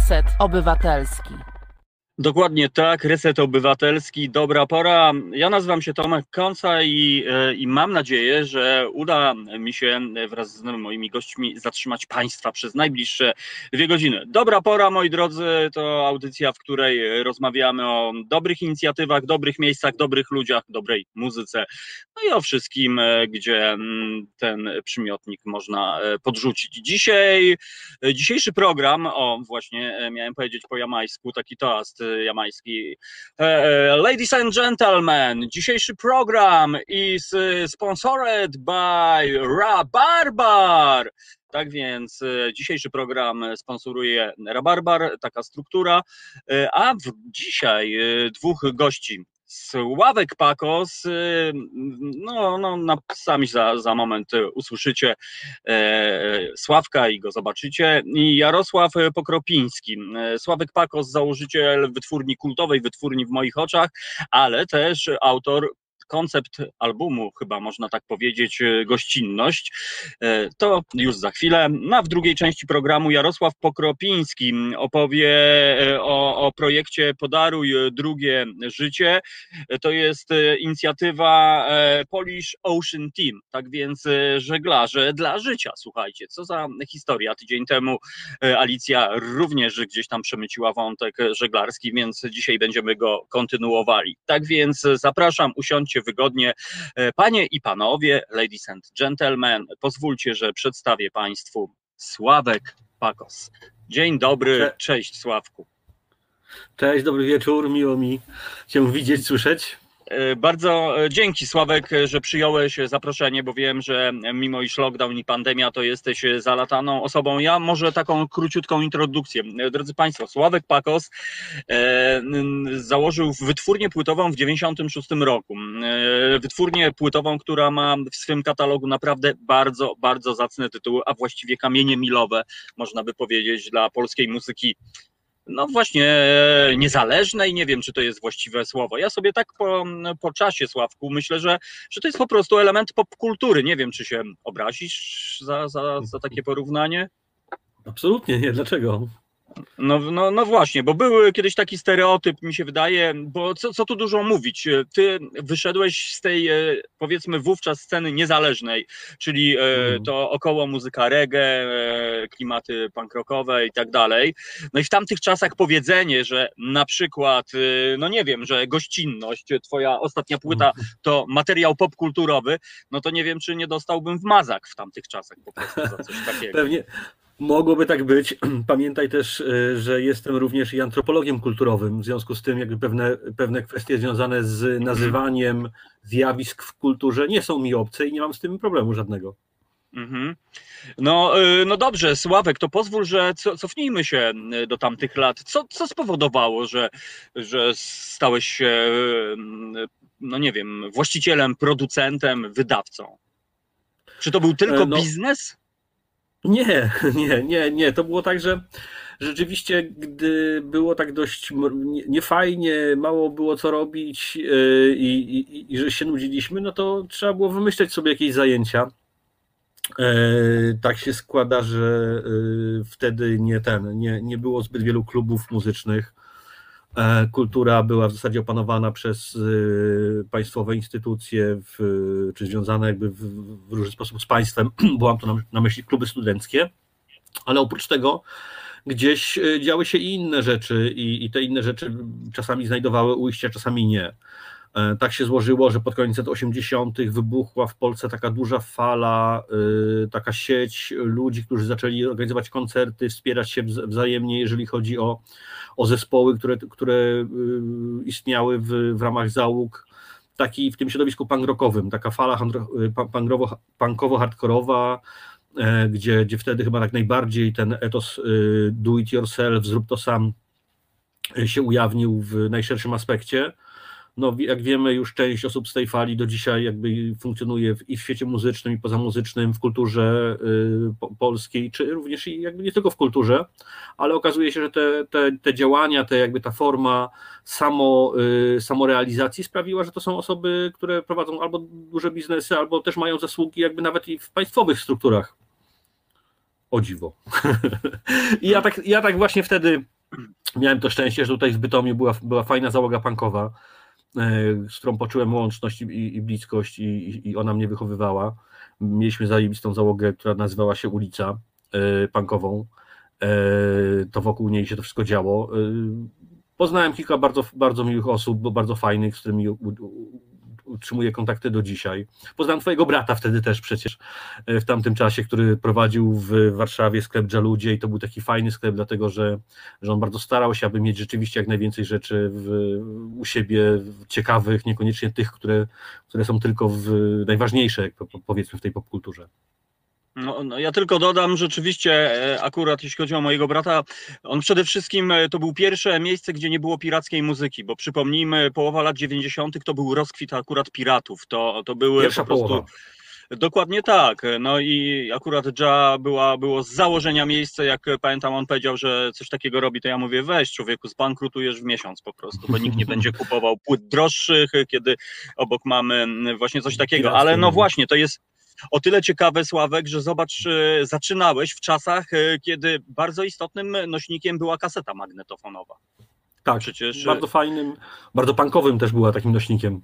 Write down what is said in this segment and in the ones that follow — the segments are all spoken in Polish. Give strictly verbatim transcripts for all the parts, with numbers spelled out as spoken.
Reset Obywatelski. Dokładnie tak, Reset Obywatelski, dobra pora. Ja nazywam się Tomek Konca i, i mam nadzieję, że uda mi się wraz z moimi gośćmi zatrzymać Państwa przez najbliższe dwie godziny. Dobra pora, moi drodzy, to audycja, w której rozmawiamy o dobrych inicjatywach, dobrych miejscach, dobrych ludziach, dobrej muzyce, no i o wszystkim, gdzie ten przymiotnik można podrzucić. Dzisiaj, dzisiejszy program, o właśnie miałem powiedzieć po jamańsku, taki toast jamański. Ladies and gentlemen, dzisiejszy program is sponsored by Rabarbar. Tak więc dzisiejszy program sponsoruje Rabarbar, taka struktura, a w, dzisiaj dwóch gości. Sławek Pakos, no, no, no sami za, za moment usłyszycie e, Sławka i go zobaczycie, i Jarosław Pokropiński. Sławek Pakos, założyciel wytwórni kultowej, wytwórni w moich oczach, ale też autor koncept albumu, chyba można tak powiedzieć, Gościnność. To już za chwilę. No, a w drugiej części programu Jarosław Pokropiński opowie o, o projekcie Podaruj drugie życie. To jest inicjatywa Polish Ocean Team, tak więc żeglarze dla życia. Słuchajcie, co za historia. Tydzień temu Alicja również gdzieś tam przemyciła wątek żeglarski, więc dzisiaj będziemy go kontynuowali. Tak więc zapraszam, usiądźcie wygodnie. Panie i panowie, ladies and gentlemen, pozwólcie, że przedstawię Państwu Sławek Pakos. Dzień dobry, cześć Sławku. Cześć, dobry wieczór, miło mi Cię widzieć, słyszeć. Bardzo dzięki, Sławek, że przyjąłeś zaproszenie, bo wiem, że mimo iż lockdown i pandemia, to jesteś zalataną osobą. Ja może taką króciutką introdukcję. Drodzy Państwo, Sławek Pakos e, założył wytwórnię płytową w dziewięćdziesiątym szóstym roku. E, wytwórnię płytową, która ma w swym katalogu naprawdę bardzo, bardzo zacne tytuły, a właściwie kamienie milowe, można by powiedzieć, dla polskiej muzyki. No właśnie niezależnej, nie wiem, czy to jest właściwe słowo. Ja sobie tak po, po czasie, Sławku, myślę, że, że to jest po prostu element popkultury. Nie wiem, czy się obrazisz za, za, za takie porównanie? Absolutnie nie, dlaczego? No, no, no właśnie, bo był kiedyś taki stereotyp, mi się wydaje, bo co, co tu dużo mówić, ty wyszedłeś z tej, powiedzmy, wówczas sceny niezależnej, czyli mm. to około muzyka reggae, klimaty punk rockowe i tak dalej. No i w tamtych czasach powiedzenie, że na przykład, no nie wiem, że Gościnność, twoja ostatnia płyta to materiał popkulturowy, no to nie wiem, czy nie dostałbym w mazak w tamtych czasach po prostu za coś takiego. Pewnie. Mogłoby tak być. Pamiętaj też, że jestem również i antropologiem kulturowym, w związku z tym jakby pewne, pewne kwestie związane z nazywaniem zjawisk w kulturze nie są mi obce i nie mam z tym problemu żadnego. Mhm. No, no dobrze, Sławek, to pozwól, że cofnijmy się do tamtych lat. Co, co spowodowało, że, że stałeś się, no nie wiem, właścicielem, producentem, wydawcą? Czy to był tylko no. biznes? Nie, nie, nie, nie. To było tak, że rzeczywiście, gdy było tak dość niefajnie, mało było co robić i, i, i że się nudziliśmy, no to trzeba było wymyśleć sobie jakieś zajęcia. Tak się składa, że wtedy nie ten, nie, nie było zbyt wielu klubów muzycznych. Kultura była w zasadzie opanowana przez państwowe instytucje, w, czy związane jakby w, w różny sposób z państwem, bo mam tu na, na myśli kluby studenckie, ale oprócz tego gdzieś działy się i inne rzeczy i, i te inne rzeczy czasami znajdowały ujście, czasami nie. Tak się złożyło, że pod koniec lat osiemdziesiątych wybuchła w Polsce taka duża fala, taka sieć ludzi, którzy zaczęli organizować koncerty, wspierać się wzajemnie, jeżeli chodzi o, o zespoły, które, które istniały w, w ramach załóg. Taki w tym środowisku punk rockowym, taka fala punkowo-hardkorowa, gdzie, gdzie wtedy chyba tak najbardziej ten etos do it yourself, zrób to sam się ujawnił w najszerszym aspekcie. No, jak wiemy, już część osób z tej fali do dzisiaj jakby funkcjonuje w, i w świecie muzycznym, i pozamuzycznym, w kulturze y, po, polskiej, czy również i jakby nie tylko w kulturze, ale okazuje się, że te, te, te działania, te jakby ta forma samo, y, samorealizacji sprawiła, że to są osoby, które prowadzą albo duże biznesy, albo też mają zasługi jakby nawet i w państwowych strukturach. O dziwo. I ja tak, ja tak właśnie wtedy miałem to szczęście, że tutaj w Bytomiu była, była fajna załoga punkowa, z którą poczułem łączność i, i bliskość i, i ona mnie wychowywała. Mieliśmy zajebistą załogę, która nazywała się Ulica y, Punkową. Y, to wokół niej się to wszystko działo. Y, poznałem kilka bardzo, bardzo miłych osób, bardzo fajnych, z którymi u, u, utrzymuję kontakty do dzisiaj. Poznałem twojego brata wtedy też przecież w tamtym czasie, który prowadził w Warszawie sklep Dżaludzie i to był taki fajny sklep, dlatego że, że on bardzo starał się, aby mieć rzeczywiście jak najwięcej rzeczy w, u siebie ciekawych, niekoniecznie tych, które, które są tylko w, najważniejsze, powiedzmy, w tej popkulturze. No, no ja tylko dodam, rzeczywiście akurat jeśli chodzi o mojego brata, on przede wszystkim to był pierwsze miejsce, gdzie nie było pirackiej muzyki, bo przypomnijmy, połowa lat dziewięćdziesiątych to był rozkwit akurat piratów, to, to były Pierwsza po prostu... połowa. Dokładnie tak, no i akurat Dża była, było z założenia miejsce, jak pamiętam on powiedział, że coś takiego robi, to ja mówię weź człowieku, zbankrutujesz w miesiąc po prostu, bo nikt nie będzie kupował płyt droższych, kiedy obok mamy właśnie coś takiego, ale no właśnie, to jest o tyle ciekawe, Sławek, że zobacz, zaczynałeś w czasach, kiedy bardzo istotnym nośnikiem była kaseta magnetofonowa. Tak, przecież bardzo fajnym, bardzo punkowym też była takim nośnikiem.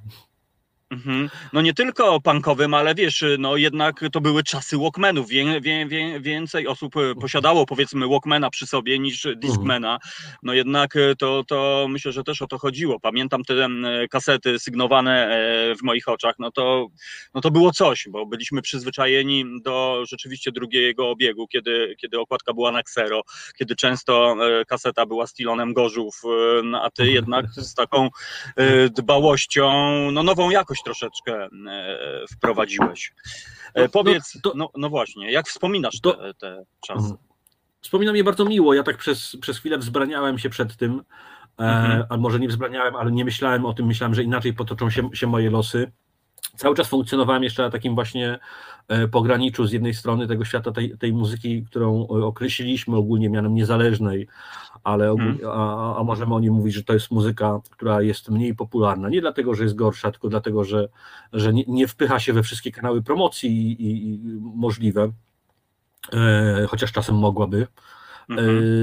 Mhm. No nie tylko punkowym, ale wiesz, no jednak to były czasy Walkmanów. Wie, wie, wie, więcej osób posiadało powiedzmy Walkmana przy sobie niż Discmana. No jednak to, to myślę, że też o to chodziło. Pamiętam te kasety sygnowane w moich oczach, no to, no to było coś, bo byliśmy przyzwyczajeni do rzeczywiście drugiego obiegu, kiedy, kiedy okładka była na ksero, kiedy często kaseta była stylonem Gorzów, a ty jednak z taką dbałością, no nową jakość troszeczkę wprowadziłeś. Powiedz, no, to, no, no właśnie, jak wspominasz to, te, te czasy? Wspominam je bardzo miło, ja tak przez, przez chwilę wzbraniałem się przed tym, mhm. e, a może nie wzbraniałem, ale nie myślałem o tym, myślałem, że inaczej potoczą się, się moje losy. Cały czas funkcjonowałem jeszcze na takim właśnie pograniczu z jednej strony tego świata, tej, tej muzyki, którą określiliśmy ogólnie mianem niezależnej, ale ogólnie, a, a możemy o niej mówić, że to jest muzyka, która jest mniej popularna. Nie dlatego, że jest gorsza, tylko dlatego, że, że nie, nie wpycha się we wszystkie kanały promocji i, i, i możliwe, e, chociaż czasem mogłaby. E,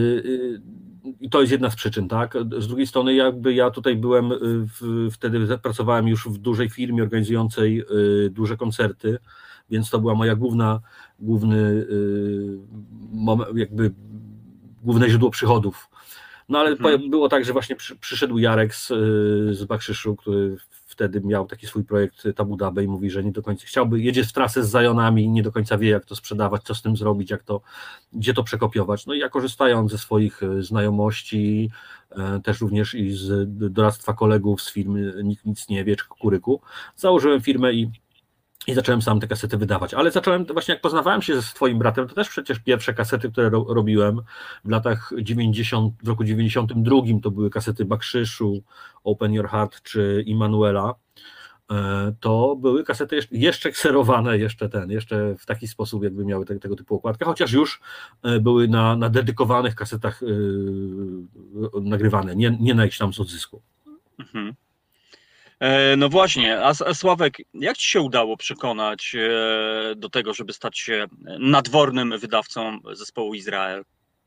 I to jest jedna z przyczyn, tak? Z drugiej strony jakby ja tutaj byłem, w, wtedy pracowałem już w dużej firmie organizującej y, duże koncerty, więc to była moja główna, główny, y, moment, jakby główne źródło przychodów. No ale mhm. było tak, że właśnie przy, przyszedł Jarek z, z Bakrzyszu, który wtedy miał taki swój projekt Tabu Dabę i mówi, że nie do końca chciałby, jedzie w trasę z Zajonami i nie do końca wie, jak to sprzedawać, co z tym zrobić, jak to, gdzie to przekopiować. No i ja korzystając ze swoich znajomości, też również i z doradztwa kolegów z firmy Nikt Nic Nie Wie, czy Kukuryku, założyłem firmę i I zacząłem sam te kasety wydawać, ale zacząłem właśnie jak poznawałem się z twoim bratem, to też przecież pierwsze kasety, które ro, robiłem w latach dziewięćdziesiątych, w roku dziewięćdziesiątym drugim to były kasety Bakrzyszu, Open Your Heart czy Immanuela, to były kasety jeszcze, jeszcze kserowane, jeszcze ten, jeszcze w taki sposób jakby miały te, tego typu okładkę, chociaż już były na, na dedykowanych kasetach yy, nagrywane, nie, nie na jakiś tam z odzysku. Mhm. No właśnie, a Sławek, jak ci się udało przekonać do tego, żeby stać się nadwornym wydawcą zespołu Izrael?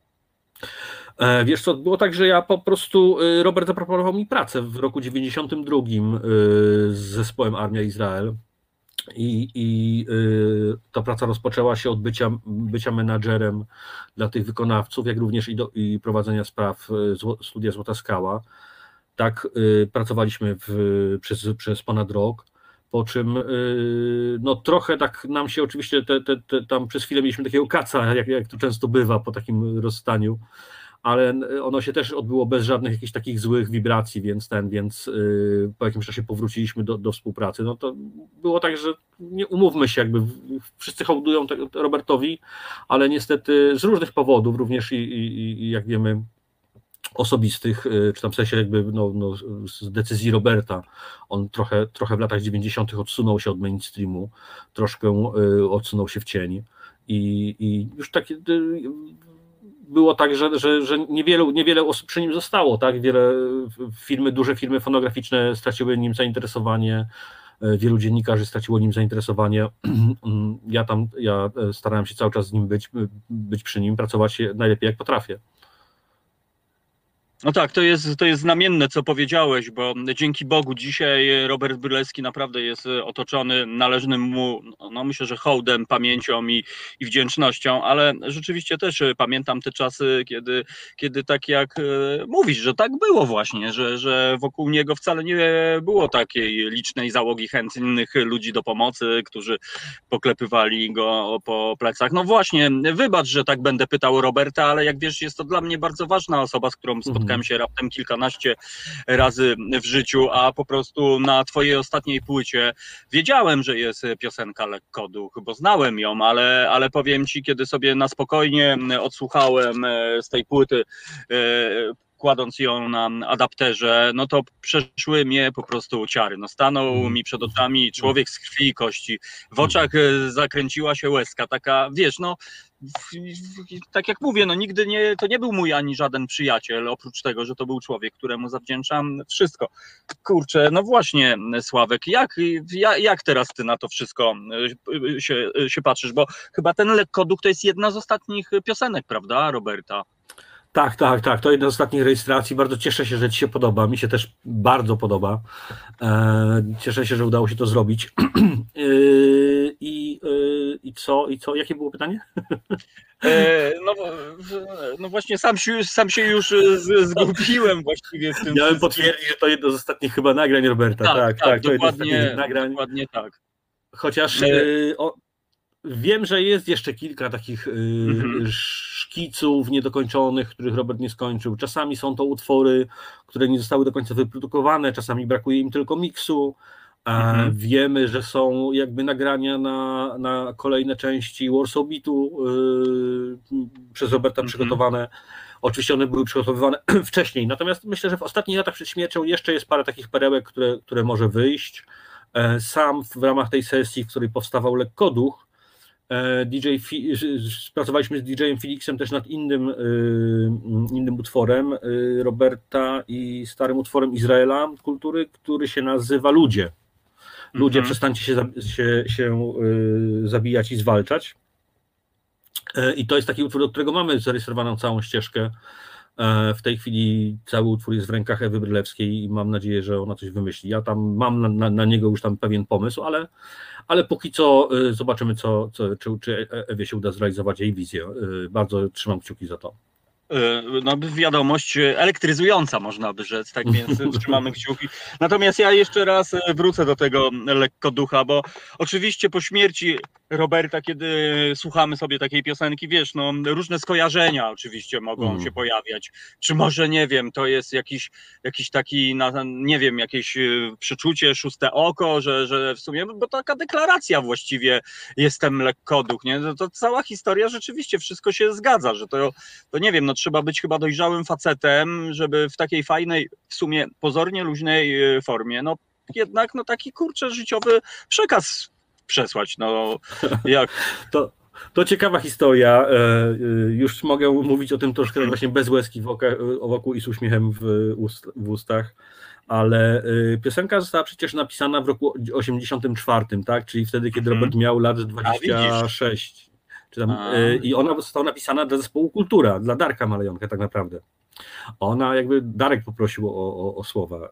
Wiesz co, było tak, że ja po prostu, Robert zaproponował mi pracę w roku dziewięćdziesiątym drugim z zespołem Armia Izrael i, i ta praca rozpoczęła się od bycia, bycia menadżerem dla tych wykonawców, jak również i, do, i prowadzenia spraw Studia Złota Skała. Tak, y, pracowaliśmy w, przez, przez ponad rok, po czym y, no trochę tak nam się oczywiście te, te, te, tam przez chwilę mieliśmy takiego kaca, jak, jak to często bywa po takim rozstaniu, ale ono się też odbyło bez żadnych jakichś takich złych wibracji, więc ten, więc y, po jakimś czasie powróciliśmy do, do współpracy. No to było tak, że nie umówmy się, jakby wszyscy hołdują te, Robertowi, ale niestety z różnych powodów, również i, i, i jak wiemy, osobistych, czy tam w sensie jakby no, no, z decyzji Roberta, on trochę, trochę w latach dziewięćdziesiątych odsunął się od mainstreamu, troszkę odsunął się w cień i, i już tak było tak, że, że, że niewiele, niewiele osób przy nim zostało, tak, wiele firmy, duże firmy fonograficzne straciły nim zainteresowanie, wielu dziennikarzy straciło nim zainteresowanie, ja tam, ja starałem się cały czas z nim być, być przy nim, pracować najlepiej jak potrafię. No tak, to jest, to jest znamienne, co powiedziałeś, bo dzięki Bogu dzisiaj Robert Brylewski naprawdę jest otoczony należnym mu, no myślę, że hołdem, pamięcią i, i wdzięcznością, ale rzeczywiście też pamiętam te czasy, kiedy, kiedy tak jak mówisz, że tak było właśnie, że, że wokół niego wcale nie było takiej licznej załogi chętnych ludzi do pomocy, którzy poklepywali go po plecach. No właśnie, wybacz, że tak będę pytał Roberta, ale jak wiesz, jest to dla mnie bardzo ważna osoba, z którą spotkałem Spotkałem się raptem kilkanaście razy w życiu, a po prostu na twojej ostatniej płycie wiedziałem, że jest piosenka Lekkoduch, bo znałem ją, ale, ale powiem ci, kiedy sobie na spokojnie odsłuchałem z tej płyty, kładąc ją na adapterze, no to przeszły mnie po prostu ciary. No stanął mi przed oczami człowiek z krwi i kości. W oczach zakręciła się łezka, taka, wiesz, no tak jak mówię, no nigdy nie, to nie był mój ani żaden przyjaciel, oprócz tego, że to był człowiek, któremu zawdzięczam wszystko. Kurczę, no właśnie, Sławek, jak, jak teraz ty na to wszystko się, się patrzysz, bo chyba ten Lekkoduch to jest jedna z ostatnich piosenek, prawda, Roberta? Tak, tak, tak. To jedna z ostatnich rejestracji. Bardzo cieszę się, że ci się podoba. Mi się też bardzo podoba. Cieszę się, że udało się to zrobić. I, i co? I co? Jakie było pytanie? No, no właśnie, sam się, sam się już zgubiłem właściwie w tym. Miałem wszystkim. Potwierdzić, że to jedno z ostatnich chyba nagrań Roberta. Tak, tak, tak, tak to dokładnie, jedno z ostatnich nagrań. Dokładnie tak. Chociaż o, wiem, że jest jeszcze kilka takich mhm. szkiców niedokończonych, których Robert nie skończył. Czasami są to utwory, które nie zostały do końca wyprodukowane, czasami brakuje im tylko miksu. Mhm. Wiemy, że są jakby nagrania na, na kolejne części Warsaw Beatu yy, przez Roberta mhm. przygotowane. Oczywiście one były przygotowywane wcześniej, natomiast myślę, że w ostatnich latach przed śmiercią jeszcze jest parę takich perełek, które, które może wyjść. Sam w ramach tej sesji, w której powstawał Lekkoduch, D J pracowaliśmy z D J-em Felixem też nad innym, innym utworem Roberta i starym utworem Izraela Kultury, który się nazywa Ludzie. Ludzie, mhm. przestańcie się, się, się zabijać i zwalczać. I to jest taki utwór, do którego mamy zarejestrowaną całą ścieżkę. W tej chwili cały utwór jest w rękach Ewy Brylewskiej i mam nadzieję, że ona coś wymyśli. Ja tam mam na, na, na niego już tam pewien pomysł, ale, ale póki co zobaczymy, co, co, czy, czy Ewie się uda zrealizować jej wizję. Bardzo trzymam kciuki za to. No wiadomość elektryzująca, można by rzec, tak więc trzymamy kciuki. Natomiast ja jeszcze raz wrócę do tego Lekkoducha, bo oczywiście po śmierci Roberta, kiedy słuchamy sobie takiej piosenki, wiesz, no różne skojarzenia oczywiście mogą mm. się pojawiać. Czy może, nie wiem, to jest jakiś, jakiś taki, nie wiem, jakieś przeczucie, szóste oko, że, że w sumie, bo taka deklaracja właściwie jestem Lekkoduch, nie? To, to cała historia rzeczywiście, wszystko się zgadza, że to, to nie wiem, no trzeba być chyba dojrzałym facetem, żeby w takiej fajnej, w sumie pozornie luźnej formie, no jednak no taki kurczę życiowy przekaz przesłać, no jak... To, to ciekawa historia, już mogę mówić o tym troszkę właśnie bez łezki wokół i z uśmiechem w, ust, w ustach, ale piosenka została przecież napisana w roku osiemdziesiątym czwartym, tak, czyli wtedy, kiedy Robert miał lat dwadzieścia sześć. Czy tam, i ona została napisana dla zespołu Kultura, dla Darka Malejonka tak naprawdę. Ona jakby, Darek poprosił o, o, o słowa.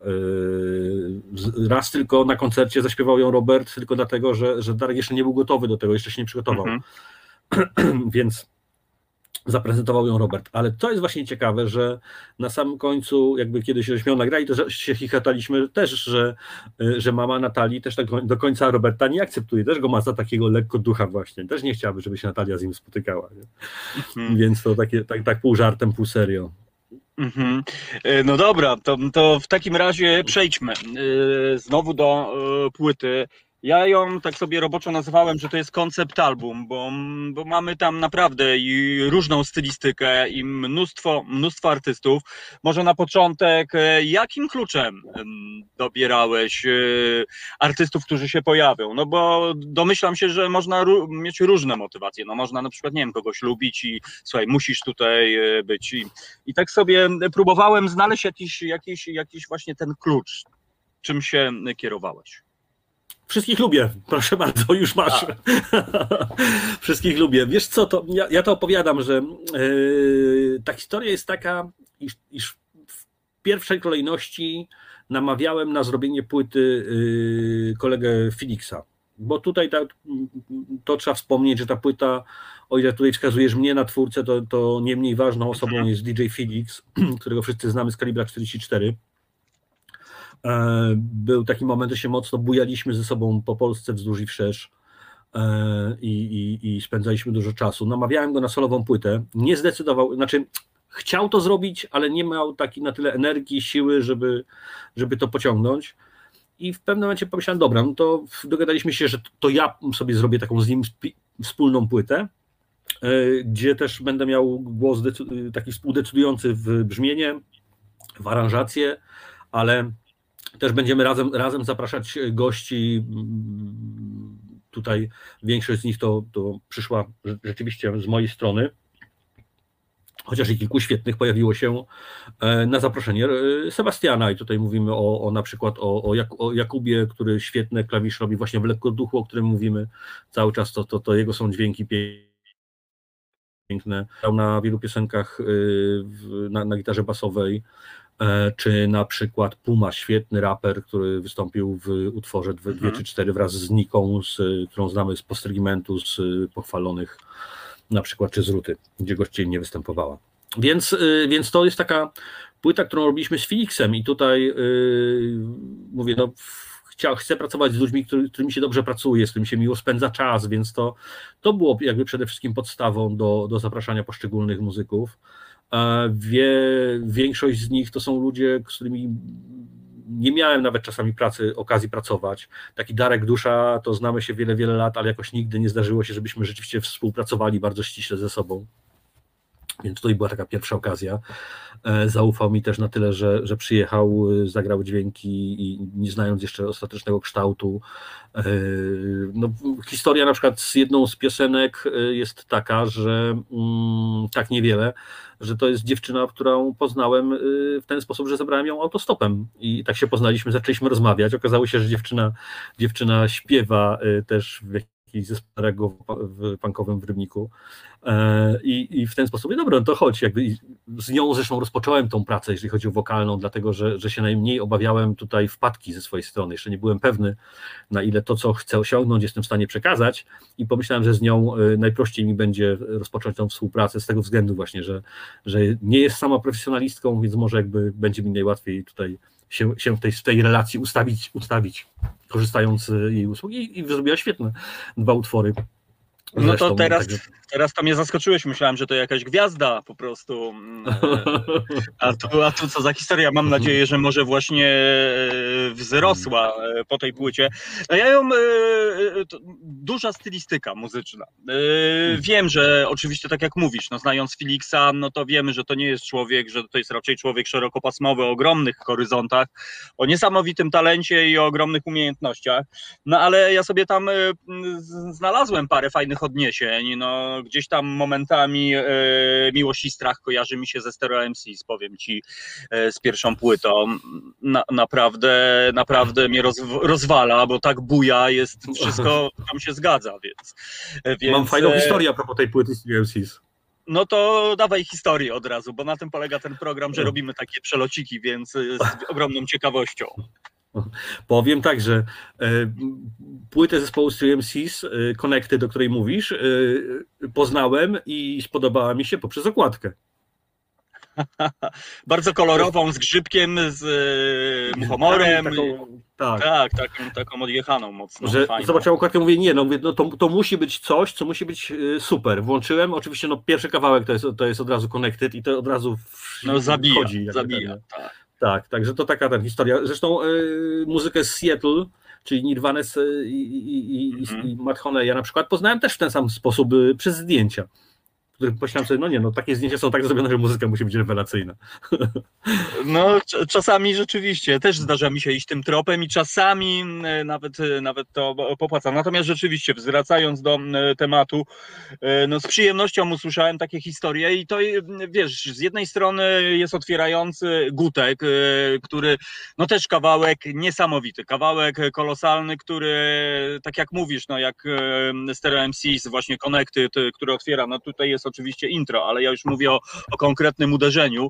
Raz tylko na koncercie zaśpiewał ją Robert, tylko dlatego, że, że Darek jeszcze nie był gotowy do tego, jeszcze się nie przygotował. Mhm. Więc zaprezentował ją Robert. Ale to jest właśnie ciekawe, że na samym końcu, jakby kiedy się żeśmy ją nagrali, to się chichotaliśmy też, że, że mama Natalii też tak do końca Roberta nie akceptuje. Też go ma za takiego Lekkoducha właśnie. Też nie chciałaby, żeby się Natalia z nim spotykała. Mhm. Więc to takie, tak, tak pół żartem, pół serio. Mm-hmm. No dobra, to, to w takim razie przejdźmy znowu do płyty. Ja ją tak sobie roboczo nazwałem, że to jest koncept album, bo, bo mamy tam naprawdę i różną stylistykę i mnóstwo, mnóstwo artystów. Może na początek, jakim kluczem dobierałeś artystów, którzy się pojawią? No bo domyślam się, że można mieć różne motywacje. No można na przykład, nie wiem, kogoś lubić i słuchaj, musisz tutaj być. I, i tak sobie próbowałem znaleźć jakiś, jakiś, jakiś właśnie ten klucz. Czym się kierowałeś? Wszystkich lubię, proszę bardzo, już masz. Wszystkich lubię. Wiesz co, to ja, ja to opowiadam, że yy, ta historia jest taka, iż, iż pierwszej kolejności namawiałem na zrobienie płyty kolegę Felixa, bo tutaj ta, to trzeba wspomnieć, że ta płyta, o ile tutaj wskazujesz mnie na twórcę, to, to nie mniej ważną osobą jest D J Felix, którego wszyscy znamy z Kalibra czterdzieści cztery. Był taki moment, że się mocno bujaliśmy ze sobą po Polsce wzdłuż i wszerz i, i, i spędzaliśmy dużo czasu. Namawiałem go na solową płytę, nie zdecydował, znaczy chciał to zrobić, ale nie miał takiej na tyle energii, siły, żeby, żeby to pociągnąć. I w pewnym momencie pomyślałem, dobra, no to dogadaliśmy się, że to ja sobie zrobię taką z nim wspólną płytę, gdzie też będę miał głos taki współdecydujący w brzmienie, w aranżację, ale też będziemy razem, razem zapraszać gości. Tutaj większość z nich to, to przyszła rzeczywiście z mojej strony, chociaż i kilku świetnych pojawiło się na zaproszenie Sebastiana i tutaj mówimy o, o na przykład o, o, Jak, o Jakubie, który świetne klawisze robi właśnie w Lekkoduchu, o którym mówimy cały czas, to, to, to jego są dźwięki piękne. Grał na wielu piosenkach na, na gitarze basowej, czy na przykład Puma, świetny raper, który wystąpił w utworze dwie mhm. czy cztery wraz z Niką, z, którą znamy z Postergimentu, z pochwalonych na przykład, czy z Ruty, gdzie gościnnie występowała. Więc, więc to jest taka płyta, którą robiliśmy z Felixem i tutaj yy, mówię, no chciał, chcę pracować z ludźmi, który, którymi się dobrze pracuje, z którymi się miło spędza czas, więc to, to było jakby przede wszystkim podstawą do, do zapraszania poszczególnych muzyków. Wie, większość z nich to są ludzie, z którymi nie miałem nawet czasami pracy, okazji pracować. Taki Darek Dusza, to znamy się wiele, wiele lat, ale jakoś nigdy nie zdarzyło się, żebyśmy rzeczywiście współpracowali bardzo ściśle ze sobą. Więc to była taka pierwsza okazja. Zaufał mi też na tyle, że, że przyjechał, zagrał dźwięki i nie znając jeszcze ostatecznego kształtu. No, historia na przykład z jedną z piosenek jest taka, że mm, tak niewiele, że to jest dziewczyna, którą poznałem w ten sposób, że zabrałem ją autostopem i tak się poznaliśmy, zaczęliśmy rozmawiać. Okazało się, że dziewczyna, dziewczyna śpiewa też w jakiś zespole w punkowym w Rybniku. I, I w ten sposób, dobra, no to chodź, jakby z nią zresztą rozpocząłem tą pracę, jeżeli chodzi o wokalną, dlatego że, że się najmniej obawiałem tutaj wpadki ze swojej strony. Jeszcze nie byłem pewny, na ile to, co chcę osiągnąć, jestem w stanie przekazać i pomyślałem, że z nią najprościej mi będzie rozpocząć tą współpracę z tego względu właśnie, że, że nie jest sama profesjonalistką, więc może jakby będzie mi najłatwiej tutaj się, się w, tej, w tej relacji ustawić, ustawić, korzystając z jej usług i, i zrobiła świetne dwa utwory. Zresztą, no to teraz, tak, teraz to mnie zaskoczyłeś, myślałem, że to jakaś gwiazda po prostu, a tu, a tu co za historia, mam nadzieję, że może właśnie wzrosła po tej płycie. Ja ją, duża stylistyka muzyczna, wiem, że oczywiście tak jak mówisz, no znając Felixa, no to wiemy, że to nie jest człowiek, że to jest raczej człowiek szerokopasmowy, o ogromnych horyzontach, o niesamowitym talencie i o ogromnych umiejętnościach, no ale ja sobie tam znalazłem parę fajnych odniesień, no gdzieś tam momentami e, Miłość i strach kojarzy mi się ze Stereo M Cs, powiem ci, e, z pierwszą płytą. Na, naprawdę, naprawdę mnie roz, rozwala, bo tak buja jest, wszystko tam się zgadza, więc... więc Mam fajną historię a propos tej płyty Stereo M Cs. No to dawaj historię od razu, bo na tym polega ten program, że robimy takie przelociki, więc z ogromną ciekawością. Powiem tak, że płytę zespołu Stereo M Cs, Connected, o której mówisz, poznałem i spodobała mi się poprzez okładkę. Bardzo kolorową, z grzybkiem, z muchomorem. Taką, tak, tak taką, taką odjechaną mocno. Że fajną. Zobaczyłem okładkę, mówię, nie, no, mówię, no to, to musi być coś, co musi być super. Włączyłem, oczywiście no, pierwszy kawałek to jest, to jest od razu Connected i to od razu w, no, zabija, wchodzi. Zabija, ten, tak. Tak, także to taka ta historia. Zresztą y, muzykę z Seattle, czyli Nirvana i, i, i, mm. i Matt Honeya na przykład poznałem też w ten sam sposób y, przez zdjęcia. Których pomyślałem sobie, no nie, no takie zdjęcia są tak zrobione, że muzyka musi być rewelacyjna. No czasami rzeczywiście, też zdarza mi się iść tym tropem i czasami nawet, nawet to popłacam. Natomiast rzeczywiście, wracając do tematu, no z przyjemnością usłyszałem takie historie i to, wiesz, z jednej strony jest otwierający Gutek, który, no też kawałek niesamowity, kawałek kolosalny, który, tak jak mówisz, no jak Stereo M Cs, właśnie Connected, który otwiera, no tutaj jest jest oczywiście intro, ale ja już mówię o, o konkretnym uderzeniu,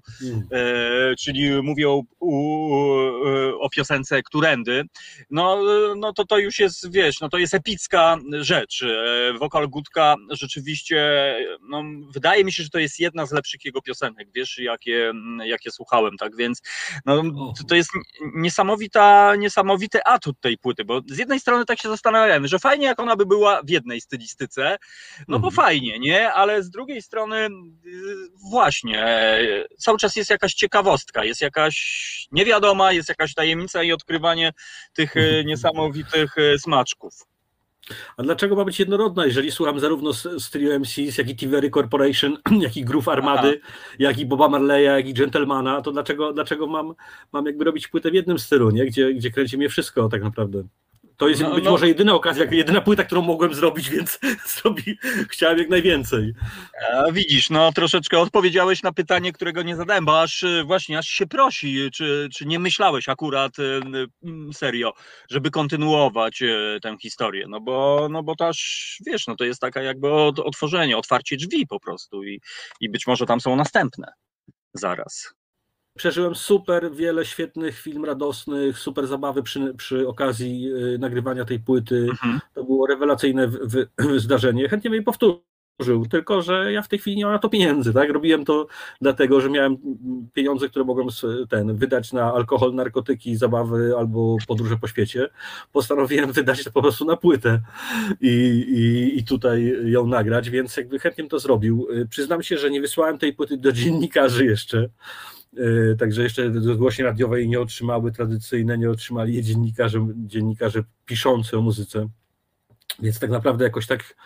e, czyli mówię o, u, o piosence Którędy. No, no to to już jest, wiesz, no to jest epicka rzecz. E, Wokal Gutka rzeczywiście, no wydaje mi się, że to jest jedna z lepszych jego piosenek, wiesz, jakie, jakie słuchałem, tak więc no, to jest niesamowita, niesamowity atut tej płyty, bo z jednej strony tak się zastanawiałem, że fajnie jak ona by była w jednej stylistyce, no bo fajnie, nie? Ale z drugiej strony właśnie, cały czas jest jakaś ciekawostka, jest jakaś niewiadoma, jest jakaś tajemnica i odkrywanie tych niesamowitych smaczków. A dlaczego ma być jednorodna, jeżeli słucham zarówno Stereo M Cs, jak i Tivery Corporation, jak i Groove Armady, Aha. jak i Boba Marleya, jak i Gentlemana, to dlaczego, dlaczego mam, mam jakby robić płytę w jednym stylu, nie? Gdzie, gdzie kręci mnie wszystko tak naprawdę. To jest no, być no. może jedyna okazja, jedyna płyta, którą mogłem zrobić, więc zrobi, chciałem jak najwięcej. A widzisz, no troszeczkę odpowiedziałeś na pytanie, którego nie zadałem, bo aż właśnie aż się prosi, czy, czy nie myślałeś akurat serio, żeby kontynuować tę historię, no bo, no bo też, wiesz, no to jest taka jakby otworzenie, otwarcie drzwi po prostu i, i być może tam są następne zaraz. Przeżyłem super wiele świetnych film radosnych, super zabawy przy, przy okazji y, nagrywania tej płyty. Mhm. To było rewelacyjne w, w, zdarzenie. Chętnie bym je powtórzył, tylko że ja w tej chwili nie mam na to pieniędzy. Tak? Robiłem to dlatego, że miałem pieniądze, które mogłem ten, wydać na alkohol, narkotyki, zabawy albo podróże po świecie. Postanowiłem wydać to po prostu na płytę i, i, i tutaj ją nagrać, więc jakby chętnie bym to zrobił. Przyznam się, że nie wysłałem tej płyty do dziennikarzy jeszcze. Także jeszcze zgłoszeń radiowej nie otrzymały tradycyjne, nie otrzymali je dziennikarze, dziennikarze piszący o muzyce. Więc tak naprawdę jakoś tak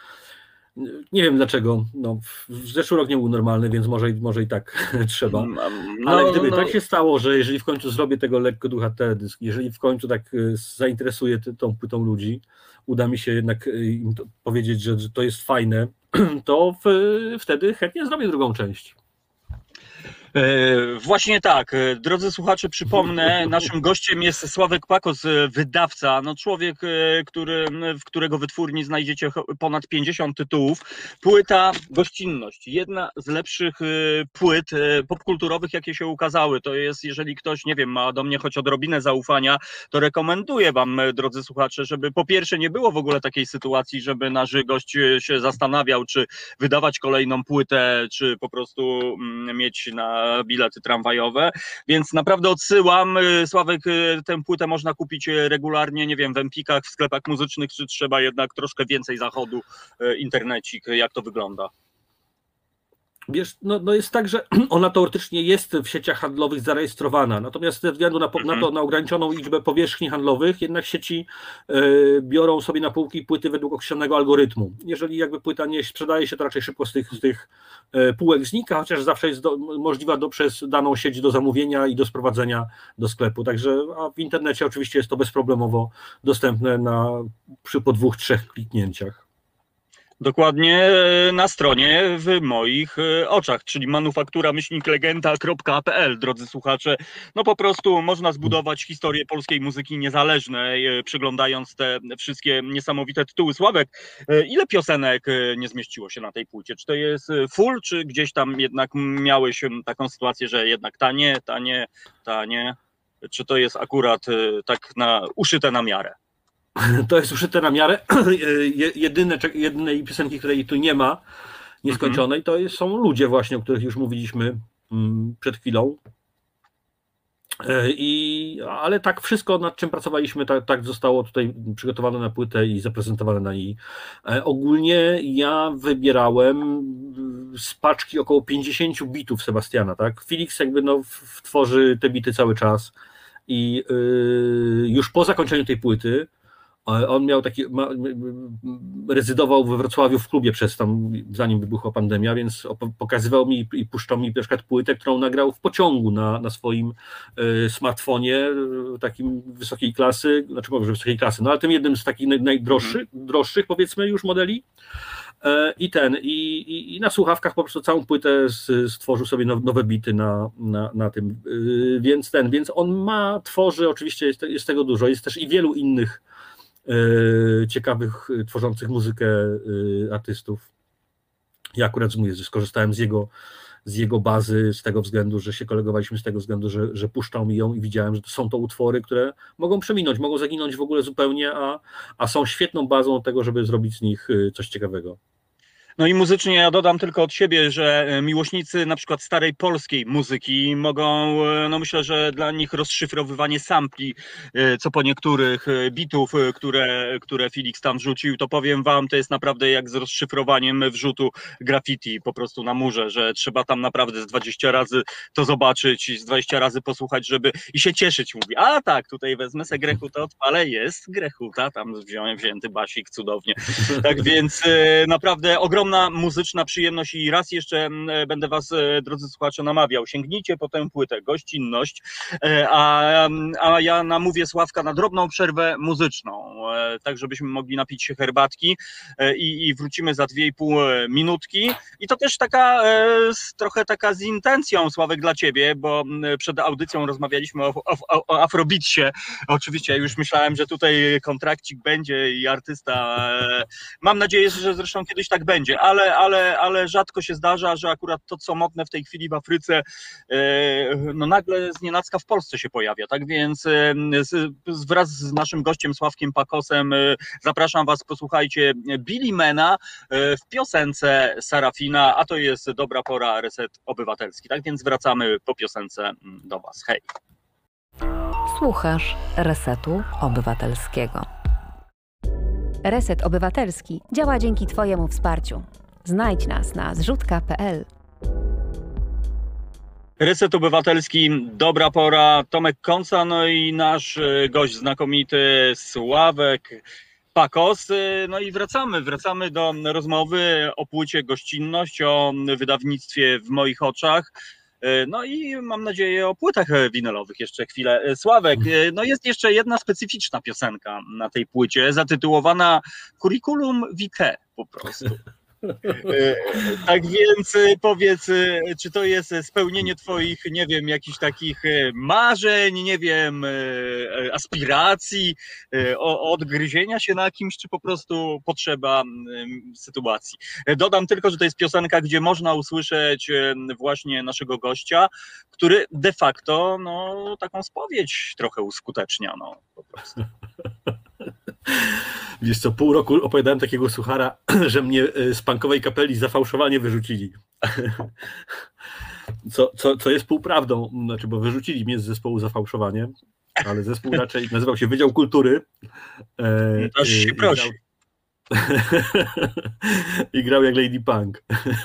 nie wiem dlaczego. No, zeszły rok nie był normalny, więc może, może i tak trzeba. Ale no, gdyby no. tak się stało, że jeżeli w końcu zrobię tego lekko ducha teledysk, jeżeli w końcu tak zainteresuję tą płytą ludzi, uda mi się jednak im to powiedzieć, że, że to jest fajne, to w, wtedy chętnie zrobię drugą część. Właśnie tak, drodzy słuchacze, przypomnę, naszym gościem jest Sławek Pakos, wydawca, no człowiek, który, w którego wytwórni znajdziecie ponad pięćdziesiąt tytułów. Płyta Gościnność, jedna z lepszych płyt popkulturowych, jakie się ukazały. To jest, jeżeli ktoś, nie wiem, ma do mnie choć odrobinę zaufania, to rekomenduję wam, drodzy słuchacze, żeby po pierwsze nie było w ogóle takiej sytuacji, żeby nasz gość się zastanawiał, czy wydawać kolejną płytę, czy po prostu mieć na bilety tramwajowe, więc naprawdę odsyłam. Sławek, tę płytę można kupić regularnie, nie wiem, w Empikach, w sklepach muzycznych, czy trzeba jednak troszkę więcej zachodu, internecik, jak to wygląda? Wiesz, no, no jest tak, że ona teoretycznie jest w sieciach handlowych zarejestrowana, natomiast ze względu na, na to, na ograniczoną liczbę powierzchni handlowych, jednak sieci y, biorą sobie na półki płyty według określonego algorytmu. Jeżeli jakby płyta nie sprzedaje się, to raczej szybko z tych, z tych y, półek znika, chociaż zawsze jest do, możliwa do, przez daną sieć do zamówienia i do sprowadzenia do sklepu. Także a w internecie oczywiście jest to bezproblemowo dostępne na, przy po dwóch, trzech kliknięciach. Dokładnie na stronie w moich oczach, czyli manufaktura myślnik legenda kropka p l, drodzy słuchacze. No po prostu można zbudować historię polskiej muzyki niezależnej, przyglądając te wszystkie niesamowite tytuły. Sławek, ile piosenek nie zmieściło się na tej płycie? Czy to jest full, czy gdzieś tam jednak miałeś taką sytuację, że jednak ta nie, ta nie, ta nie? Czy to jest akurat tak na, uszyte na miarę? To jest uszyte na miarę. Jedyne, jedynej piosenki, której tu nie ma, nieskończonej, to są ludzie właśnie, o których już mówiliśmy przed chwilą. I, ale tak wszystko, nad czym pracowaliśmy, tak, tak zostało tutaj przygotowane na płytę i zaprezentowane na niej. Ogólnie ja wybierałem z paczki około pięćdziesiąt bitów Sebastiana, tak? Felix jakby no tworzy te bity cały czas i już po zakończeniu tej płyty on miał taki, ma, rezydował we Wrocławiu w klubie przez tam, zanim wybuchła pandemia, więc pokazywał mi i puszczał mi na przykład płytę, którą nagrał w pociągu na, na swoim y, smartfonie, takim wysokiej klasy, znaczy może wysokiej klasy, no ale tym jednym z takich najdroższych, mm. droższych powiedzmy już modeli. I ten, i, i, i na słuchawkach po prostu całą płytę stworzył sobie nowe bity na, na, na tym, więc ten, więc on ma, tworzy, oczywiście jest, jest tego dużo, jest też i wielu innych ciekawych, tworzących muzykę artystów. Ja akurat mówię, że skorzystałem z jego, z jego bazy z tego względu, że się kolegowaliśmy z tego względu, że, że puszczał mi ją i widziałem, że to są to utwory, które mogą przeminąć, mogą zaginąć w ogóle zupełnie, a, a są świetną bazą do tego, żeby zrobić z nich coś ciekawego. No i muzycznie ja dodam tylko od siebie, że miłośnicy na przykład starej polskiej muzyki mogą, no myślę, że dla nich rozszyfrowywanie sampli, co po niektórych bitów, które, które Felix tam wrzucił, to powiem wam, to jest naprawdę jak z rozszyfrowaniem wrzutu graffiti po prostu na murze, że trzeba tam naprawdę z dwadzieścia razy to zobaczyć, z dwadzieścia razy posłuchać, żeby i się cieszyć. Mówi, a tak, tutaj wezmę se Grechuta, odpalę, jest Grechuta, tam wziąłem wzięty basik, cudownie. Tak więc naprawdę ogromna muzyczna przyjemność i raz jeszcze będę was, drodzy słuchacze, namawiał. Sięgnijcie po tę płytę, gościnność, a, a ja namówię Sławka na drobną przerwę muzyczną, tak żebyśmy mogli napić się herbatki i, i wrócimy za dwie i pół minutki. I to też taka, trochę taka z intencją, Sławek, dla ciebie, bo przed audycją rozmawialiśmy o, o, o afrobeatsie. Oczywiście ja już myślałem, że tutaj kontrakcik będzie i artysta. Mam nadzieję, że zresztą kiedyś tak będzie. Ale, ale, ale rzadko się zdarza, że akurat to, co modne w tej chwili w Afryce, no nagle znienacka w Polsce się pojawia. Tak więc wraz z naszym gościem Sławkiem Pakosem zapraszam was, posłuchajcie Billymana w piosence Sarafina, a to jest dobra pora, Reset Obywatelski. Tak więc wracamy po piosence do was. Hej! Słuchasz Resetu Obywatelskiego. Reset Obywatelski działa dzięki twojemu wsparciu. Znajdź nas na zrzutka kropka pe el. Reset Obywatelski, dobra pora, Tomek Konca, no i nasz gość znakomity Sławek Pakos. No i wracamy, wracamy do rozmowy o płycie Gościnność, o wydawnictwie W moich oczach. No i mam nadzieję o płytach winylowych jeszcze chwilę. Sławek, no jest jeszcze jedna specyficzna piosenka na tej płycie, zatytułowana Curriculum Vitae po prostu. Tak więc powiedz, czy to jest spełnienie twoich, nie wiem, jakichś takich marzeń, nie wiem, aspiracji, odgryzienia się na kimś, czy po prostu potrzeba sytuacji. Dodam tylko, że to jest piosenka, gdzie można usłyszeć właśnie naszego gościa, który de facto no, taką spowiedź trochę uskutecznia, no po prostu. Wiesz co, pół roku opowiadałem takiego suchara, że mnie z punkowej kapeli zafałszowanie wyrzucili. Co, co, co jest półprawdą, znaczy, bo wyrzucili mnie z zespołu zafałszowanie, ale zespół raczej nazywał się Wydział Kultury. No to się prosi. I grał jak Lady Punk.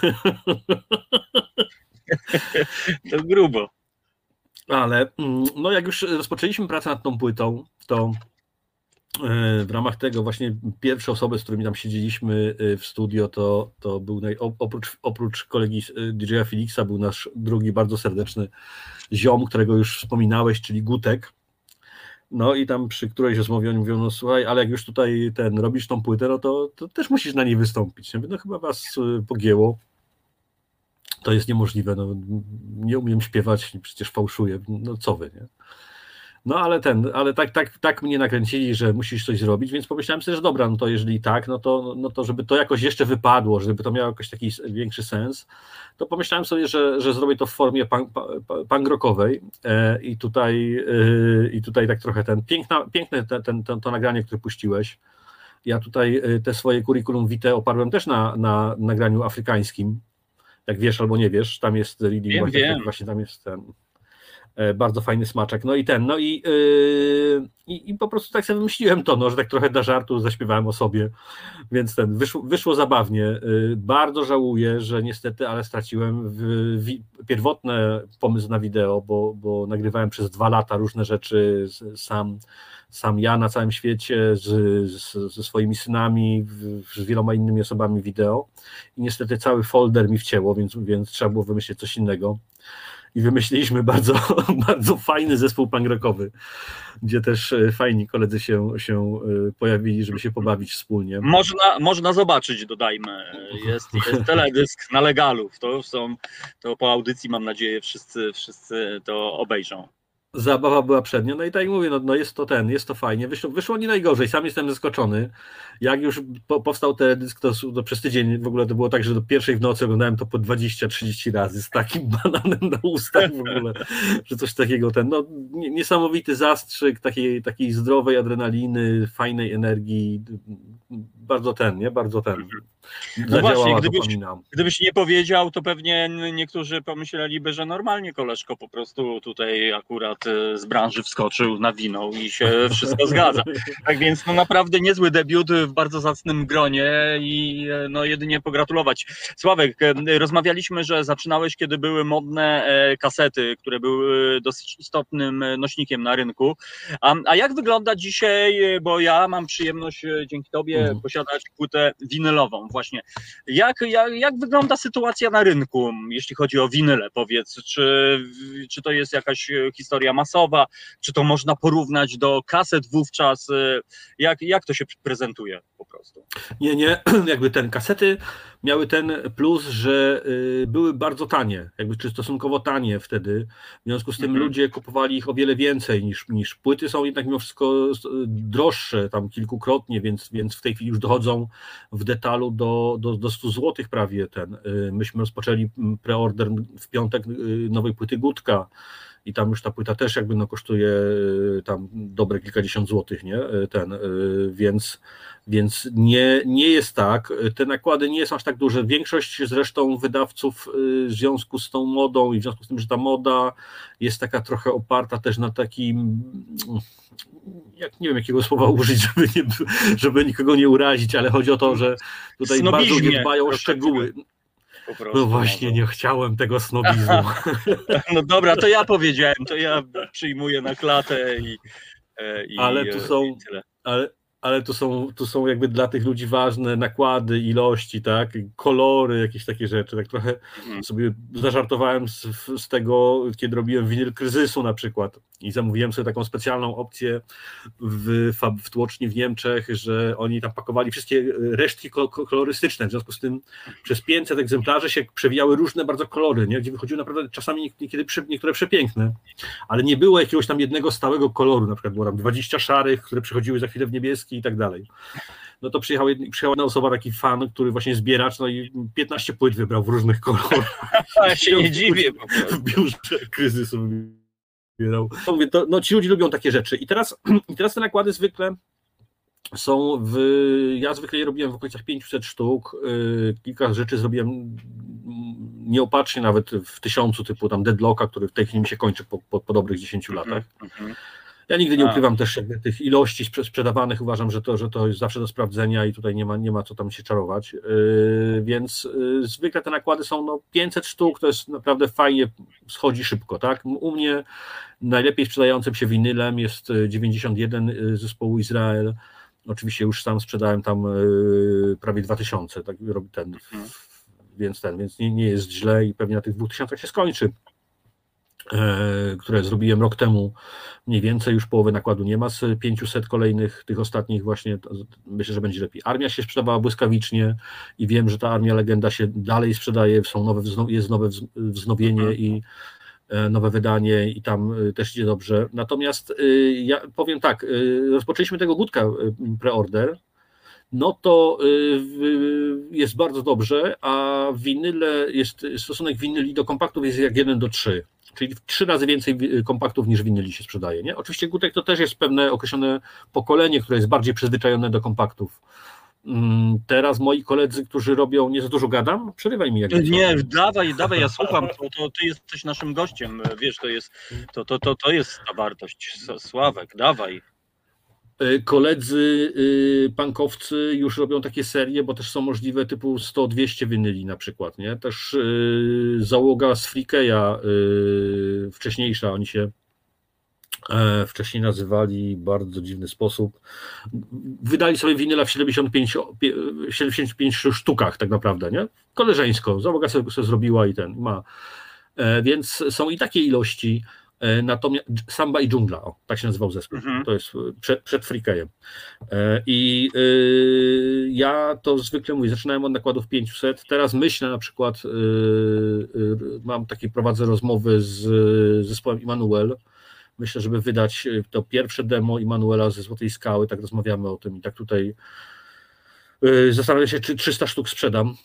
To grubo. Ale no jak już rozpoczęliśmy pracę nad tą płytą, to w ramach tego właśnie pierwsze osoby, z którymi tam siedzieliśmy w studio, to, to był naj, oprócz, oprócz kolegi D J a Felixa był nasz drugi bardzo serdeczny ziom, którego już wspominałeś, czyli Gutek. No i tam przy którejś rozmowie oni mówią, no słuchaj, ale jak już tutaj ten robisz tą płytę, no to, to też musisz na niej wystąpić. No chyba was pogięło. To jest niemożliwe, no nie umiem śpiewać, przecież fałszuję, no co wy, nie? No ale ten, ale tak, tak, tak mnie nakręcili, że musisz coś zrobić, więc pomyślałem sobie, że dobra, no to jeżeli tak, no to, no to żeby to jakoś jeszcze wypadło, żeby to miało jakoś taki większy sens, to pomyślałem sobie, że, że zrobię to w formie punk, punk rockowej i tutaj, i tutaj tak trochę ten, piękna, piękne ten, ten, ten, to nagranie, które puściłeś. Ja tutaj te swoje curriculum vitae oparłem też na, na nagraniu afrykańskim, jak wiesz albo nie wiesz, tam jest reading, wiem, właśnie, wiem. właśnie tam jest ten bardzo fajny smaczek, no i ten, no i, yy, i, i po prostu tak sobie wymyśliłem to, no, że tak trochę dla żartu zaśpiewałem o sobie, więc ten, wyszło, wyszło zabawnie, yy, bardzo żałuję, że niestety, ale straciłem w, w, pierwotny pomysł na wideo, bo, bo nagrywałem przez dwa lata różne rzeczy, sam, sam ja na całym świecie, z, z, ze swoimi synami, z wieloma innymi osobami wideo i niestety cały folder mi wcięło, więc, więc trzeba było wymyślić coś innego. I wymyśliliśmy bardzo, bardzo fajny zespół punk rockowy, gdzie też fajni koledzy się, się pojawili, żeby się pobawić wspólnie. Można, można zobaczyć, dodajmy. Jest, jest teledysk na legalu. To są, to po audycji mam nadzieję wszyscy, wszyscy to obejrzą. zabawa była przednia, no i tak jak mówię, no, no jest to ten, jest to fajnie, wyszło, wyszło nie najgorzej, sam jestem zaskoczony, jak już po, powstał teledysk, to, to przez tydzień w ogóle to było tak, że do pierwszej w nocy oglądałem to po dwadzieścia trzydzieści razy z takim bananem na ustach w ogóle, że coś takiego, ten, no niesamowity zastrzyk takiej, takiej zdrowej adrenaliny, fajnej energii, bardzo ten, nie, bardzo ten. No właśnie, gdybyś, gdybyś nie powiedział, to pewnie niektórzy pomyśleliby, że normalnie koleżko po prostu tutaj akurat z branży wskoczył, nawinął i się wszystko zgadza. Tak więc no naprawdę niezły debiut w bardzo zacnym gronie i no jedynie pogratulować. Sławek, rozmawialiśmy, że zaczynałeś, kiedy były modne kasety, które były dosyć istotnym nośnikiem na rynku. A, a jak wygląda dzisiaj, bo ja mam przyjemność dzięki tobie mhm. posiadać płytę winylową. Właśnie. Jak, jak, jak wygląda sytuacja na rynku, jeśli chodzi o winyle, powiedz, czy, czy to jest jakaś historia masowa, czy to można porównać do kaset wówczas, jak, jak to się prezentuje po prostu? Nie, nie, jakby ten kasety miały ten plus, że były bardzo tanie, jakby czy stosunkowo tanie wtedy, w związku z tym mhm. ludzie kupowali ich o wiele więcej niż, niż płyty są jednak mimo wszystko droższe tam kilkukrotnie, więc, więc w tej chwili już dochodzą w detalu do, do, do stu złotych prawie ten. Myśmy rozpoczęli preorder w piątek nowej płyty Gutka i tam już ta płyta też jakby no kosztuje tam dobre kilkadziesiąt złotych, nie? Ten, więc, więc nie, nie jest tak, te nakłady nie są aż tak duże. Większość zresztą wydawców w związku z tą modą i w związku z tym, że ta moda jest taka trochę oparta też na takim, jak nie wiem jakiego słowa użyć, żeby, nie, żeby nikogo nie urazić, ale chodzi o to, że tutaj snobizmie bardzo nie dbają o szczegóły. Prostu, no właśnie, no. Nie chciałem tego snobizmu. No dobra, to ja powiedziałem, to ja przyjmuję na klatę i, i ale tu są, i tyle. Ale, ale tu są, tu są jakby dla tych ludzi ważne nakłady, ilości, tak, kolory, jakieś takie rzeczy. Tak trochę mhm. sobie zażartowałem z, z tego, kiedy robiłem winyl Kryzysu na przykład i zamówiłem sobie taką specjalną opcję w, w tłoczni w Niemczech, że oni tam pakowali wszystkie resztki kolorystyczne, w związku z tym przez pięćset egzemplarzy się przewijały różne bardzo kolory, nie? Gdzie wychodziły naprawdę czasami niekiedy niektóre przepiękne, ale nie było jakiegoś tam jednego stałego koloru, na przykład było tam dwadzieścia szarych, które przechodziły za chwilę w niebieski i tak dalej. No to przyjechał, przyjechała jedna osoba, taki fan, który właśnie zbieracz, no i piętnaście płyt wybrał w różnych kolorach. Ja się nie dziwię po prostu. W biurze Kryzysu wybierał. No, mówię, to, no ci ludzie lubią takie rzeczy. I teraz, i teraz te nakłady zwykle są w... Ja zwykle je robiłem w okolicach pięćset sztuk. Kilka rzeczy zrobiłem nieopatrznie nawet w tysiącu, typu tam Deadlocka, który w tej chwili mi się kończy po, po, po dobrych dziesięciu latach. Mm-hmm. Ja nigdy nie ukrywam A. też jakby tych ilości sprzedawanych, uważam, że to, że to jest zawsze do sprawdzenia i tutaj nie ma, nie ma co tam się czarować, yy, więc yy, zwykle te nakłady są no, pięćset sztuk, to jest naprawdę fajnie, schodzi szybko, tak? U mnie najlepiej sprzedającym się winylem jest dziewięćdziesiąt jeden zespołu Izrael, oczywiście już sam sprzedałem tam yy, prawie dwa tysiące, tak robi ten, hmm. więc ten, więc nie, nie jest źle i pewnie na tych dwóch tysiącach się skończy, które zrobiłem rok temu, mniej więcej już połowy nakładu nie ma z pięciuset kolejnych, tych ostatnich właśnie, myślę, że będzie lepiej. Armia się sprzedawała błyskawicznie i wiem, że ta Armia Legenda się dalej sprzedaje, są nowe, jest nowe wznowienie i nowe wydanie i tam też idzie dobrze. Natomiast ja powiem tak, rozpoczęliśmy tego Gutka preorder, no to jest bardzo dobrze, a winyle jest, stosunek winyli do kompaktów jest jak jeden do trzech. Czyli trzy razy więcej kompaktów niż winyli się sprzedaje. Nie? Oczywiście Gutek to też jest pewne określone pokolenie, które jest bardziej przyzwyczajone do kompaktów. Teraz moi koledzy, którzy robią, nie za dużo gadam, przerywaj mi jak Nie, co. dawaj, dawaj, ja słucham, to, to ty jesteś naszym gościem, wiesz, to jest, to, to, to, to jest ta wartość. Sławek, dawaj. Koledzy punkowcy już robią takie serie, bo też są możliwe typu sto dwieście winyli na przykład, nie? Też załoga z Frikeya wcześniejsza, oni się wcześniej nazywali w bardzo dziwny sposób. Wydali sobie winyla w siedemdziesiąt pięć, siedemdziesiąt pięć sztukach tak naprawdę, nie? Koleżeńsko, załoga sobie, sobie zrobiła i ten ma. Więc są i takie ilości. Natomiast Samba i Dżungla, o, tak się nazywał zespół, mhm. to jest przed, przed Frikeyem. I y, ja to zwykle mówię, zaczynałem od nakładów pięćset, teraz myślę na przykład, y, y, mam takie, prowadzę rozmowy z zespołem Immanuel, myślę, żeby wydać to pierwsze demo Immanuela ze Złotej Skały, tak rozmawiamy o tym i tak tutaj zastanawiam się, czy trzysta sztuk sprzedam.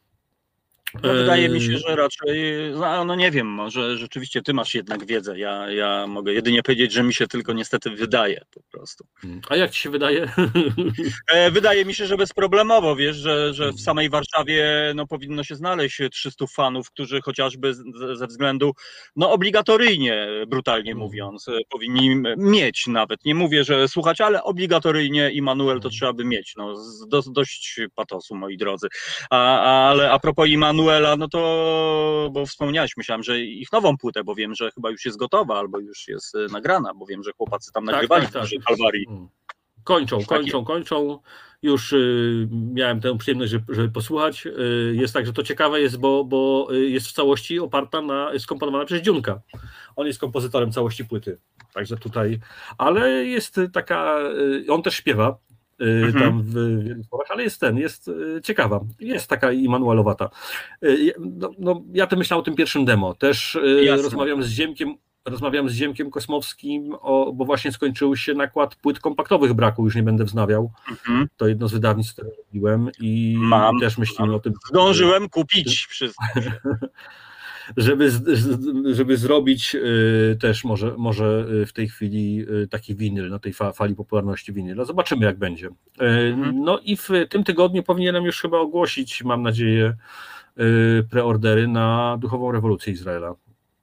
No, wydaje mi się, że raczej, no nie wiem, może rzeczywiście ty masz jednak wiedzę, ja, ja mogę jedynie powiedzieć, że mi się tylko niestety wydaje po prostu. A jak ci się wydaje? Wydaje mi się, że bezproblemowo, wiesz, że, że w samej Warszawie no, powinno się znaleźć trzystu fanów, którzy chociażby ze względu, no obligatoryjnie, brutalnie mówiąc, powinni mieć nawet, nie mówię, że słuchać, ale obligatoryjnie Immanuel to trzeba by mieć, no do, dość patosu, moi drodzy. A, ale a propos Immanuela, no to, bo wspomniałeś, myślałem, że ich nową płytę, bo wiem, że chyba już jest gotowa, albo już jest nagrana, bo wiem, że chłopacy tam nagrywali tak, tak, w Kalwarii. Kończą, kończą, kończą. Już y, miałem tę przyjemność, żeby, żeby posłuchać. Y, jest tak, że to ciekawe jest, bo, bo jest w całości oparta na, skomponowana przez Dziunka. On jest kompozytorem całości płyty. Także tutaj, ale jest taka, y, on też śpiewa. Mhm. Tam w wielu słowach, ale jest ten, jest ciekawa, jest taka Immanuelowata. No, no, ja to myślałem o tym pierwszym demo, też Jasne. rozmawiam z Ziemkiem, rozmawiam z Ziemkiem Kosmowskim, o, bo właśnie skończył się nakład płyt kompaktowych braku, już nie będę wznawiał, mhm. to jedno z wydawnictw, które robiłem i mam, też myślimy mam. o tym. Zdążyłem kupić, przyznam się. Żeby, żeby zrobić też może, może w tej chwili taki winyl, na tej fali popularności winyla. Zobaczymy, jak będzie. No i w tym tygodniu powinienem już chyba ogłosić, mam nadzieję, preordery na Duchową Rewolucję Izraela.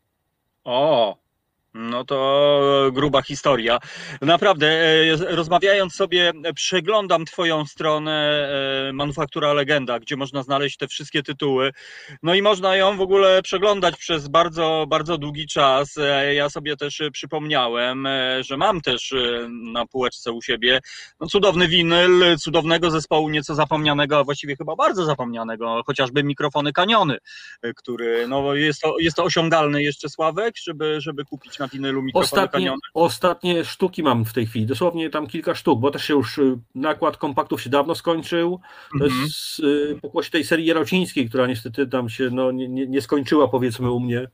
O! No to gruba historia. Naprawdę, rozmawiając sobie, przeglądam twoją stronę Manufaktura Legenda, gdzie można znaleźć te wszystkie tytuły. No i można ją w ogóle przeglądać przez bardzo, bardzo długi czas. Ja sobie też przypomniałem, że mam też na półeczce u siebie no, cudowny winyl, cudownego zespołu nieco zapomnianego, a właściwie chyba bardzo zapomnianego, chociażby Mikrofony Kaniony, który no, jest to, jest to osiągalne jeszcze, Sławek, żeby, żeby kupić na winylu Mikrofony ostatnie, Kaniony? Ostatnie sztuki mam w tej chwili, dosłownie tam kilka sztuk, bo też się już nakład kompaktów się dawno skończył. To mm-hmm. jest y, pokłosie tej serii jarocińskiej, która niestety tam się no, nie, nie, nie skończyła, powiedzmy u mnie,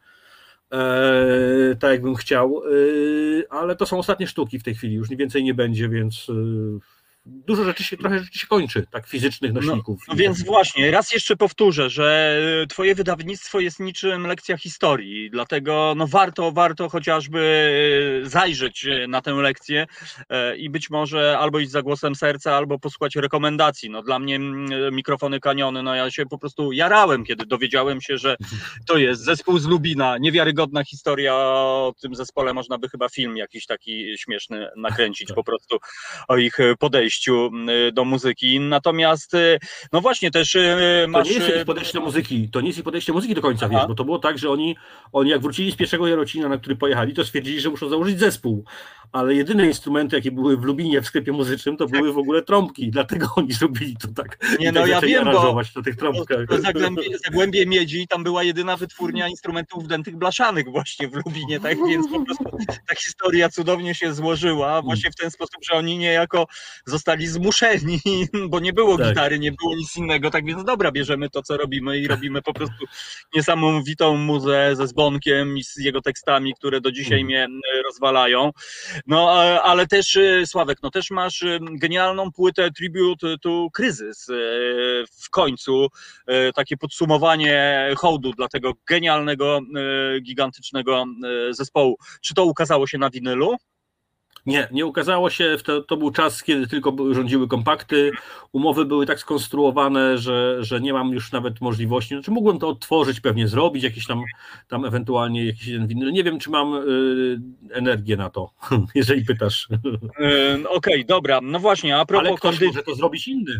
e, tak jakbym chciał, e, ale to są ostatnie sztuki w tej chwili, już więcej nie będzie, więc... E, Dużo rzeczy się, trochę rzeczy się kończy, tak fizycznych nośników. No, no więc właśnie, raz jeszcze powtórzę, że twoje wydawnictwo jest niczym lekcja historii, dlatego no warto, warto chociażby zajrzeć na tę lekcję i być może albo iść za głosem serca, albo posłuchać rekomendacji. No dla mnie Mikrofony Kaniony, no ja się po prostu jarałem, kiedy dowiedziałem się, że to jest zespół z Lubina, niewiarygodna historia, o tym zespole można by chyba film jakiś taki śmieszny nakręcić po prostu o ich podejściu do muzyki, natomiast no właśnie też masz... To nie jest ich podejście do muzyki, to nie jest ich podejście do muzyki do końca, Aha. wiesz, bo to było tak, że oni, oni jak wrócili z pierwszego Jarocina, na który pojechali, to stwierdzili, że muszą założyć zespół, ale jedyne instrumenty, jakie były w Lubinie w sklepie muzycznym, to były w ogóle trąbki, dlatego oni zrobili to tak. Nie, no ja wiem, bo na tych trąbkach. To Zagłębie, Zagłębie Miedzi, tam była jedyna wytwórnia instrumentów dętych blaszanych właśnie w Lubinie, tak więc po prostu ta historia cudownie się złożyła właśnie w ten sposób, że oni niejako zostali zmuszeni, bo nie było tak. gitary, nie było nic innego, tak więc dobra, bierzemy to, co robimy i robimy po prostu niesamowitą muzę ze Zbonkiem i z jego tekstami, które do dzisiaj mm. mnie rozwalają. No, ale też, Sławek, no też masz genialną płytę Tribute to Kryzys w końcu, takie podsumowanie hołdu dla tego genialnego, gigantycznego zespołu. Czy to ukazało się na winylu? Nie, nie ukazało się, to, to był czas, kiedy tylko rządziły kompakty, umowy były tak skonstruowane, że, że nie mam już nawet możliwości, znaczy mógłbym to odtworzyć, pewnie zrobić, jakiś tam, tam ewentualnie jakiś jeden winyl, nie wiem, czy mam y, energię na to, jeżeli pytasz. Okej, okay, dobra, no właśnie, a propos... Ale ktoś kondy... może to zrobić inny.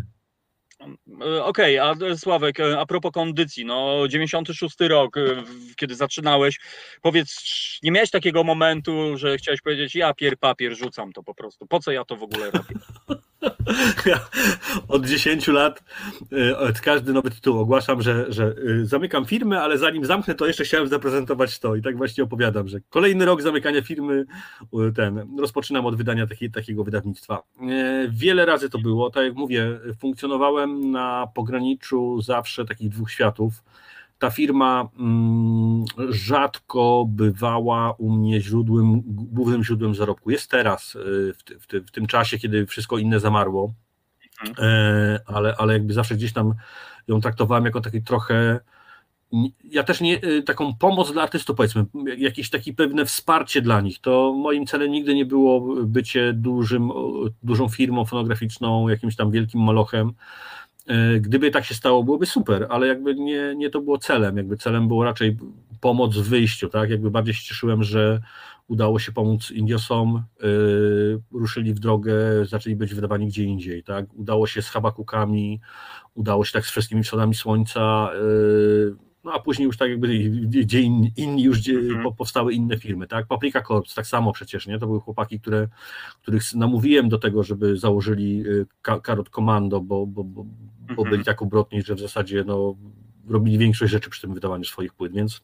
Okej, okay, a Sławek, a propos kondycji, no dziewięćdziesiąty szósty rok, kiedy zaczynałeś, powiedz, nie miałeś takiego momentu, że chciałeś powiedzieć, ja pier papier rzucam to po prostu, po co ja to w ogóle robię? Ja od dziesięciu lat od każdy nowy tytuł ogłaszam, że, że zamykam firmę, ale zanim zamknę, to jeszcze chciałem zaprezentować to i tak właśnie opowiadam, że kolejny rok zamykania firmy, ten, rozpoczynam od wydania taki, takiego wydawnictwa. Wiele razy to było, tak jak mówię, funkcjonowałem na pograniczu zawsze takich dwóch światów, ta firma mm, rzadko bywała u mnie źródłem, głównym źródłem zarobku. Jest teraz, w, w, w tym czasie, kiedy wszystko inne zamarło, e, ale, ale jakby zawsze gdzieś tam ją traktowałem jako taki trochę, ja też nie, taką pomoc dla artystów, powiedzmy, jakieś takie pewne wsparcie dla nich. To moim celem nigdy nie było bycie dużym, dużą firmą fonograficzną, jakimś tam wielkim molochem. Gdyby tak się stało, byłoby super, ale jakby nie, nie to było celem, jakby celem było raczej pomoc w wyjściu, tak, jakby bardziej się cieszyłem, że udało się pomóc Indiosom, yy, ruszyli w drogę, zaczęli być wydawani gdzie indziej, tak, udało się z Habakukami, udało się tak z wszystkimi wschodami słońca, yy, no a później już tak jakby gdzie inni, inni już gdzie mm. powstały inne firmy, tak, Paprika Corps tak samo przecież, nie, to były chłopaki, które, których namówiłem do tego, żeby założyli Karot Commando, bo, bo, bo, bo byli tak obrotni, że w zasadzie no, robili większość rzeczy przy tym wydawaniu swoich płyt, więc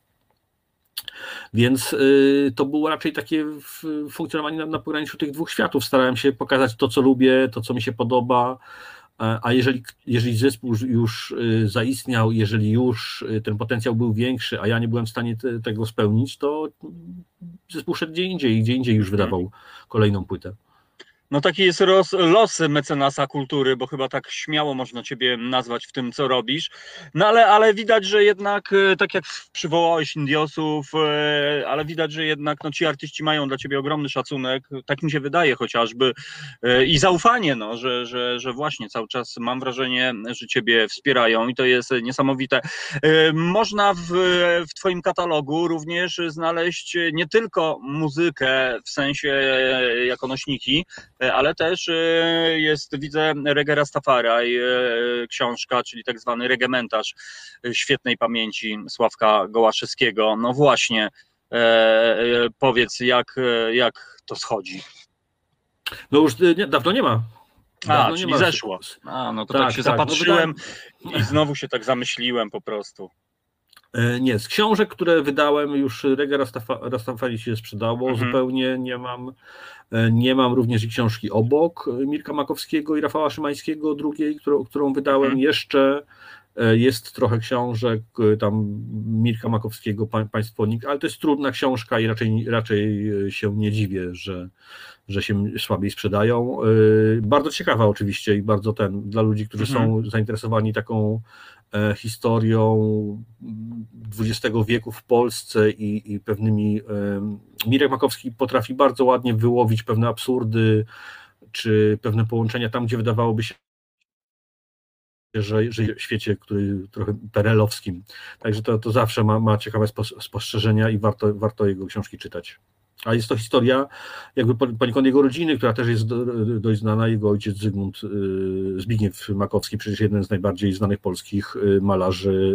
Więc y, to było raczej takie funkcjonowanie na, na pograniczu tych dwóch światów. Starałem się pokazać to, co lubię, to, co mi się podoba, a jeżeli, jeżeli zespół już zaistniał, jeżeli już ten potencjał był większy, a ja nie byłem w stanie te, tego spełnić, to zespół szedł gdzie indziej, gdzie indziej już wydawał kolejną płytę. No taki jest los, los mecenasa kultury, bo chyba tak śmiało można ciebie nazwać w tym, co robisz. No ale, ale widać, że jednak, tak jak przywołałeś Indiosów, ale widać, że jednak no, ci artyści mają dla ciebie ogromny szacunek, tak mi się wydaje chociażby, i zaufanie, no, że, że, że właśnie cały czas mam wrażenie, że ciebie wspierają i to jest niesamowite. Można w, w twoim katalogu również znaleźć nie tylko muzykę w sensie jako nośniki, ale też jest, widzę, Reggae Rastafari, książka, czyli tak zwany regementarz świetnej pamięci Sławka Gołaszewskiego. No właśnie, powiedz, jak, jak to schodzi? No już nie, dawno nie ma. Dawno A, czyli nie ma. zeszło. A, no to tak, tak się tak, zapatrzyłem no i znowu się tak zamyśliłem po prostu. Nie, z książek, które wydałem, już Reggae Rastafari się sprzedało, mhm. zupełnie nie mam. Nie mam również i książki obok Mirka Makowskiego i Rafała Szymańskiego, drugiej, którą, którą wydałem. Mhm. Jeszcze jest trochę książek tam Mirka Makowskiego, Państwo Nikt, ale to jest trudna książka i raczej, raczej się nie dziwię, że, że się słabiej sprzedają. Bardzo ciekawa oczywiście i bardzo ten, dla ludzi, którzy mhm. są zainteresowani taką historią dwudziestego wieku w Polsce i, i pewnymi... Mirek Makowski potrafi bardzo ładnie wyłowić pewne absurdy, czy pewne połączenia tam, gdzie wydawałoby się, że, że w świecie, który trochę perelowskim. Także to, to zawsze ma, ma ciekawe spostrzeżenia i warto, warto jego książki czytać. A jest to historia jakby poniekąd jego rodziny, która też jest dość znana. Jego ojciec Zygmunt Zbigniew Makowski, przecież jeden z najbardziej znanych polskich malarzy.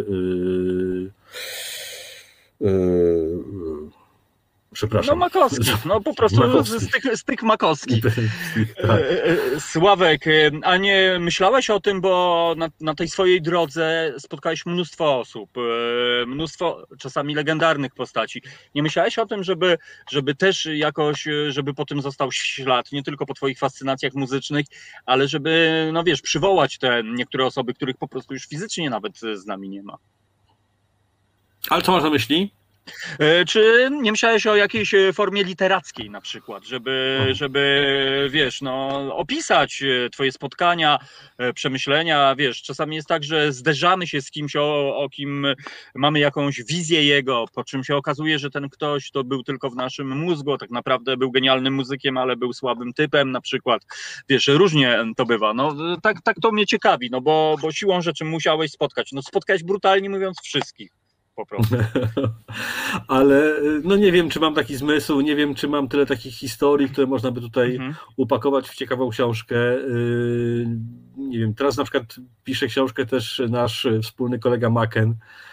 Przepraszam. No Makowski, no po prostu Makowski. Z, tych, z tych Makowskich. Tak. Sławek, a nie myślałeś o tym, bo na, na tej swojej drodze spotkałeś mnóstwo osób, mnóstwo czasami legendarnych postaci. Nie myślałeś o tym, żeby, żeby też jakoś, żeby po tym został ślad, nie tylko po twoich fascynacjach muzycznych, ale żeby, no wiesz, przywołać te niektóre osoby, których po prostu już fizycznie nawet z nami nie ma. Ale co masz na myśli? Czy nie myślałeś o jakiejś formie literackiej na przykład, żeby, żeby wiesz, no, opisać twoje spotkania, przemyślenia, wiesz, czasami jest tak, że zderzamy się z kimś, o, o kim mamy jakąś wizję jego, po czym się okazuje, że ten ktoś to był tylko w naszym mózgu, tak naprawdę był genialnym muzykiem, ale był słabym typem na przykład, wiesz, różnie to bywa, no tak, tak to mnie ciekawi, no bo, bo siłą rzeczy musiałeś spotkać, no spotkałeś brutalnie mówiąc wszystkich. Po prostu. Ale no nie wiem, czy mam taki zmysł, nie wiem, czy mam tyle takich historii, które można by tutaj mhm. upakować w ciekawą książkę. Nie wiem, teraz na przykład pisze książkę też nasz wspólny kolega Maken.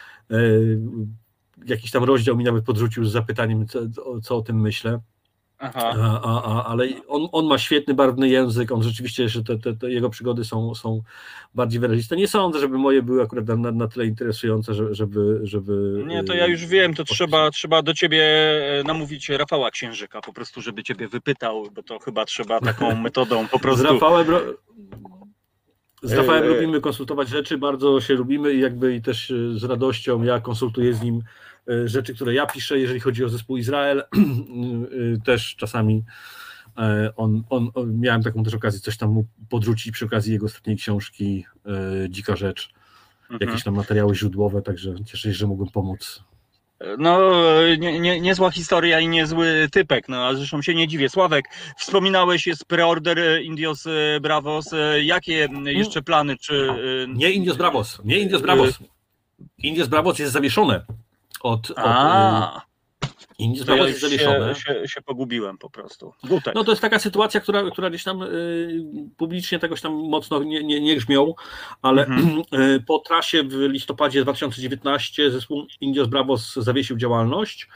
Jakiś tam rozdział mi nawet podrzucił z zapytaniem, co, co o tym myślę. Aha. A, a, a, ale on, on ma świetny, barwny język, on rzeczywiście, że te, te, te jego przygody są, są bardziej wyraziste. Nie sądzę, żeby moje były akurat na, na tyle interesujące, żeby, żeby... Nie, to ja już wiem, to trzeba, trzeba do ciebie namówić Rafała Księżyka, po prostu, żeby ciebie wypytał, bo to chyba trzeba taką metodą po prostu... Z Rafałem... Z Rafałem lubimy konsultować rzeczy, bardzo się lubimy i jakby i też z radością ja konsultuję z nim rzeczy, które ja piszę, jeżeli chodzi o zespół Izrael. Też czasami on, on, on, miałem taką też okazję coś tam mu podrzucić przy okazji jego ostatniej książki Dzika Rzecz, mhm. jakieś tam materiały źródłowe, także cieszę się, że mogłem pomóc. No, nie, nie, niezła historia i niezły typek, no a zresztą się nie dziwię. Sławek, wspominałeś, jest preorder Indios Bravos. Jakie jeszcze plany? Czy... Nie Indios Bravos, nie Indios Bravos. Indios Bravos jest zawieszone. Od, od, a, Indios Bravos ja jest zawieszone. Się, się, się pogubiłem po prostu. Gutek. No to jest taka sytuacja, która, która gdzieś tam y, publicznie tegoś tam mocno nie, nie, nie grzmią, ale mhm. y, po trasie w listopadzie dwa tysiące dziewiętnastego zespół Indios Bravos zawiesił działalność.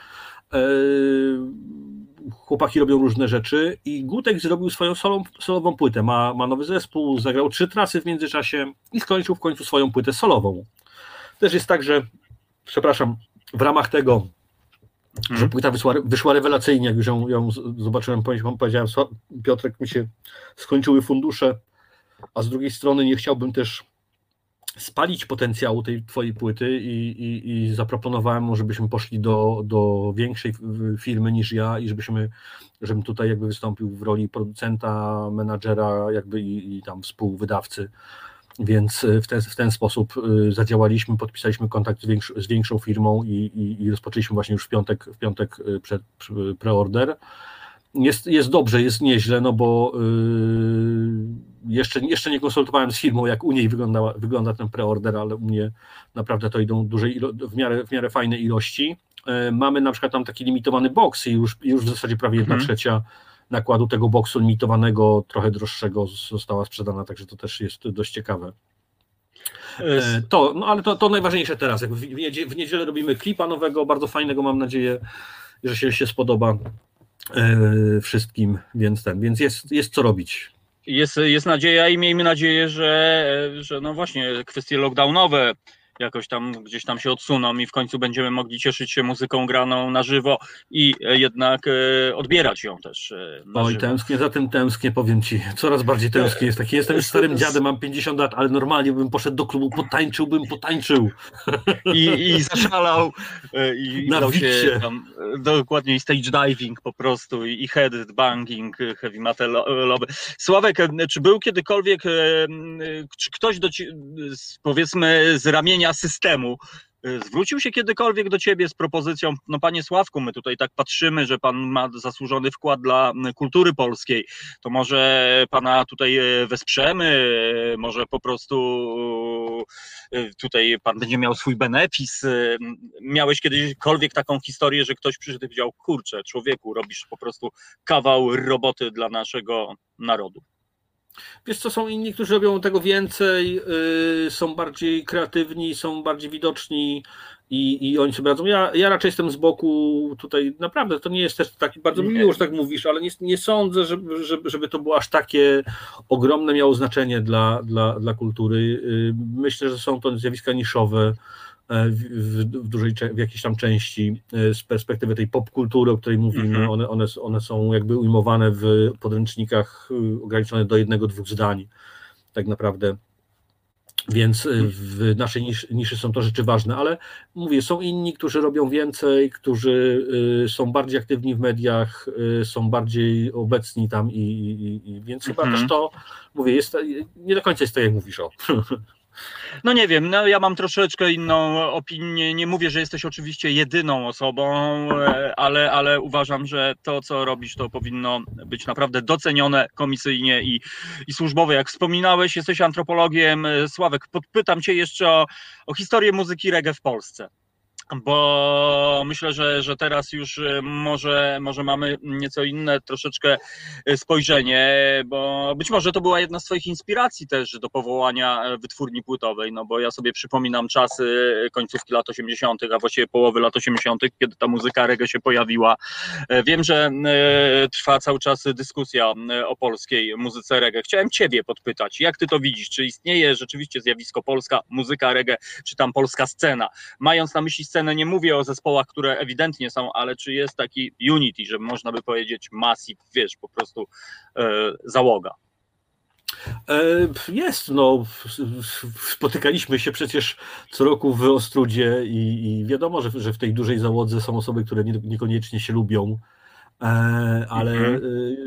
Y, chłopaki robią różne rzeczy i Gutek zrobił swoją solą, solową płytę. Ma, ma nowy zespół, zagrał trzy trasy w międzyczasie i skończył w końcu swoją płytę solową. Też jest tak, że przepraszam, w ramach tego, hmm. że płyta wyszła, wyszła rewelacyjnie, jak już ją, ją zobaczyłem, powiedziałem, Piotrek, mi się skończyły fundusze, a z drugiej strony nie chciałbym też spalić potencjału tej twojej płyty i, i, i zaproponowałem mu, żebyśmy poszli do, do większej firmy niż ja i żebyśmy, żebym tutaj jakby wystąpił w roli producenta, menadżera jakby i, i tam współwydawcy. Więc w ten, w ten sposób zadziałaliśmy, podpisaliśmy kontakt z, większ, z większą firmą i, i, i rozpoczęliśmy właśnie już w piątek, w piątek przed preorder. Jest, jest dobrze, jest nieźle, no bo yy, jeszcze, jeszcze nie konsultowałem z firmą, jak u niej wygląda, wygląda ten preorder, ale u mnie naprawdę to idą duże, w miarę, w miarę fajne ilości. Yy, mamy na przykład tam taki limitowany box i już, już w zasadzie prawie jedna hmm. trzecia nakładu tego boksu limitowanego, trochę droższego została sprzedana, także to też jest dość ciekawe. To, no ale to, to najważniejsze teraz. Jak w, niedzielę, w niedzielę robimy klipa nowego, bardzo fajnego, mam nadzieję, że się, się spodoba e, wszystkim, więc ten, więc jest, jest co robić. Jest, jest nadzieja i miejmy nadzieję, że, że no właśnie kwestie lockdownowe jakoś tam gdzieś tam się odsuną i w końcu będziemy mogli cieszyć się muzyką graną na żywo i jednak e, odbierać ją też e, na Oj, żywo. tęsknię, za tym tęsknię, powiem ci. Coraz bardziej tęsknię jest taki. Jestem już starym dziadem, mam pięćdziesiąt lat, ale normalnie bym poszedł do klubu, potańczyłbym, potańczył. I, i zaszalał e, i, i dał się tam e, dokładnie stage diving po prostu i, i head banging, heavy metalowy. Sławek, e, czy był kiedykolwiek, e, czy ktoś do ci, powiedzmy z ramienia systemu zwrócił się kiedykolwiek do ciebie z propozycją, no panie Sławku, my tutaj tak patrzymy, że pan ma zasłużony wkład dla kultury polskiej, to może pana tutaj wesprzemy, może po prostu tutaj pan będzie miał swój benefis. Miałeś kiedykolwiek taką historię, że ktoś przyszedł i powiedział, kurczę, człowieku, robisz po prostu kawał roboty dla naszego narodu? Wiesz co, są inni, którzy robią tego więcej, yy, są bardziej kreatywni, są bardziej widoczni i, i oni sobie radzą. Ja, ja raczej jestem z boku tutaj, naprawdę, to nie jest też taki, bardzo mi miło, że tak mówisz, ale nie, nie sądzę, żeby, żeby, żeby to było aż takie ogromne miało znaczenie dla, dla, dla kultury. Yy, myślę, że są to zjawiska niszowe, W, w, dużej, w jakiejś tam części z perspektywy tej popkultury, o której mówimy, mm-hmm. one, one, one są jakby ujmowane w podręcznikach ograniczone do jednego, dwóch zdań tak naprawdę, więc w naszej niszy, niszy są to rzeczy ważne, ale mówię, są inni, którzy robią więcej, którzy są bardziej aktywni w mediach, są bardziej obecni tam i, i, i więc mm-hmm. chyba też to, mówię, jest, nie do końca jest to, jak mówisz, o. No nie wiem, no ja mam troszeczkę inną opinię, nie mówię, że jesteś oczywiście jedyną osobą, ale, ale uważam, że to, co robisz, to powinno być naprawdę docenione komisyjnie i, i służbowe. Jak wspominałeś, jesteś antropologiem. Sławek, podpytam cię jeszcze o, o historię muzyki reggae w Polsce. Bo myślę, że, że teraz już może, może mamy nieco inne troszeczkę spojrzenie, bo być może to była jedna z twoich inspiracji też do powołania wytwórni płytowej, no bo ja sobie przypominam czasy końcówki lat osiemdziesiątych, a właściwie połowy lat osiemdziesiątych, kiedy ta muzyka reggae się pojawiła. Wiem, że trwa cały czas dyskusja o polskiej muzyce reggae. Chciałem ciebie podpytać, jak ty to widzisz? Czy istnieje rzeczywiście zjawisko polska muzyka reggae, czy tam polska scena? Mając na myśli scenę, nie mówię o zespołach, które ewidentnie są, ale czy jest taki unity, że można by powiedzieć massive, wiesz, po prostu e, załoga? Jest, no. Spotykaliśmy się przecież co roku w Ostrudzie i, i wiadomo, że, że w tej dużej załodze są osoby, które nie, niekoniecznie się lubią, ale mhm.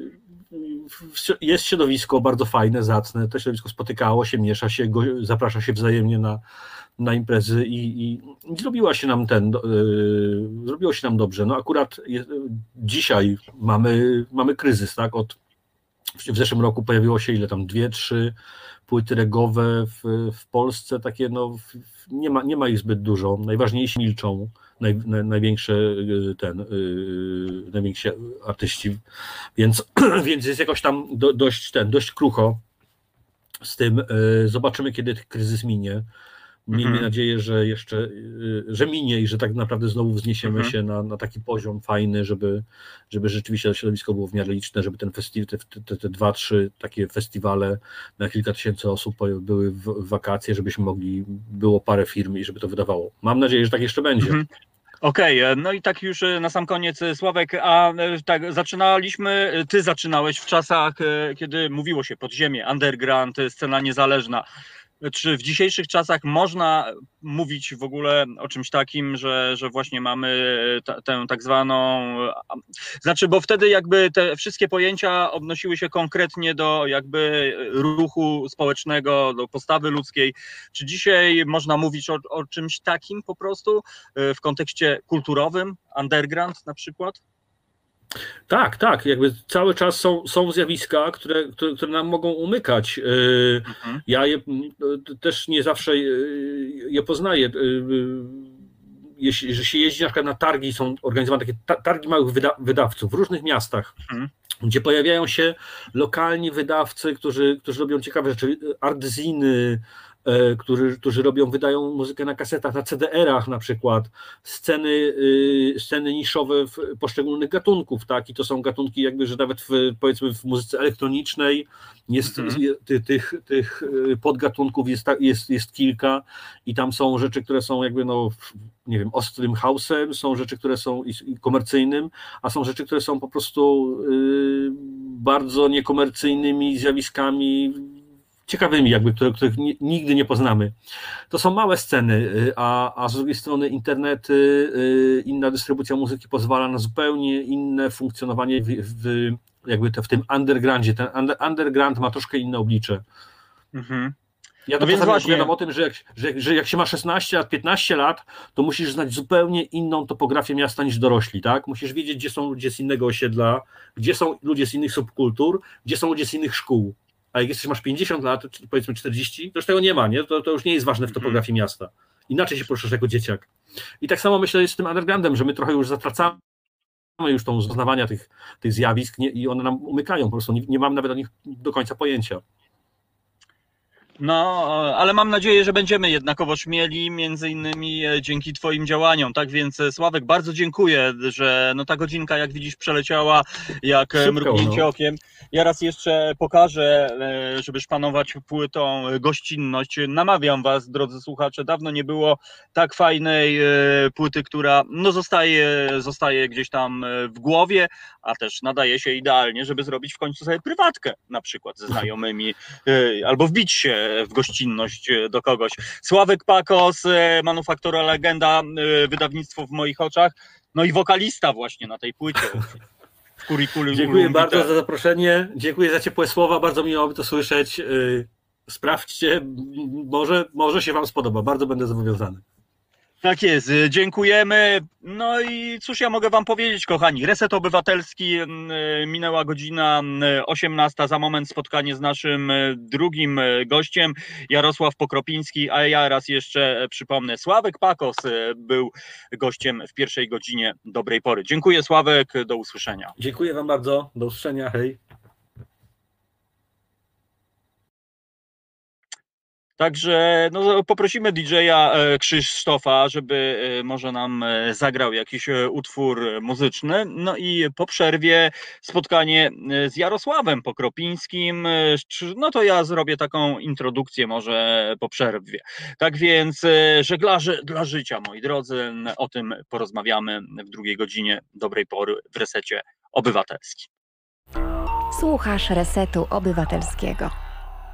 jest środowisko bardzo fajne, zacne. To środowisko spotykało się, miesza się, go, zaprasza się wzajemnie na, na imprezy i, i, i zrobiła się nam ten, yy, zrobiło się nam dobrze. No akurat jest, dzisiaj mamy, mamy kryzys, tak? Od w zeszłym roku pojawiło się ile tam, dwie, trzy płyty regowe w, w Polsce, takie no, nie ma, nie ma ich zbyt dużo, najważniejsi milczą, naj, naj, największe ten, yy, najwięksi artyści, więc, więc jest jakoś tam do, dość ten, dość krucho z tym, yy, zobaczymy kiedy kryzys minie. Miejmy mhm. nadzieję, że jeszcze, że minie i że tak naprawdę znowu wzniesiemy mhm. się na, na taki poziom fajny, żeby, żeby rzeczywiście to środowisko było w miarę liczne, żeby ten festiwal, te, te, te dwa, trzy takie festiwale na kilka tysięcy osób były w, w wakacje, żebyśmy mogli, było parę firm i żeby to wydawało. Mam nadzieję, że tak jeszcze będzie. Mhm. Okej, okay, no i tak już na sam koniec, Sławek, a tak zaczynaliśmy, ty zaczynałeś w czasach, kiedy mówiło się podziemie, underground, scena niezależna. Czy w dzisiejszych czasach można mówić w ogóle o czymś takim, że, że właśnie mamy ta, tę tak zwaną, znaczy, bo wtedy jakby te wszystkie pojęcia odnosiły się konkretnie do jakby ruchu społecznego, do postawy ludzkiej. Czy dzisiaj można mówić o, o czymś takim po prostu w kontekście kulturowym, underground na przykład? Tak, tak, jakby cały czas są, są zjawiska, które, które, które nam mogą umykać. Mhm. Ja je też nie zawsze je poznaję. Jeśli że się jeździ na przykład na targi, są organizowane takie targi małych wyda wydawców w różnych miastach, mhm. gdzie pojawiają się lokalni wydawcy, którzy, którzy robią ciekawe rzeczy, artziny, Którzy, którzy robią, wydają muzykę na kasetach, na C D R-ach na przykład, sceny, sceny niszowe w poszczególnych gatunków, tak? I to są gatunki jakby, że nawet w, powiedzmy w muzyce elektronicznej jest, mhm. tych, tych, tych podgatunków jest, jest, jest kilka i tam są rzeczy, które są jakby, no nie wiem, ostrym house'em, są rzeczy, które są i komercyjnym, a są rzeczy, które są po prostu y, bardzo niekomercyjnymi zjawiskami, ciekawymi jakby, które, których nigdy nie poznamy. To są małe sceny, a, a z drugiej strony internety, inna dystrybucja muzyki pozwala na zupełnie inne funkcjonowanie w, w, jakby te, w tym undergroundzie. Ten under, underground ma troszkę inne oblicze. Mhm. Ja to no czasami właśnie opowiadam o tym, że jak, że, że jak się ma szesnaście lat, piętnaście lat, to musisz znać zupełnie inną topografię miasta niż dorośli, tak? Musisz wiedzieć, gdzie są ludzie z innego osiedla, gdzie są ludzie z innych subkultur, gdzie są ludzie z innych szkół. A jak jesteś, masz pięćdziesiąt lat, powiedzmy czterdzieści, to już tego nie ma, nie? To, to już nie jest ważne w topografii miasta. Inaczej się poruszasz jako dzieciak. I tak samo myślę jest z tym undergroundem, że my trochę już zatracamy już tą poznawania tych, tych zjawisk nie, i one nam umykają, po prostu nie, nie mam nawet o nich do końca pojęcia. No, ale mam nadzieję, że będziemy jednakowoż mieli, między innymi dzięki twoim działaniom. Tak więc, Sławek, bardzo dziękuję, że no ta godzinka, jak widzisz, przeleciała jak Szybko, mrugnięcie no. okiem. Ja raz jeszcze pokażę, żeby szpanować płytą gościnność. Namawiam was, drodzy słuchacze, dawno nie było tak fajnej płyty, która no zostaje, zostaje gdzieś tam w głowie, a też nadaje się idealnie, żeby zrobić w końcu sobie prywatkę, na przykład ze znajomymi, albo wbić się w gościnność do kogoś. Sławek Pakos, Manufaktura Legenda, wydawnictwo w moich oczach, no i wokalista właśnie na tej płycie. W Curriculum Dziękuję bardzo Vitae. Za zaproszenie, dziękuję za ciepłe słowa, bardzo miło by to słyszeć. Sprawdźcie, może, może się wam spodoba, bardzo będę zobowiązany. Tak jest, dziękujemy. No i cóż ja mogę wam powiedzieć, kochani, Reset Obywatelski, minęła godzina osiemnasta, za moment spotkanie z naszym drugim gościem, Jarosław Pokropiński, a ja raz jeszcze przypomnę, Sławek Pakos był gościem w pierwszej godzinie dobrej pory. Dziękuję, Sławek, do usłyszenia. Dziękuję wam bardzo, do usłyszenia, hej. Także no, poprosimy didżeja Krzysztofa, żeby może nam zagrał jakiś utwór muzyczny. No i po przerwie spotkanie z Jarosławem Pokropińskim. No to ja zrobię taką introdukcję może po przerwie. Tak więc żeglarze dla życia, moi drodzy, o tym porozmawiamy w drugiej godzinie dobrej pory w Resecie Obywatelskim. Słuchasz Resetu Obywatelskiego.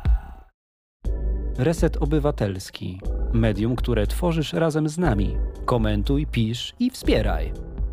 Reset Obywatelski. Medium, które tworzysz razem z nami. Komentuj, pisz i wspieraj.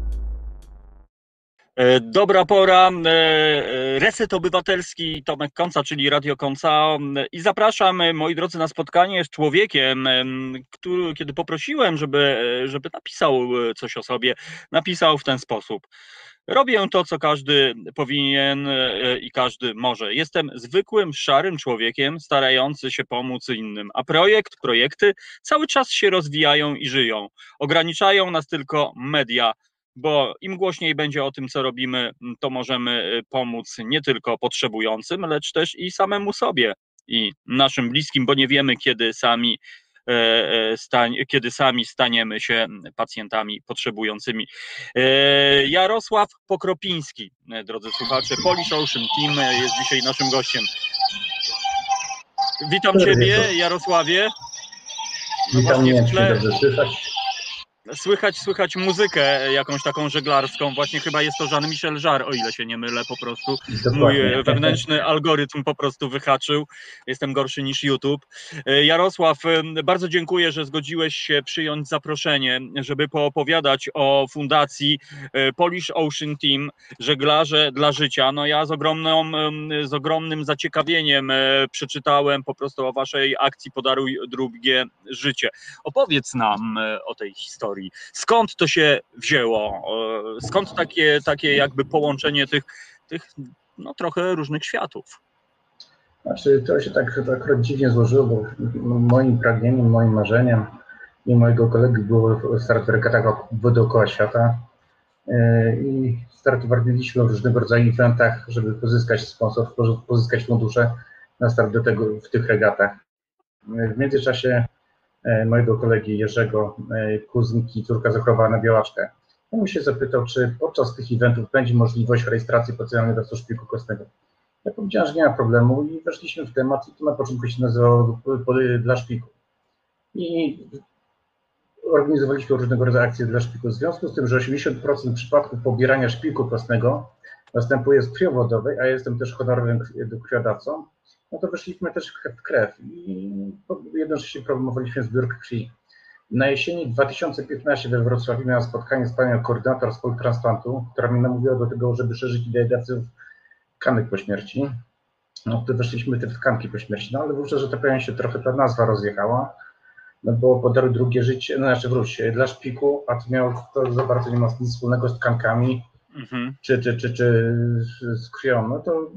Dobra pora, Reset Obywatelski, Tomek Konca, czyli Radio Konca, i zapraszam, moi drodzy, na spotkanie z człowiekiem, który, kiedy poprosiłem, żeby, żeby napisał coś o sobie, napisał w ten sposób. Robię to, co każdy powinien i każdy może. Jestem zwykłym, szarym człowiekiem, starający się pomóc innym, a projekt, projekty cały czas się rozwijają i żyją. Ograniczają nas tylko media, bo im głośniej będzie o tym, co robimy, to możemy pomóc nie tylko potrzebującym, lecz też i samemu sobie i naszym bliskim, bo nie wiemy, kiedy sami, kiedy sami staniemy się pacjentami potrzebującymi. Jarosław Pokropiński, drodzy słuchacze, Polish Ocean Team, jest dzisiaj naszym gościem. Witam Ciebie, Jarosławie. No Witam mnie, dobrze słychać. Słychać, słychać muzykę jakąś taką żeglarską, właśnie chyba jest to Jean-Michel Jarre, o ile się nie mylę po prostu. Dokładnie. Mój wewnętrzny algorytm po prostu wyhaczył, jestem gorszy niż YouTube. Jarosław, bardzo dziękuję, że zgodziłeś się przyjąć zaproszenie, żeby poopowiadać o fundacji Polish Ocean Team, żeglarze dla życia. No ja z, ogromną, z ogromnym zaciekawieniem przeczytałem po prostu o waszej akcji Podaruj drugie życie. Opowiedz nam o tej historii. Skąd to się wzięło? Skąd takie, takie jakby połączenie tych, tych no, trochę różnych światów? Znaczy, to się tak, tak akurat dziwnie złożyło, bo moim pragnieniem, moim marzeniem i mojego kolegi było start w regatach dookoła świata i startowaliśmy w różnego rodzaju eventach, żeby pozyskać sponsor, pozyskać fundusze na start do tego w tych regatach. W międzyczasie mojego kolegi Jerzego, kuzynki, córka zachorowała na białaczkę. On mi się zapytał, czy podczas tych eventów będzie możliwość rejestracji potencjalnego rastu szpiku kostnego. Ja powiedziałem, że nie ma problemu i weszliśmy w temat i to na początku się nazywało dla szpiku. I organizowaliśmy różnego rodzaju akcje dla szpiku. W związku z tym, że osiemdziesiąt procent przypadków pobierania szpiku kostnego następuje z krwiowodowej, a ja jestem też honorowym krwiodawcą, no to weszliśmy też w krew i jednocześnie promowaliśmy zbiórkę krwi. Na jesieni dwa tysiące piętnastego we Wrocławiu miałem spotkanie z panią koordynator z transplantu, która mnie namówiła do tego, żeby szerzyć ideę dawców tkanek po śmierci. No to weszliśmy w tkanki po śmierci, no ale wówczas, że tak powiem, się trochę ta nazwa rozjechała, no bo Podaruj drugie życie, no znaczy wróć, dla szpiku, a to miało to za bardzo nie ma nic wspólnego z tkankami, mhm. czy, czy, czy, czy z krwią, no to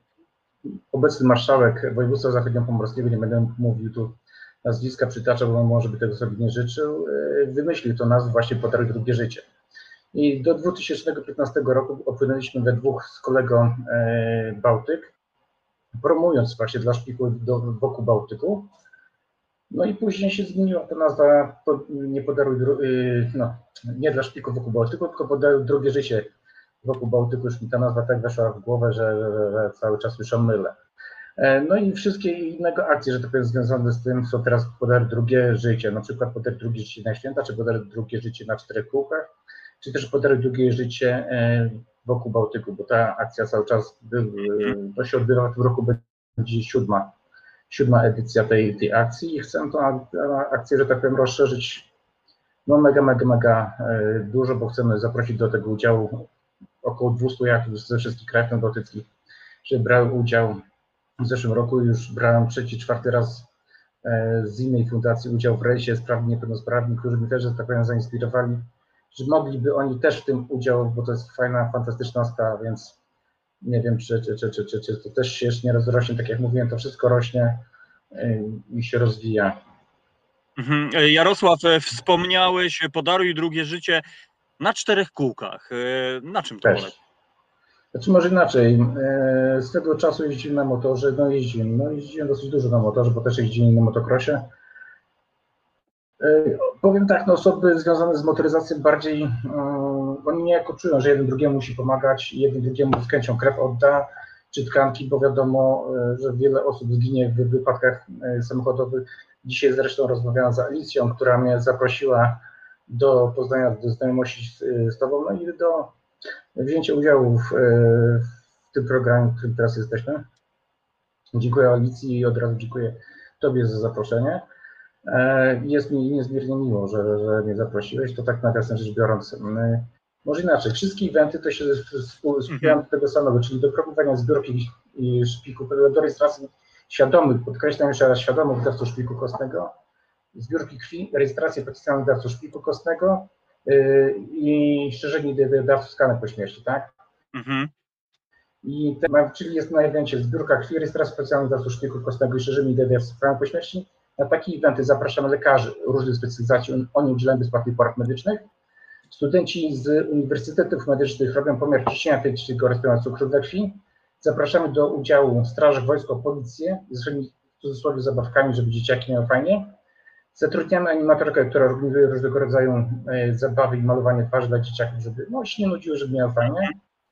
obecny marszałek województwa zachodniopomorskiego, nie będę mówił tu nazwiska, przytaczał, bo może by tego sobie nie życzył, wymyślił to nazwę właśnie Podaruj drugie życie. I do dwa tysiące piętnastego roku opłynęliśmy we dwóch z kolegą Bałtyk, promując właśnie dla szpiku do, wokół Bałtyku. No i później się zmieniła ta nazwa, nie Podaruj, no, nie dla szpiku wokół Bałtyku, tylko Podaruj drugie życie wokół Bałtyku. Już mi ta nazwa tak weszła w głowę, że, że, że cały czas już ją mylę. No i wszystkie innego akcje, że tak powiem, związane z tym są teraz Podaruj drugie życie, na przykład Podaruj drugie życie na święta, czy Podaruj drugie życie na czterech kółkach, czy też Podaruj drugie życie wokół Bałtyku, bo ta akcja cały czas, to się odbywa w tym roku, będzie siódma, siódma edycja tej, tej akcji i chcę tą akcję, że tak powiem, rozszerzyć no mega, mega, mega dużo, bo chcemy zaprosić do tego udziału około dwieście jachtów ze wszystkich krajów bałtyckich, że brały udział. W zeszłym roku już brałem trzeci, czwarty raz z innej fundacji udział w rejsie Spraw Niepełnosprawnych, którzy mnie też, że tak powiem, zainspirowali, że mogliby oni też w tym udział, bo to jest fajna, fantastyczna sprawa, więc nie wiem, czy, czy, czy, czy, czy, czy to też się jeszcze nie rozrośnie, tak jak mówiłem, to wszystko rośnie i się rozwija. Jarosław, wspomniałeś Podaruj drugie życie na czterech kółkach. Na czym to polega? Znaczy może inaczej, z tego czasu jeździłem na motorze, no jeździłem, no jeździłem dosyć dużo na motorze, bo też jeździłem na motocrossie. Powiem tak, no osoby związane z motoryzacją bardziej, um, oni niejako czują, że jeden drugiemu musi pomagać, jeden drugiemu z chęcią krew odda, czy tkanki, bo wiadomo, że wiele osób zginie w wypadkach samochodowych. Dzisiaj zresztą rozmawiałam z Alicją, która mnie zaprosiła do poznania, do znajomości z, z Tobą, no i do wzięcia udziału w, w tym programie, w którym teraz jesteśmy. Dziękuję Alicji i od razu dziękuję Tobie za zaproszenie. Jest mi niezmiernie miło, że, że mnie zaprosiłeś. To tak nawiasem rzecz biorąc, może inaczej, wszystkie eventy to się skupiają do tego samego, czyli do promowania zbiórki i szpiku, do rejestracji świadomych, podkreślam jeszcze raz, świadomych dawców szpiku kostnego, zbiórki krwi, rejestracji potencjalnych dawców szpiku kostnego yy, i szerzenie dawców tkanek po śmierci, tak? Mhm. I te, czyli jest na evencie zbiórka krwi, rejestracja potencjalnych dawców szpiku kostnego i szerzenie dawców tkanek po śmierci. Na takie eventy zapraszamy lekarzy różnych specjalizacji, oni udzielają bezpłatnych porad medycznych. Studenci z uniwersytetów medycznych robią pomiar ciśnienia tego respirowania cukru we krwi. Zapraszamy do udziału straży, wojsko, policję, z w cudzysłowie zabawkami, żeby dzieciaki miały fajnie. Zatrudniamy animatorkę, która organizuje różnego rodzaju e, zabawy i malowanie twarzy dla dzieciaków, żeby no, się nie nudziły, żeby miały fajnie.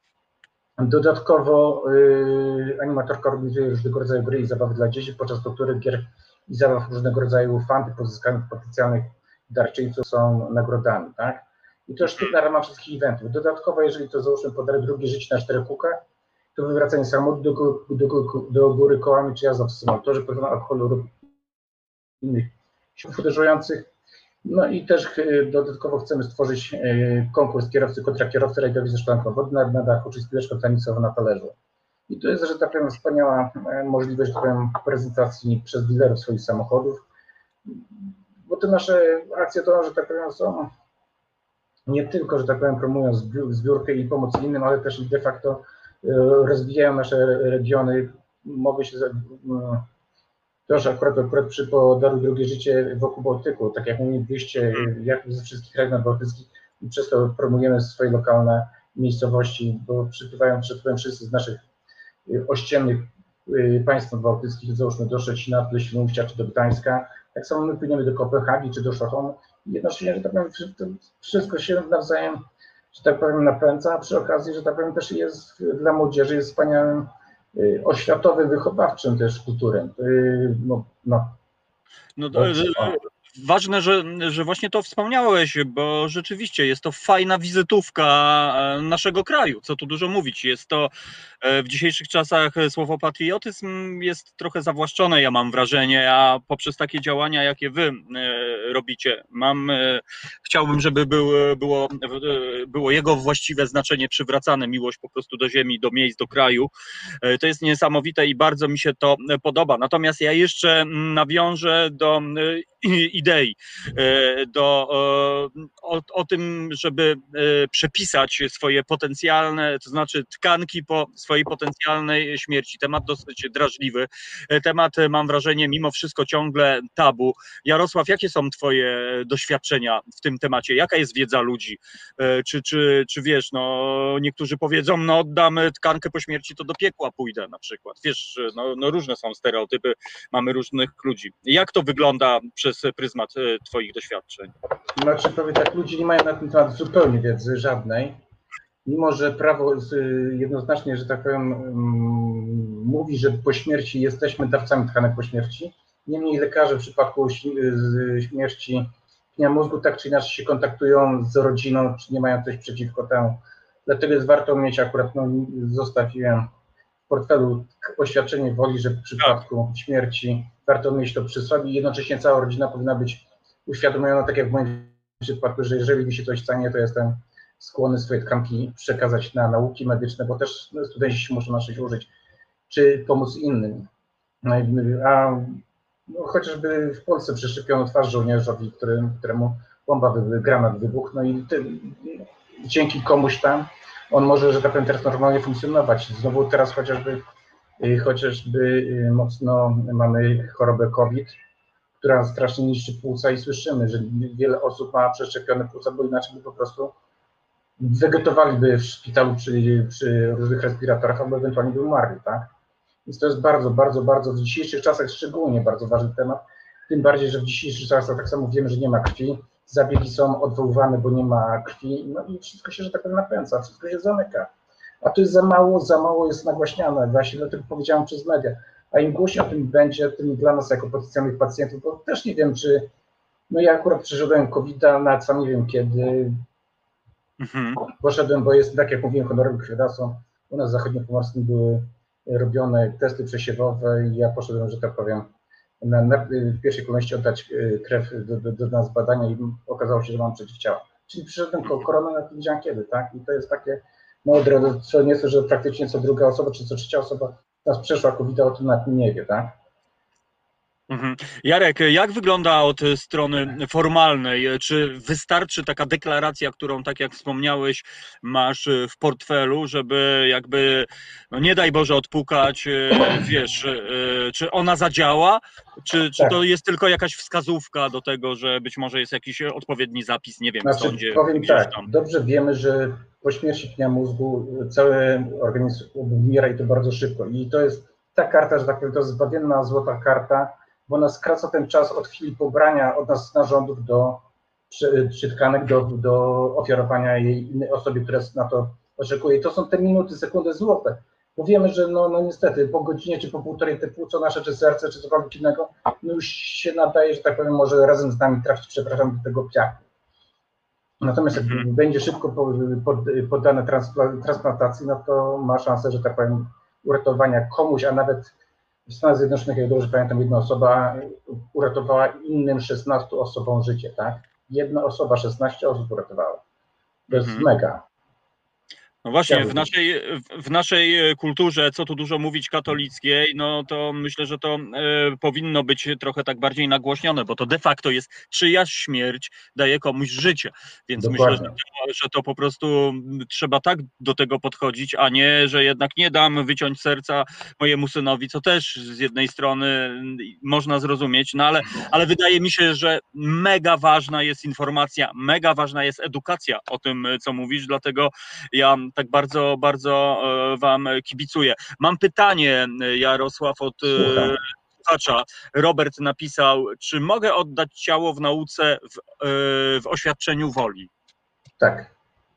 Dodatkowo e, animatorka organizuje różnego rodzaju gry i zabawy dla dzieci, podczas których gier i zabaw różnego rodzaju fanty pozyskanych potencjalnych darczyńców są nagrodami, tak? I to sztywna rama wszystkich eventów. Dodatkowo, jeżeli to załóżmy podary drugie życie na czterech kółkach, to wywracanie samochodu do, do, do góry kołami czy jazda w symulatorze, pełno alkoholu lub innych środków uderzających. No i też dodatkowo chcemy stworzyć konkurs kierowcy kontra kierowcy rajdowi ze szklanką wody na dachu, czy z piłeczką tenisową na talerzu. I to jest, że tak powiem, wspaniała możliwość, że tak powiem, prezentacji przez dealerów swoich samochodów, bo te nasze akcje to, że tak powiem, są nie tylko, że tak powiem, promują zbiórkę i pomoc innym, ale też de facto rozwijają nasze regiony. Mogę się też akurat, akurat przy podaru drugie życie wokół Bałtyku, tak jak mówiliście, jak ze wszystkich regionów bałtyckich i przez to promujemy swoje lokalne miejscowości, bo przypływają, przypływają wszyscy z naszych ościennych państw bałtyckich, załóżmy do Szczecina, do Świnoujścia czy do Gdańska. Tak samo my płyniemy do Kopenhagi czy do Sztokholmu. Jednocześnie, że tak powiem, wszystko się nawzajem, że tak powiem, napędza, a przy okazji, że tak powiem, też jest dla młodzieży, jest wspaniałym oświatowym, wychowawczym też kulturem. No, no. No to, ważne, że, że właśnie to wspomniałeś, bo rzeczywiście jest to fajna wizytówka naszego kraju, co tu dużo mówić. Jest to w dzisiejszych czasach słowo patriotyzm jest trochę zawłaszczone, ja mam wrażenie, a poprzez takie działania, jakie wy robicie, mam, chciałbym, żeby był, było, było jego właściwe znaczenie przywracane, miłość po prostu do ziemi, do miejsc, do kraju. To jest niesamowite i bardzo mi się to podoba. Natomiast ja jeszcze nawiążę do idei, do, o, o tym, żeby przepisać swoje potencjalne, to znaczy tkanki po swojej potencjalnej śmierci. Temat dosyć drażliwy. Temat, mam wrażenie, mimo wszystko ciągle tabu. Jarosław, jakie są twoje doświadczenia w tym temacie? Jaka jest wiedza ludzi? Czy, czy, czy wiesz, no niektórzy powiedzą, no oddam tkankę po śmierci, to do piekła pójdę na przykład. Wiesz, no, no różne są stereotypy, mamy różnych ludzi. Jak to wygląda przez pryzmat twoich doświadczeń? Znaczy, powiem tak, ludzie nie mają na ten temat zupełnie wiedzy, żadnej. Mimo że prawo jednoznacznie, że tak powiem, mówi, że po śmierci jesteśmy dawcami tkanek po śmierci, niemniej lekarze w przypadku śmierci pnia mózgu tak czy inaczej się kontaktują z rodziną, czy nie mają coś przeciwko temu. Dlatego jest warto mieć, akurat no, zostawiłem w portfelu oświadczenie woli, że w przypadku tak. śmierci warto mieć to przy sobie i jednocześnie cała rodzina powinna być uświadomiona, tak jak w moim przypadku, że jeżeli mi się coś stanie, to jestem skłonny swoje tkanki przekazać na nauki medyczne, bo też studenci muszą na coś użyć, czy pomóc innym. A no, chociażby w Polsce przeszczepiono twarz żołnierzowi, który, któremu bomba, granat wybuchł, no i ty, dzięki komuś tam on może, że tak powiem, teraz normalnie funkcjonować. Znowu teraz chociażby, chociażby mocno mamy chorobę COVID, która strasznie niszczy płuca i słyszymy, że wiele osób ma przeszczepione płuca, bo inaczej by po prostu wegetowaliby w szpitalu przy, przy różnych respiratorach, albo ewentualnie by umarli, tak? Więc to jest bardzo, bardzo, bardzo w dzisiejszych czasach szczególnie bardzo ważny temat, tym bardziej, że w dzisiejszych czasach tak samo wiemy, że nie ma krwi, zabiegi są odwoływane, bo nie ma krwi, no i wszystko się, że tak powiem, nakręca, wszystko się zamyka. A to jest za mało, za mało jest nagłaśniane, właśnie dlatego powiedziałem przez media. A im głośniej o tym będzie, tym dla nas jako potencjalnych pacjentów, bo też nie wiem, czy, no ja akurat przeżyłem kowida, nawet sam nie wiem kiedy, mhm. poszedłem, bo jest, tak jak mówiłem, honorowym krwiodawcą, u nas w zachodniopomorskim były robione testy przesiewowe i ja poszedłem, że tak powiem, na, na, w pierwszej kolejności oddać krew do, do, do nas badania i okazało się, że mam przeciwciała. Czyli przyszedłem koronę, nawet nie wiedziałem kiedy, tak? I to jest takie mądre, co nie jest, że praktycznie co druga osoba, czy co trzecia osoba nas przeszła kowida, o tym nawet nie wie, tak? Mhm. Jarek, jak wygląda od strony formalnej? Czy wystarczy taka deklaracja, którą, tak jak wspomniałeś, masz w portfelu, żeby jakby, no nie daj Boże, odpukać, wiesz, czy ona zadziała, czy, czy Tak. to jest tylko jakaś wskazówka do tego, że być może jest jakiś odpowiedni zapis, nie wiem, w Znaczy, sądzie, powiem gdzieś tak, tam. dobrze wiemy, że po śmierci pnia mózgu cały organizm umiera i to bardzo szybko. I to jest ta karta, że tak powiem, to jest zbawienna złota karta, bo ona skraca ten czas od chwili pobrania od nas narządów do, czy, czy tkanek do, do ofiarowania jej innej osobie, która na to oczekuje. I to są te minuty, sekundy złote. Bo wiemy, że no, no niestety po godzinie czy po półtorej te płuco nasze, czy serce, czy cokolwiek innego, no już się nadaje, że tak powiem, może razem z nami trafić, przepraszam, do tego piachu. Natomiast jak Mhm. będzie szybko poddane transplantacji, no to ma szansę, że tak powiem, uratowania komuś, a nawet w Stanach Zjednoczonych, jak dobrze pamiętam, jedna osoba uratowała innym szesnastu osobom życie, tak? Jedna osoba, szesnaście osób uratowała. To jest Mhm. mega. No właśnie, Chciałbym w naszej, w naszej kulturze, co tu dużo mówić, katolickiej, no to myślę, że to e, powinno być trochę tak bardziej nagłośnione, bo to de facto jest czyjaś śmierć daje komuś życie, więc Dokładnie. myślę, że to, że to po prostu trzeba tak do tego podchodzić, a nie, że jednak nie dam wyciąć serca mojemu synowi, co też z jednej strony można zrozumieć, no ale, ale wydaje mi się, że mega ważna jest informacja, mega ważna jest edukacja o tym, co mówisz, dlatego ja tak bardzo, bardzo wam kibicuję. Mam pytanie, Jarosław, od Słucham. słuchacza. Robert napisał, czy mogę oddać ciało w nauce w, w oświadczeniu woli? Tak.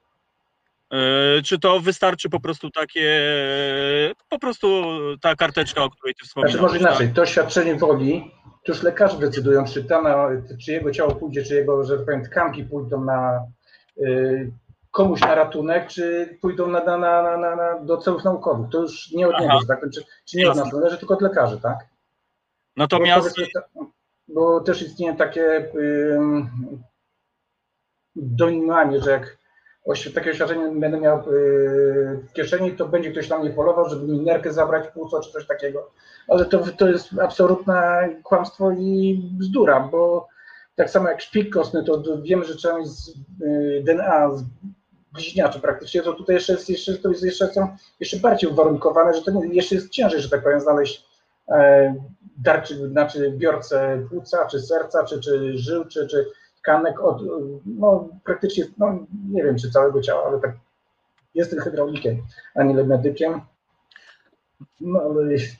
Czy to wystarczy po prostu takie, po prostu ta karteczka, o której ty wspominałeś? Znaczy może inaczej, tak? to świadczenie woli, to już lekarze decydują, czy, ta, czy jego ciało pójdzie, czy jego, że tak powiem, tkanki pójdą na y, komuś na ratunek, czy pójdą na, na, na, na, na, do celów naukowych. To już nie od niego, że tak powiem, czy, czy nie od nas, należy tylko od lekarzy, tak? Natomiast... Bo, bo też istnieje takie y, domniemanie, że jak oś, takie oświadczenie będę miał y, w kieszeni, to będzie ktoś na mnie polował, żeby mi nerkę zabrać, płuco czy coś takiego. Ale to, to jest absolutne kłamstwo i bzdura, bo tak samo jak szpik kostny, to wiemy, że trzeba mieć z, y, D N A z bliźniaczy praktycznie, to tutaj jeszcze jest, jeszcze, to jest jeszcze, są jeszcze bardziej uwarunkowane, że to nie, jeszcze jest ciężej, że tak powiem, znaleźć e, darczy, znaczy biorcę płuca, czy serca, czy, czy żył, czy, czy tkanek od, no praktycznie, no nie wiem, czy całego ciała, ale tak jestem hydraulikiem, a nie medykiem. No ale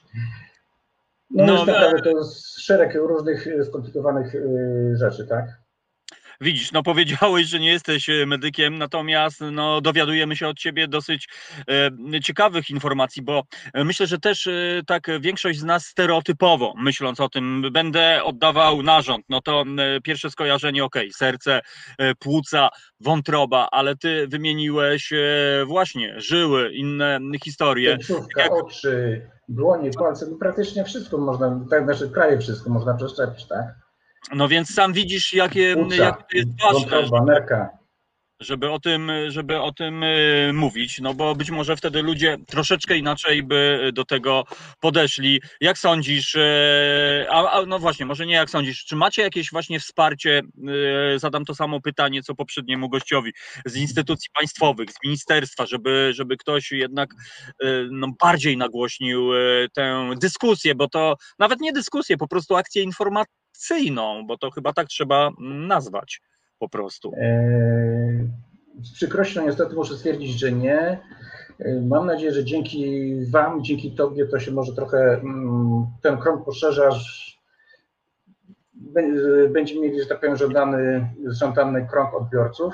no, no jest naprawdę to jest szereg różnych skomplikowanych y, rzeczy, tak? Widzisz, no powiedziałeś, że nie jesteś medykiem, natomiast no, dowiadujemy się od ciebie dosyć e, ciekawych informacji, bo myślę, że też e, tak większość z nas stereotypowo, myśląc o tym, będę oddawał narząd, no to e, pierwsze skojarzenie, ok, serce, e, płuca, wątroba, ale ty wymieniłeś e, właśnie żyły, inne historie. Końcówka, Jak... oczy, dłonie, palce, no praktycznie wszystko można, tak, znaczy prawie wszystko można przeszczepić, tak? No więc sam widzisz, jakie, Płuca, jakie to jest ważne, wątroba, nerka. żeby o tym, żeby o tym mówić, no bo być może wtedy ludzie troszeczkę inaczej by do tego podeszli. Jak sądzisz, a, a no właśnie, może nie jak sądzisz, czy macie jakieś właśnie wsparcie, zadam to samo pytanie, co poprzedniemu gościowi, z instytucji państwowych, z ministerstwa, żeby, żeby ktoś jednak no, bardziej nagłośnił tę dyskusję, bo to nawet nie dyskusję, po prostu akcję informacyjną, bo to chyba tak trzeba nazwać. Po prostu. Z przykrością niestety muszę stwierdzić, że nie. Mam nadzieję, że dzięki wam, dzięki tobie to się może trochę ten krąg poszerza, aż będziemy mieli, że tak powiem, żądany, żądany krąg odbiorców.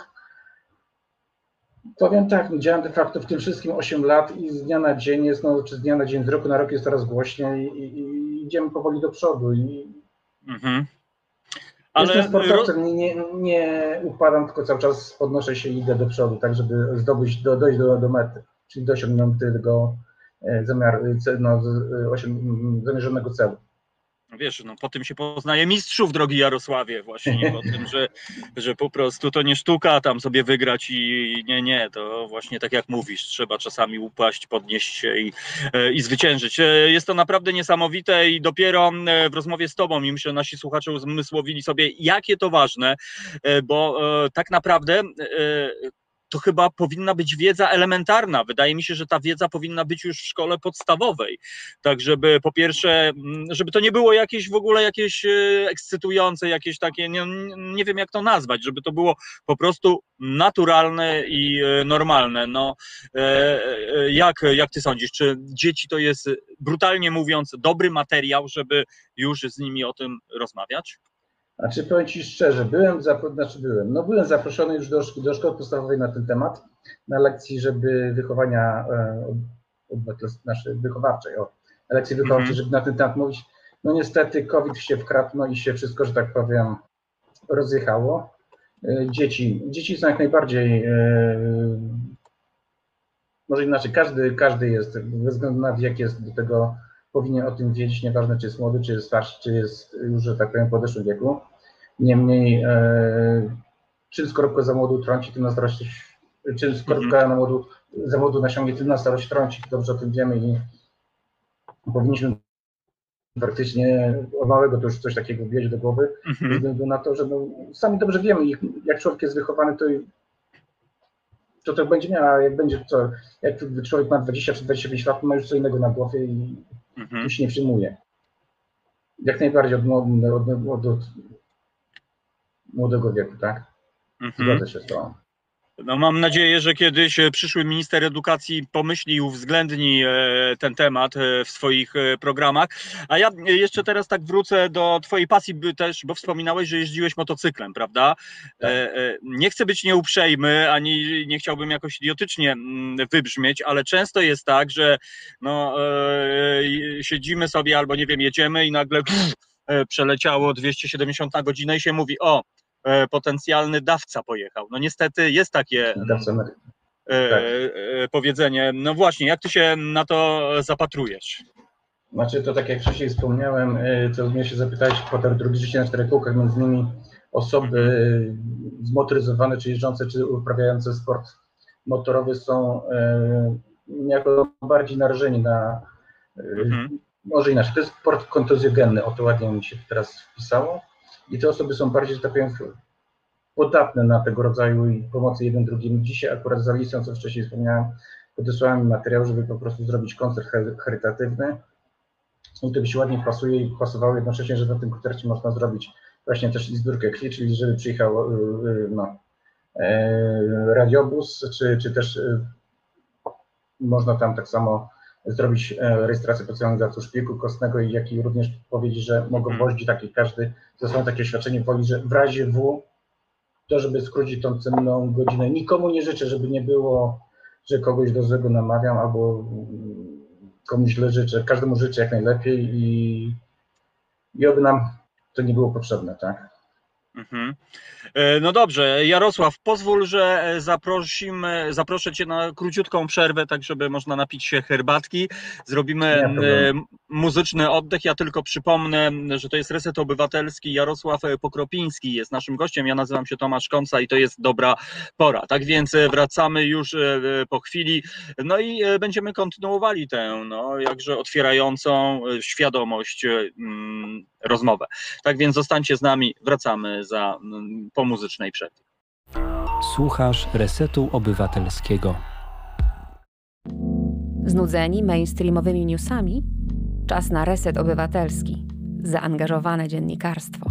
Powiem tak, działam de facto w tym wszystkim osiem lat i z dnia na dzień jest, no, czy z dnia na dzień, z roku na rok jest coraz głośniej i, i idziemy powoli do przodu. I... Mhm. Ale Jestem sportowcem, nie, nie, nie upadam, tylko cały czas podnoszę się i idę do przodu, tak żeby zdobyć, do, dojść do, do mety, czyli do osiągniętego zamiar, no, osiąg, zamierzonego celu. wiesz, no po tym się poznaje mistrzów, drogi Jarosławie, właśnie po tym, że, że po prostu to nie sztuka tam sobie wygrać i nie, nie, to właśnie tak jak mówisz, trzeba czasami upaść, podnieść się i, i zwyciężyć. Jest to naprawdę niesamowite i dopiero w rozmowie z tobą i myślę, nasi słuchacze uzmysłowili sobie, jakie to ważne, bo tak naprawdę to chyba powinna być wiedza elementarna. Wydaje mi się, że ta wiedza powinna być już w szkole podstawowej. Tak, żeby po pierwsze, żeby to nie było jakieś w ogóle jakieś ekscytujące, jakieś takie, nie, nie wiem jak to nazwać, żeby to było po prostu naturalne i normalne. No, jak, jak ty sądzisz, czy dzieci to jest, brutalnie mówiąc, dobry materiał, żeby już z nimi o tym rozmawiać? Znaczy powiem Ci szczerze, byłem, znaczy byłem, no byłem zaproszony już do, do szkoły podstawowej na ten temat, na lekcji, żeby wychowania, e, znaczy wychowawczej, o, lekcji wychowawczej, mm-hmm. żeby na ten temat mówić. No niestety COVID się wkradł, no i się wszystko, że tak powiem, rozjechało. E, dzieci, dzieci są jak najbardziej, e, może inaczej, każdy, każdy jest, bez względu na wiek jest do tego, powinien o tym wiedzieć, nieważne czy jest młody, czy jest starszy, czy jest już, że tak powiem, w podeszłym wieku. Niemniej, e, czym skorupkę za młodu trąci, tym na starość, czym skorupka mm-hmm. na młodu, za młodu nasiągnie, tym na starość trąci, dobrze o tym wiemy i powinniśmy praktycznie od małego to już coś takiego wbijać do głowy, mm-hmm. ze względu na to, że no, sami dobrze wiemy, jak człowiek jest wychowany, to to to będzie miał, jak będzie co, jak człowiek ma dwadzieścia czy dwadzieścia pięć lat, to ma już co innego na głowie i mm-hmm. się nie przyjmuje. Jak najbardziej od, od, od, od młodego wieku, tak? Mm-hmm. Zgodzę się z tobą. No mam nadzieję, że kiedyś przyszły minister edukacji pomyśli i uwzględni ten temat w swoich programach. A ja jeszcze teraz tak wrócę do twojej pasji też, bo wspominałeś, że jeździłeś motocyklem, prawda? Tak. Nie chcę być nieuprzejmy, ani nie chciałbym jakoś idiotycznie wybrzmieć, ale często jest tak, że no, siedzimy sobie albo nie wiem, jedziemy i nagle pff, przeleciało dwieście siedemdziesiąt na godzinę i się mówi, o, potencjalny dawca pojechał. No niestety jest takie e, tak. e, powiedzenie. No właśnie, jak ty się na to zapatrujesz? Znaczy to tak jak wcześniej wspomniałem, to mnie się zapytać, potem drugi życie na czterech kółkach, między innymi osoby mhm. zmotoryzowane, czy jeżdżące, czy uprawiające sport motorowy są e, niejako bardziej narażeni na, mhm. może inaczej, to jest sport kontuzjogenny, o to ładnie mi się teraz wpisało. I te osoby są bardziej, że tak powiem, podatne na tego rodzaju pomocy jeden drugiemu. Dzisiaj akurat za licencją, co wcześniej wspomniałem, podesłałem mi materiał, żeby po prostu zrobić koncert charytatywny. I to by się ładnie pasuje i pasowało jednocześnie, że na tym koncercie można zrobić właśnie też i zbiórkę krwi, czyli żeby przyjechał no, radiobus, czy, czy też można tam tak samo zrobić rejestrację pacjenta szpiku kostnego, jak i również powiedzieć, że mogą wozić taki każdy, zesłać takie oświadczenie woli, że w razie W, to żeby skrócić tą cenną godzinę. Nikomu nie życzę, żeby nie było, że kogoś do złego namawiam albo komuś źle życzę. Każdemu życzę jak najlepiej i, i oby nam to nie było potrzebne, tak? Mhm. No dobrze, Jarosław, pozwól, że zaprosimy, zaproszę Cię na króciutką przerwę, tak żeby można napić się herbatki. Zrobimy muzyczny oddech. Ja tylko przypomnę, że to jest Reset Obywatelski. Jarosław Pokropiński jest naszym gościem. Ja nazywam się Tomasz Konca i to jest dobra pora. Tak więc wracamy już po chwili. No i będziemy kontynuowali tę, no, jakże otwierającą świadomość mm, rozmowę. Tak więc zostańcie z nami, wracamy za, po muzycznej przerwie. Słuchasz Resetu Obywatelskiego. Znudzeni mainstreamowymi newsami? Czas na Reset Obywatelski. Zaangażowane dziennikarstwo.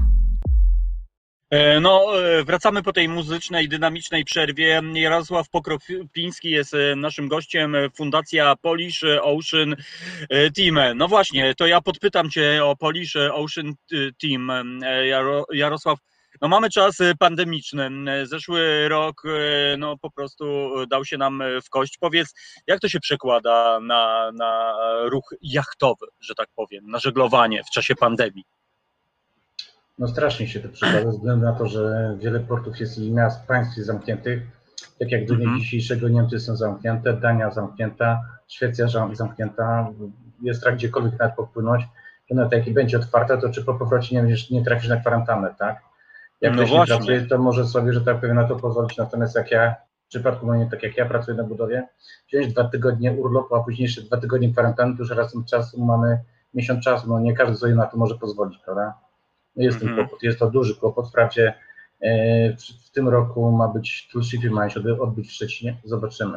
No, wracamy po tej muzycznej, dynamicznej przerwie. Jarosław Pokropiński jest naszym gościem, Fundacja Polish Ocean Team. No właśnie, to ja podpytam Cię o Polish Ocean Team. Jarosław, no mamy czas pandemiczny. Zeszły rok no po prostu dał się nam w kość. Powiedz, jak to się przekłada na, na ruch jachtowy, że tak powiem, na żeglowanie w czasie pandemii? No strasznie się to przekłada, ze względu na to, że wiele portów jest i miast, państw jest zamkniętych. Tak jak do dnia mm-hmm. dzisiejszego Niemcy są zamknięte, Dania zamknięta, Szwecja zamknięta. Jest strach gdziekolwiek nawet popłynąć. no to jak będzie otwarte, to czy po powrocie nie, będziesz, nie trafisz na kwarantannę, tak? Jak No ktoś nie właśnie. pracuje, to może sobie, że tak powiem, na to pozwolić, natomiast jak ja, w przypadku moim, tak jak ja pracuję na budowie, wziąć dwa tygodnie urlopu, a później jeszcze dwa tygodnie kwarantanny, to już razem czasu mamy miesiąc czasu, no nie każdy sobie na to może pozwolić, prawda? No jest Mhm. ten kłopot, jest to duży kłopot, wprawdzie e, w, w tym roku ma być Toolship, ma się odbyć w Szczecinie, zobaczymy.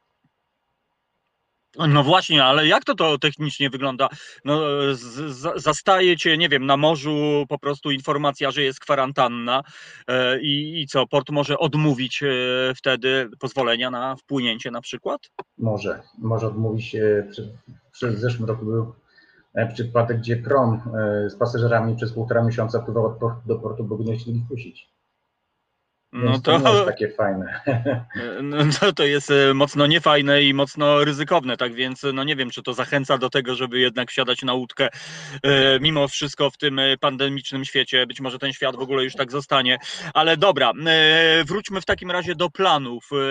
No właśnie, ale jak to to technicznie wygląda? No, z, z, zastaje cię, nie wiem, na morzu po prostu informacja, że jest kwarantanna e, i, i co, port może odmówić e, wtedy pozwolenia na wpłynięcie na przykład? Może, może odmówić, e, przy, przy, w zeszłym roku był e, przypadek, gdzie prom e, z pasażerami przez półtora miesiąca pływał od portu do portu, bo go nie chcieli wpuścić. Więc No to to, nie jest takie fajne. no to, to jest e, mocno niefajne i mocno ryzykowne, tak więc no nie wiem, czy to zachęca do tego, żeby jednak wsiadać na łódkę e, mimo wszystko w tym e, pandemicznym świecie. Być może ten świat w ogóle już tak zostanie, ale dobra, e, wróćmy w takim razie do planów. E,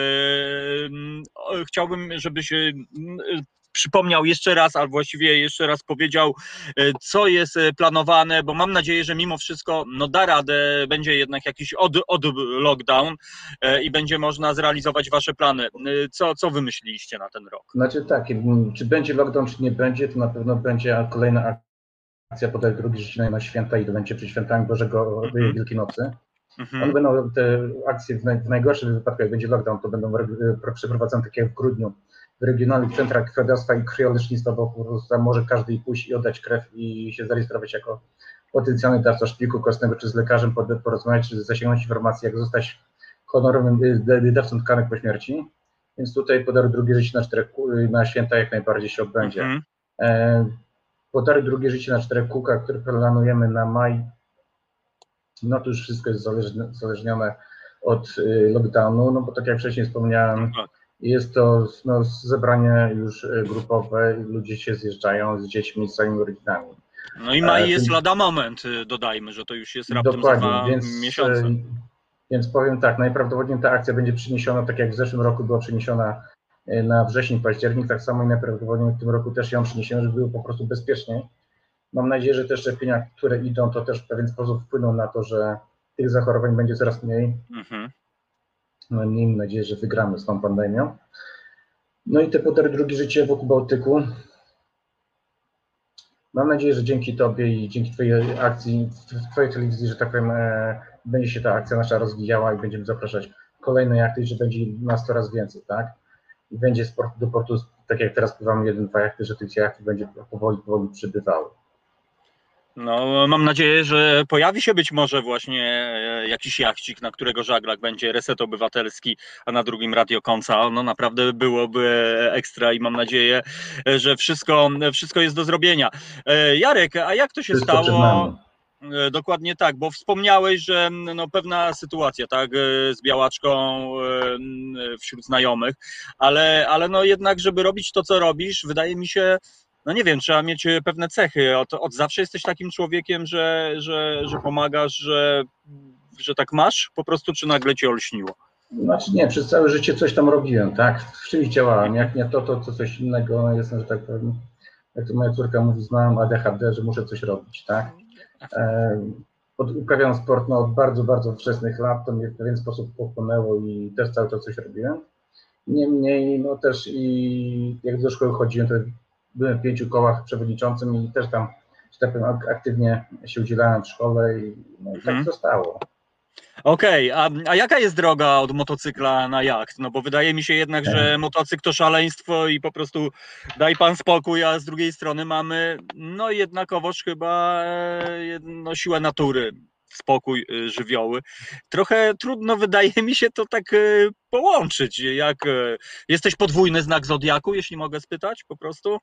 o, chciałbym, żebyś e, przypomniał jeszcze raz, albo właściwie jeszcze raz powiedział, e, co jest e, planowane, bo mam nadzieję, że mimo wszystko no da radę, będzie jednak jakiś od, od lockdown e, i będzie można zrealizować wasze plany. E, Co, co wymyśliliście na ten rok? Znaczy tak, m, czy będzie lockdown, czy nie będzie, to na pewno będzie kolejna akcja podaj drugi życzenia na święta i to będzie przy świętami Bożego Mhm. Wielkiej Nocy. One Mhm. będą te akcje w, naj, w najgorszym wypadku, jak będzie lockdown, to będą re- przeprowadzone tak jak w grudniu w regionalnych centrach krwiodawstwa i krwiolecznictwa, bo po prostu tam może każdy pójść i oddać krew i się zarejestrować jako potencjalny dawca szpiku kostnego, czy z lekarzem porozmawiać, czy zasięgnąć informacji, jak zostać honorowym dawcą tkanek po śmierci. Więc tutaj podaruj drugie życie na czterech na święta jak najbardziej się odbędzie. Mhm. E, podaruj drugie życie na czterech kółkach, które planujemy na maj. No to już wszystko jest zależne, uzależnione od y, lockdownu, no bo tak jak wcześniej wspomniałem, No tak. jest to no, zebranie już y, grupowe, ludzie się zjeżdżają z dziećmi, z swoimi rodzinami. No i maj E, jest tym- lada moment, y, dodajmy, że to już jest raptem za Dokładnie, dwa więc, miesiące. e, więc powiem tak, najprawdopodobniej ta akcja będzie przeniesiona, tak jak w zeszłym roku była przeniesiona e, na wrzesień, październik, tak samo i najprawdopodobniej w tym roku też ją przeniesiemy, żeby było po prostu bezpieczniej. Mam nadzieję, że te szczepienia, które idą, to też w pewien sposób wpłyną na to, że tych zachorowań będzie coraz mniej. Mhm. No, miejmy nadzieję, że wygramy z tą pandemią. No i te podary drugie życie wokół Bałtyku. Mam nadzieję, że dzięki Tobie i dzięki Twojej akcji, w Twojej telewizji, że tak powiem, e, będzie się ta akcja nasza rozwijała i będziemy zapraszać kolejne jachty, że będzie nas coraz więcej, tak? I będzie z portu do portu, tak jak teraz pływamy jeden, dwa jachty, że tych jachtów będzie powoli, powoli przybywało. No, mam nadzieję, że pojawi się być może właśnie e, jakiś jachcik, na którego żaglach będzie Reset Obywatelski, a na drugim Radio Konca. No naprawdę byłoby ekstra i mam nadzieję, e, że wszystko, wszystko jest do zrobienia. E, Jarek, a jak to się Wszystko przed stało? nami. E, Dokładnie tak, bo wspomniałeś, że no, pewna sytuacja, tak, e, z białaczką e, wśród znajomych, ale, ale no jednak, żeby robić to, co robisz, wydaje mi się, no nie wiem, trzeba mieć pewne cechy. Od, od zawsze jesteś takim człowiekiem, że, że, że pomagasz, że, że tak masz po prostu, czy nagle ci olśniło? Znaczy nie, przez całe życie coś tam robiłem, tak? W czymś działałem. Jak nie to, to, to coś innego. Jestem, że tak powiem, jak to moja córka mówi, z małym A D H D, że muszę coś robić, tak? E, od, uprawiam sport no, od bardzo, bardzo wczesnych lat, to mnie w pewien sposób pochłonęło i też cały czas coś robiłem. Niemniej, no też i jak do szkoły chodziłem, to byłem w pięciu kołach przewodniczącym i też tam, że tak powiem, aktywnie się udzielałem w szkole i, no, i tak Mhm. zostało. Okej, a, a jaka jest droga od motocykla na jacht? No bo wydaje mi się jednak, że motocykl to szaleństwo i po prostu daj pan spokój, a z drugiej strony mamy no jednakowoż chyba e, no, siłę natury, spokój, e, żywioły. Trochę trudno wydaje mi się to tak e, połączyć. Jak, e, jesteś podwójny znak zodiaku, jeśli mogę spytać po prostu?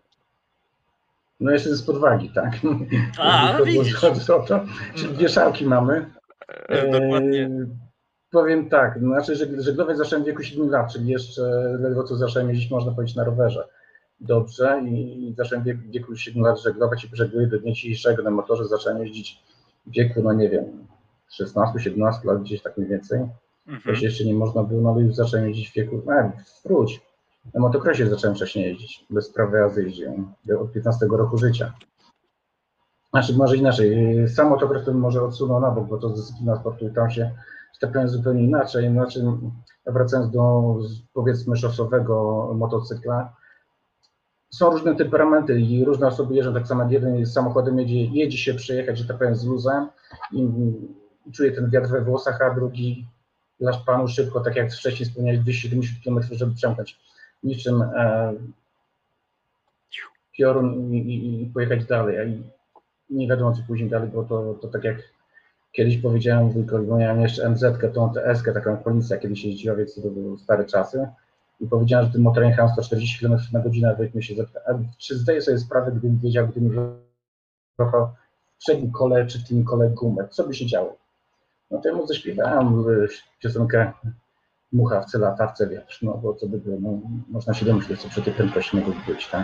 No jeszcze z podwagi, tak? A, Jeżeli chodzi widzisz. o to, czyli dwie szałki mamy. E, Dokładnie. E, powiem tak, znaczy żeg- żeglować zacząłem w wieku siedmiu lat, czyli jeszcze ledwo co zacząłem jeździć, można powiedzieć, na rowerze. Dobrze i zacząłem w wieku, w wieku siedmiu lat żeglować i żegluję do dnia dzisiejszego na motorze, zacząłem jeździć w wieku, no nie wiem, szesnastu siedemnastu lat, gdzieś tak mniej więcej. To Mhm. się jeszcze nie można było, no ale już zacząłem jeździć w wieku, no wróć. Na motocrossie zacząłem wcześniej jeździć, bez prawa jazdy jeździłem, od piętnastego roku życia. Znaczy, może inaczej. Sam motocross to może odsunął na bok, bo to dyscyplina sportu i tam się, że tak powiem, zupełnie inaczej. Znaczy, wracając do, powiedzmy, szosowego motocykla, są różne temperamenty i różne osoby jeżdżą tak samo. Jeden samochodem jedzie, jedzie się przejechać, że tak powiem, z luzem i, i czuje ten wiatr we włosach, a drugi lasz panu szybko, tak jak wcześniej wspomniałeś, dwieście siedemdziesiąt kilometrów, żeby przemknąć niczym e, piorun i, i, i pojechać dalej. A i nie wiadomo, co później dalej, bo to, to tak jak kiedyś powiedziałem wujkowi, bo miałem jeszcze em zetkę, tą T S kę, taką policja kiedyś jeździła, więc to były stare czasy. I powiedziałem, że tym motorem jechałem sto czterdzieści kilometrów na godzinę, a wujek mnie się zapytał, czy zdaję sobie sprawę, gdybym wiedział, gdybym wjechał w przednim kole czy w tym kole gumę, co by się działo? No to ja mu zaśpiewałem piosenkę Mucha w C latawce, wiesz, no bo co by było, no, można się domyśleć, co przy tej prędkości mogło być, tak?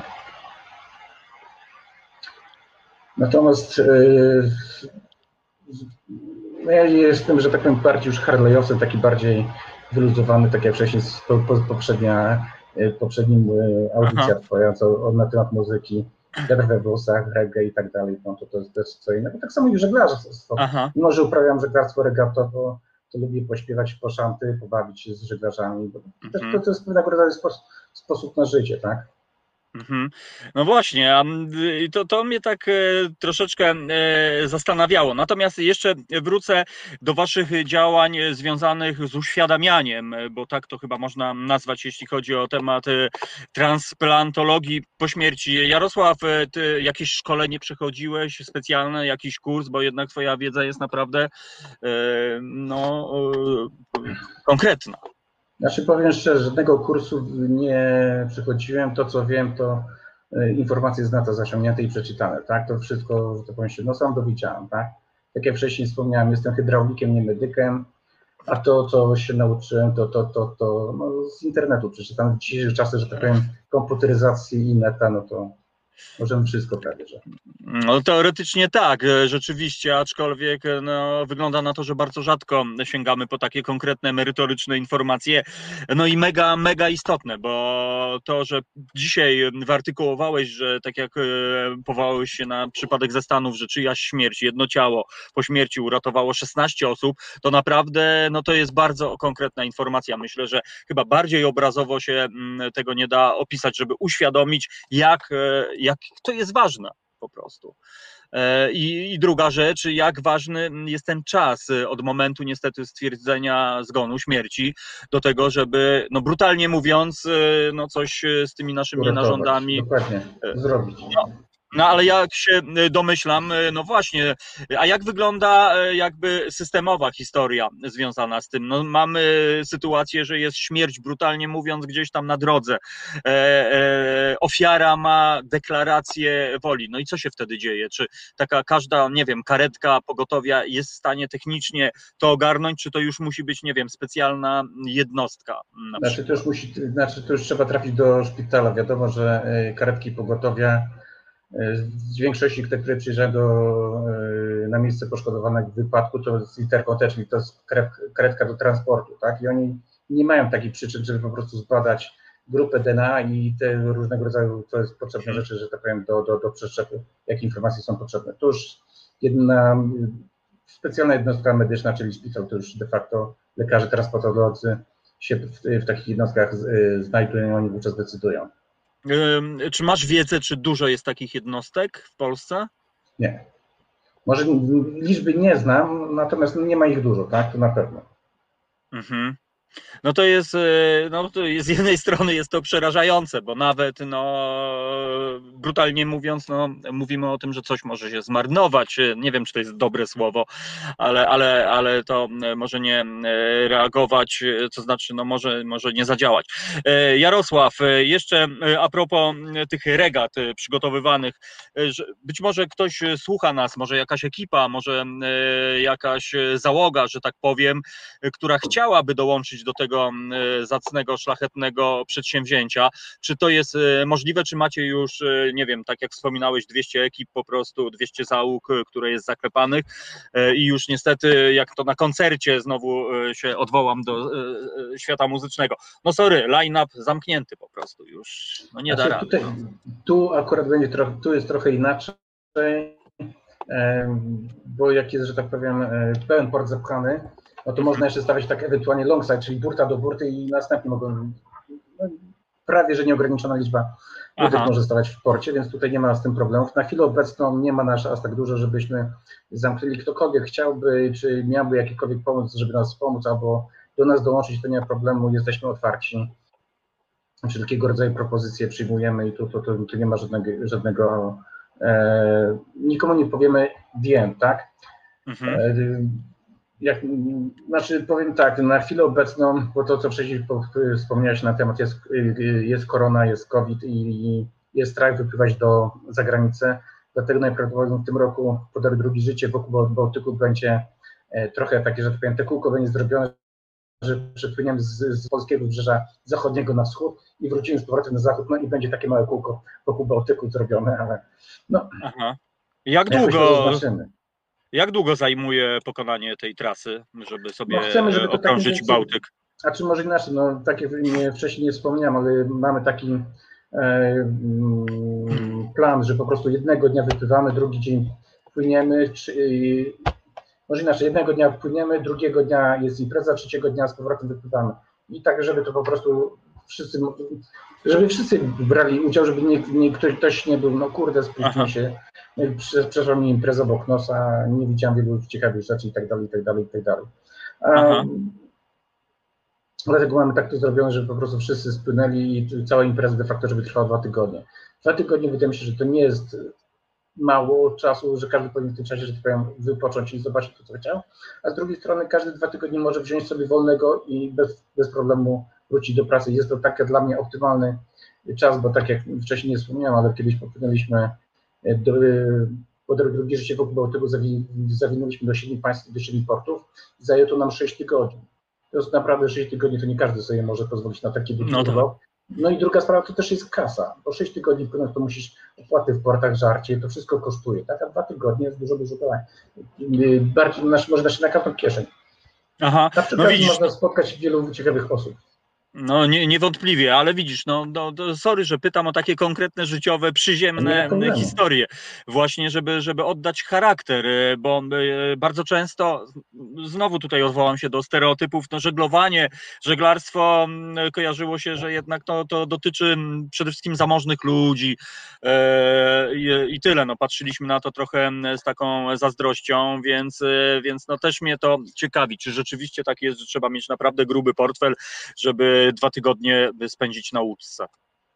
Natomiast yy, no ja jestem, że tak powiem, bardziej już harlejowcem, taki bardziej wyluzowany, tak jak wcześniej po, po, poprzednia, poprzednim audycja Aha. twoja, co na temat muzyki, wiatr we włosach, reggae i tak dalej, no to, to jest też co innego. Tak samo i żeglarstwo. Mimo że uprawiam żeglarstwo regatowo, to lubię pośpiewać po szanty, pobawić się z żeglarzami, bo mm-hmm. też to, to jest pewnego rodzaju sposób, sposób na życie, tak? No właśnie, to, to mnie tak troszeczkę zastanawiało. Natomiast jeszcze wrócę do waszych działań związanych z uświadamianiem, bo tak to chyba można nazwać, jeśli chodzi o temat transplantologii po śmierci. Jarosław, ty jakieś szkolenie przechodziłeś specjalne, jakiś kurs, bo jednak twoja wiedza jest naprawdę no, konkretna. Znaczy powiem szczerze, żadnego kursu nie przechodziłem, to co wiem to informacje z neta zasiągnięte i przeczytane, tak? To wszystko, że to powiem się, no sam dowiedziałem, tak? Tak jak wcześniej wspomniałem, jestem hydraulikiem, nie medykiem, a to co się nauczyłem to, to, to, to no, z internetu przeczytam. W dzisiejszych czasach, że tak powiem, komputeryzacji i neta, no to możemy wszystko prawie, że. No teoretycznie tak, rzeczywiście, aczkolwiek no, wygląda na to, że bardzo rzadko sięgamy po takie konkretne, merytoryczne informacje, no i mega, mega istotne, bo to, że dzisiaj wyartykułowałeś, że tak jak powołałeś się na przypadek ze Stanów, że czyjaś śmierć, jedno ciało po śmierci uratowało szesnaście osób, to naprawdę no to jest bardzo konkretna informacja. Myślę, że chyba bardziej obrazowo się tego nie da opisać, żeby uświadomić, jak jak to jest ważne po prostu. I, I druga rzecz, jak ważny jest ten czas od momentu niestety stwierdzenia zgonu, śmierci, do tego, żeby, no brutalnie mówiąc, no coś z tymi naszymi uratować, narządami dokładnie, zrobić. No, no ale jak się domyślam, no właśnie, a jak wygląda jakby systemowa historia związana z tym? No mamy sytuację, że jest śmierć, brutalnie mówiąc, gdzieś tam na drodze. E, e, ofiara ma deklarację woli. No i co się wtedy dzieje? Czy taka każda, nie wiem, karetka pogotowia jest w stanie technicznie to ogarnąć, czy to już musi być, nie wiem, specjalna jednostka? Znaczy to już musi, znaczy to już trzeba trafić do szpitala. Wiadomo, że karetki pogotowia z większości, te, które przyjeżdżają do, na miejsce poszkodowanego w wypadku, to jest literką też, to jest karetka do transportu, tak? I oni nie mają takich przyczyn, żeby po prostu zbadać grupę D N A i te różnego rodzaju, to jest potrzebne rzeczy, że tak powiem, do, do, do przeszczepu, jakie informacje są potrzebne. To już jedna specjalna jednostka medyczna, czyli szpital, to już de facto lekarze transportolodzy się w, w takich jednostkach znajdują i oni wówczas decydują. Czy masz wiedzę, czy dużo jest takich jednostek w Polsce? Nie. Może liczby nie znam, natomiast nie ma ich dużo, tak? To na pewno. Mhm. No to jest, no to z jednej strony jest to przerażające, bo nawet, no brutalnie mówiąc, no mówimy o tym, że coś może się zmarnować. Nie wiem, czy to jest dobre słowo, ale, ale, ale to może nie reagować, to znaczy, no może, może nie zadziałać. Jarosław, jeszcze a propos tych regat przygotowywanych, być może ktoś słucha nas, może jakaś ekipa, może jakaś załoga, że tak powiem, która chciałaby dołączyć do tego zacnego, szlachetnego przedsięwzięcia. Czy to jest możliwe, czy macie już, nie wiem, tak jak wspominałeś, dwieście ekip, po prostu dwieście załóg, które jest zaklepanych i już niestety, jak to na koncercie znowu się odwołam do świata muzycznego. No sorry, line-up zamknięty po prostu już, no nie znaczy, da rady. Tutaj, tu akurat będzie trochę, tu jest trochę inaczej. bo jak jest, że tak powiem, pełen port zapchany, no to można jeszcze stawiać tak ewentualnie longside, czyli burta do burty i następnie mogą, no, prawie że nieograniczona liczba burtek może stawać w porcie, więc tutaj nie ma z tym problemów. Na chwilę obecną nie ma nas aż tak dużo, żebyśmy zamknęli. Ktokolwiek chciałby, czy miałby jakikolwiek pomoc, żeby nas pomóc, albo do nas dołączyć, to nie ma problemu, jesteśmy otwarci. Wszelkiego rodzaju propozycje przyjmujemy i tu, tu, tu, tu nie ma żadnego, żadnego e, nikomu nie powiemy wiem, tak? Mhm. E, jak, znaczy powiem tak, na chwilę obecną, bo to co wcześniej wspomniałeś na temat, jest, jest korona, jest COVID i jest strach wypływać do zagranicy, dlatego najprawdopodobniej w tym roku podaruj drugie życie wokół Bałtyku będzie e, trochę takie, że tak powiem, te kółko będzie zrobione, że przepłyniemy z, z polskiego wybrzeża zachodniego na wschód i wrócimy z powrotem na zachód, no i będzie takie małe kółko wokół Bałtyku zrobione, ale no. Aha. Jak długo, jak długo zajmuje pokonanie tej trasy, żeby sobie no chcemy, żeby okrążyć tak Bałtyk? A czy może inaczej, no tak jak wcześniej nie wspomniałem, ale mamy taki e, plan, że po prostu jednego dnia wypływamy, drugi dzień płyniemy, czy, może inaczej, jednego dnia płyniemy, drugiego dnia jest impreza, trzeciego dnia z powrotem wypływamy. I tak, żeby to po prostu wszyscy, żeby wszyscy brali udział, żeby nie, nie, ktoś, ktoś nie był, no kurde, spóźnił się, przeszła mi impreza obok nosa, nie widziałem wielu ciekawych rzeczy i tak dalej, i tak dalej, i tak dalej. Um, dlatego mamy tak to zrobione, żeby po prostu wszyscy spłynęli i cała impreza de facto, żeby trwała dwa tygodnie. Dwa tygodnie wydaje mi się, że to nie jest mało czasu, że każdy powinien w tym czasie, że tak powiem, wypocząć i zobaczyć to, co chciał, a z drugiej strony każdy dwa tygodnie może wziąć sobie wolnego i bez, bez problemu wrócić do pracy. Jest to taki dla mnie optymalny czas, bo tak jak wcześniej nie wspomniałem, ale kiedyś popłynęliśmy do, po drugie życie wokół Bałtyku, zawinęliśmy do siedmiu państw, do siedmiu portów i zajęło to nam sześć tygodni. To jest naprawdę sześć tygodni, to nie każdy sobie może pozwolić na taki długi urlop. No i druga sprawa to też jest kasa, bo sześć tygodni płynąć to musisz opłaty w portach, żarcie, to wszystko kosztuje, tak? A dwa tygodnie jest dużo, dużo dalej. Bardziej nasz, może na każdą kieszeń. Aha, na przykład no widzisz, można spotkać wielu ciekawych osób. No nie, niewątpliwie, ale widzisz, no, no, no sorry, że pytam o takie konkretne, życiowe, przyziemne historie, właśnie żeby, żeby oddać charakter, bo bardzo często, znowu tutaj odwołam się do stereotypów, no żeglowanie, żeglarstwo kojarzyło się, że jednak to, to dotyczy przede wszystkim zamożnych ludzi i, i tyle, no patrzyliśmy na to trochę z taką zazdrością, więc, więc no też mnie to ciekawi, czy rzeczywiście tak jest, że trzeba mieć naprawdę gruby portfel, żeby dwa tygodnie spędzić na łódce.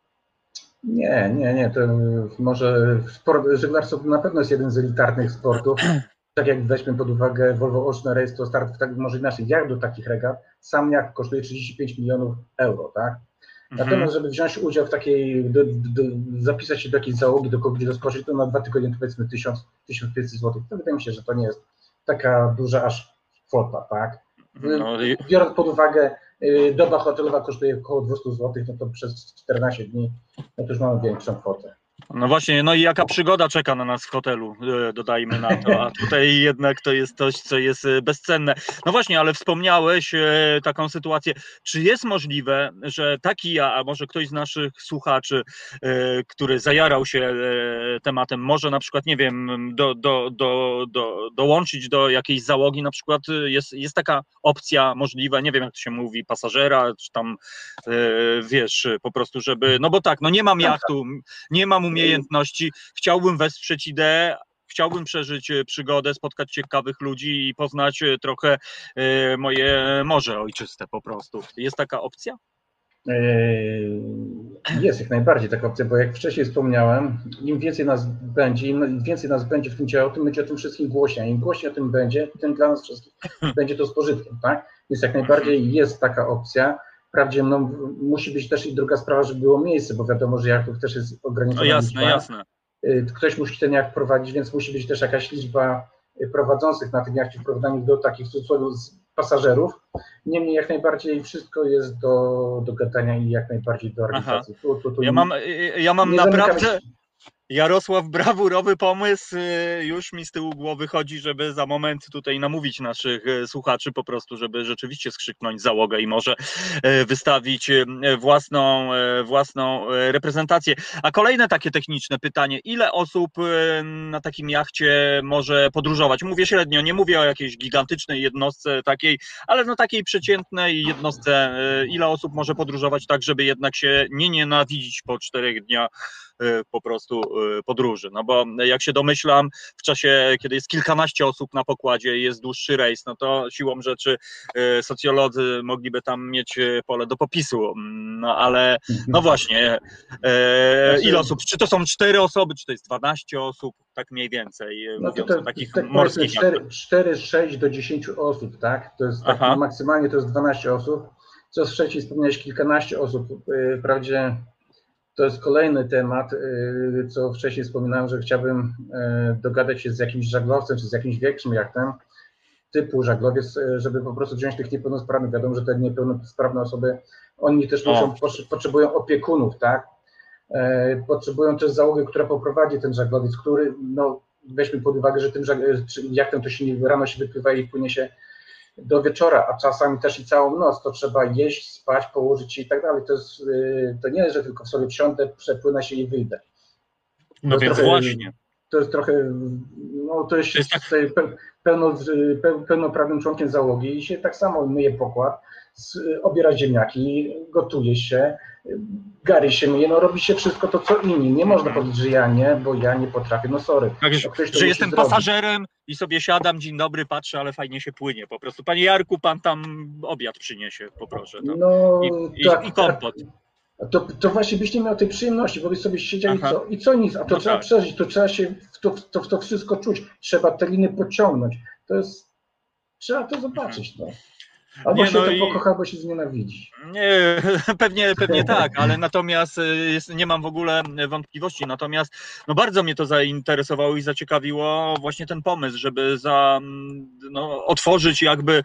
Nie, nie, nie, to może sport, żeglarstwo na pewno jest jeden z elitarnych sportów. Tak jak weźmy pod uwagę Volvo Ocean Race, to start tak, może inaczej, jak do takich regat, sam jak kosztuje trzydzieści pięć milionów euro, tak? Natomiast, żeby wziąć udział w takiej, do, do, zapisać się do jakiejś załogi, do kogoś doskoczyć, to na dwa tygodnie to powiedzmy tysiąc, tysiąc pięćset złotych. To wydaje mi się, że to nie jest taka duża aż kwota, tak? No i... Biorąc pod uwagę, doba hotelowa kosztuje około dwieście złotych, no to przez czternaście dni, no to już mamy większą kwotę. No właśnie, no i jaka przygoda czeka na nas w hotelu, dodajmy na to, a tutaj jednak to jest coś, co jest bezcenne. No właśnie, ale wspomniałeś taką sytuację, czy jest możliwe, że taki ja, a może ktoś z naszych słuchaczy, który zajarał się tematem, może na przykład, nie wiem, do, do, do, do, dołączyć do jakiejś załogi, na przykład jest, jest taka opcja możliwa, nie wiem jak to się mówi, pasażera, czy tam, wiesz, po prostu, żeby, no bo tak, no nie mam jachtu, nie mam umiejętności, chciałbym wesprzeć ideę, chciałbym przeżyć przygodę, spotkać ciekawych ludzi i poznać trochę moje morze ojczyste po prostu. Jest taka opcja? Jest jak najbardziej taka opcja, bo jak wcześniej wspomniałem, im więcej nas będzie, im więcej nas będzie w tym działo, tym będzie o tym wszystkim głośniej. Im głośniej o tym będzie, tym dla nas wszystkich będzie to z pożytkiem, tak? Więc jak najbardziej jest taka opcja. Wprawdzie no, musi być też i druga sprawa, żeby było miejsce, bo wiadomo, że jachtów też jest ograniczona no jasne, liczba. Jasne. Ktoś musi ten jacht prowadzić, więc musi być też jakaś liczba prowadzących na tym jachcie w porównaniu do takich w cudzysłowie pasażerów. Niemniej jak najbardziej wszystko jest do, do gadania i jak najbardziej do organizacji. Tu, tu, tu ja mam, ja mam naprawdę... Jarosław, brawurowy pomysł, już mi z tyłu głowy chodzi, żeby za moment tutaj namówić naszych słuchaczy po prostu, żeby rzeczywiście skrzyknąć załogę i może wystawić własną, własną reprezentację. A kolejne takie techniczne pytanie, ile osób na takim jachcie może podróżować? Mówię średnio, nie mówię o jakiejś gigantycznej jednostce takiej, ale no takiej przeciętnej jednostce, ile osób może podróżować tak, żeby jednak się nie nienawidzić po czterech dniach po prostu podróży, no bo jak się domyślam, w czasie, kiedy jest kilkanaście osób na pokładzie i jest dłuższy rejs, no to siłą rzeczy socjolodzy mogliby tam mieć pole do popisu, no ale no właśnie, e, ile osób, czy to są cztery osoby, czy to jest dwanaście osób, tak mniej więcej, no mówiąc to, to, o takich tak morskich cztery, sześć do dziesięciu osób, tak, to jest tak, maksymalnie to jest dwanaście osób, co wcześniej wspomniałeś kilkanaście osób, wprawdzie to jest kolejny temat, co wcześniej wspominałem, że chciałbym dogadać się z jakimś żaglowcem, czy z jakimś większym jachtem, typu żaglowiec, żeby po prostu wziąć tych niepełnosprawnych. Wiadomo, że te niepełnosprawne osoby, oni też muszą, potrzebują opiekunów, tak? Potrzebują też załogi, która poprowadzi ten żaglowiec, który, no weźmy pod uwagę, że tym jachtem to się rano się wypływa i płynie się do wieczora, a czasami też i całą noc, to trzeba jeść, spać, położyć się i tak dalej. To jest, to nie jest, że tylko w sobie wsiądę, przepłynę się i wyjdę. No więc trochę, właśnie. To jest trochę, no to jest, to jest tak... pełno, pełnoprawnym członkiem załogi i się tak samo myje pokład, obiera ziemniaki, gotuje się, gary się myje, no robi się wszystko to, co inni. Nie można powiedzieć, że ja nie, bo ja nie potrafię, no sorry. Tak, że że jestem zrobić. pasażerem i sobie siadam, dzień dobry, patrzę, ale fajnie się płynie po prostu. Panie Jarku, pan tam obiad przyniesie, poproszę. Tam. No, I, tak, i, i kompot. To, to właśnie byś nie miał tej przyjemności, bo byś sobie siedział i co, i co nic, a to no trzeba tak. przeżyć, to trzeba się w to, to, w to wszystko czuć, trzeba te liny pociągnąć, to jest, trzeba to zobaczyć, no. Albo nie, się no to i... pokocha, albo się znienawidzi. Nie, pewnie, pewnie tak, ale natomiast jest, nie mam w ogóle wątpliwości, natomiast no bardzo mnie to zainteresowało i zaciekawiło właśnie ten pomysł, żeby za, no, otworzyć jakby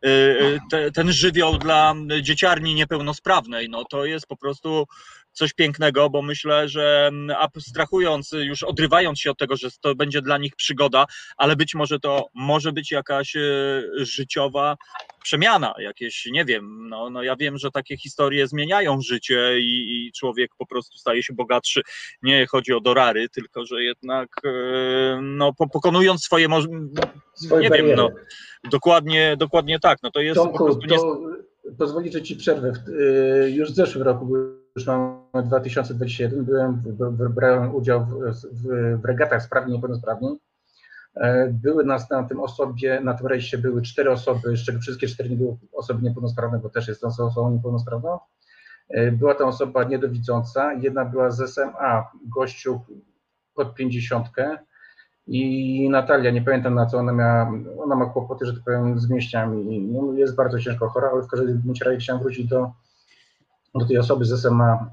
te, ten żywioł dla dzieciarni niepełnosprawnej, no to jest po prostu coś pięknego, bo myślę, że abstrahując, już odrywając się od tego, że to będzie dla nich przygoda, ale być może to może być jakaś życiowa przemiana, jakieś, nie wiem, no, no ja wiem, że takie historie zmieniają życie i, i człowiek po prostu staje się bogatszy. Nie chodzi o dorary, tylko że jednak no, pokonując swoje, swoje nie bariery. wiem, no, dokładnie, dokładnie tak, no to jest Tomku, po prostu... Nie... To pozwoli, że ci przerwę. Już w zeszłym roku, już mamy dwa tysiące dwudziesty pierwszy, byłem, brałem udział w, w, w regatach sprawnie niepełnosprawni. Były nas na tym osobie, na tym rejsie były cztery osoby, z czego wszystkie cztery nie były osoby niepełnosprawne, bo też jestem osobą niepełnosprawną. Była tam osoba niedowidząca, jedna była z S M A, gościu pod pięćdziesiątkę i Natalia, nie pamiętam na co ona miała, ona ma kłopoty, że tak powiem, z mięśniami, no, jest bardzo ciężko chora, ale w każdym razie chciałem wrócić do, do tej osoby z S M A.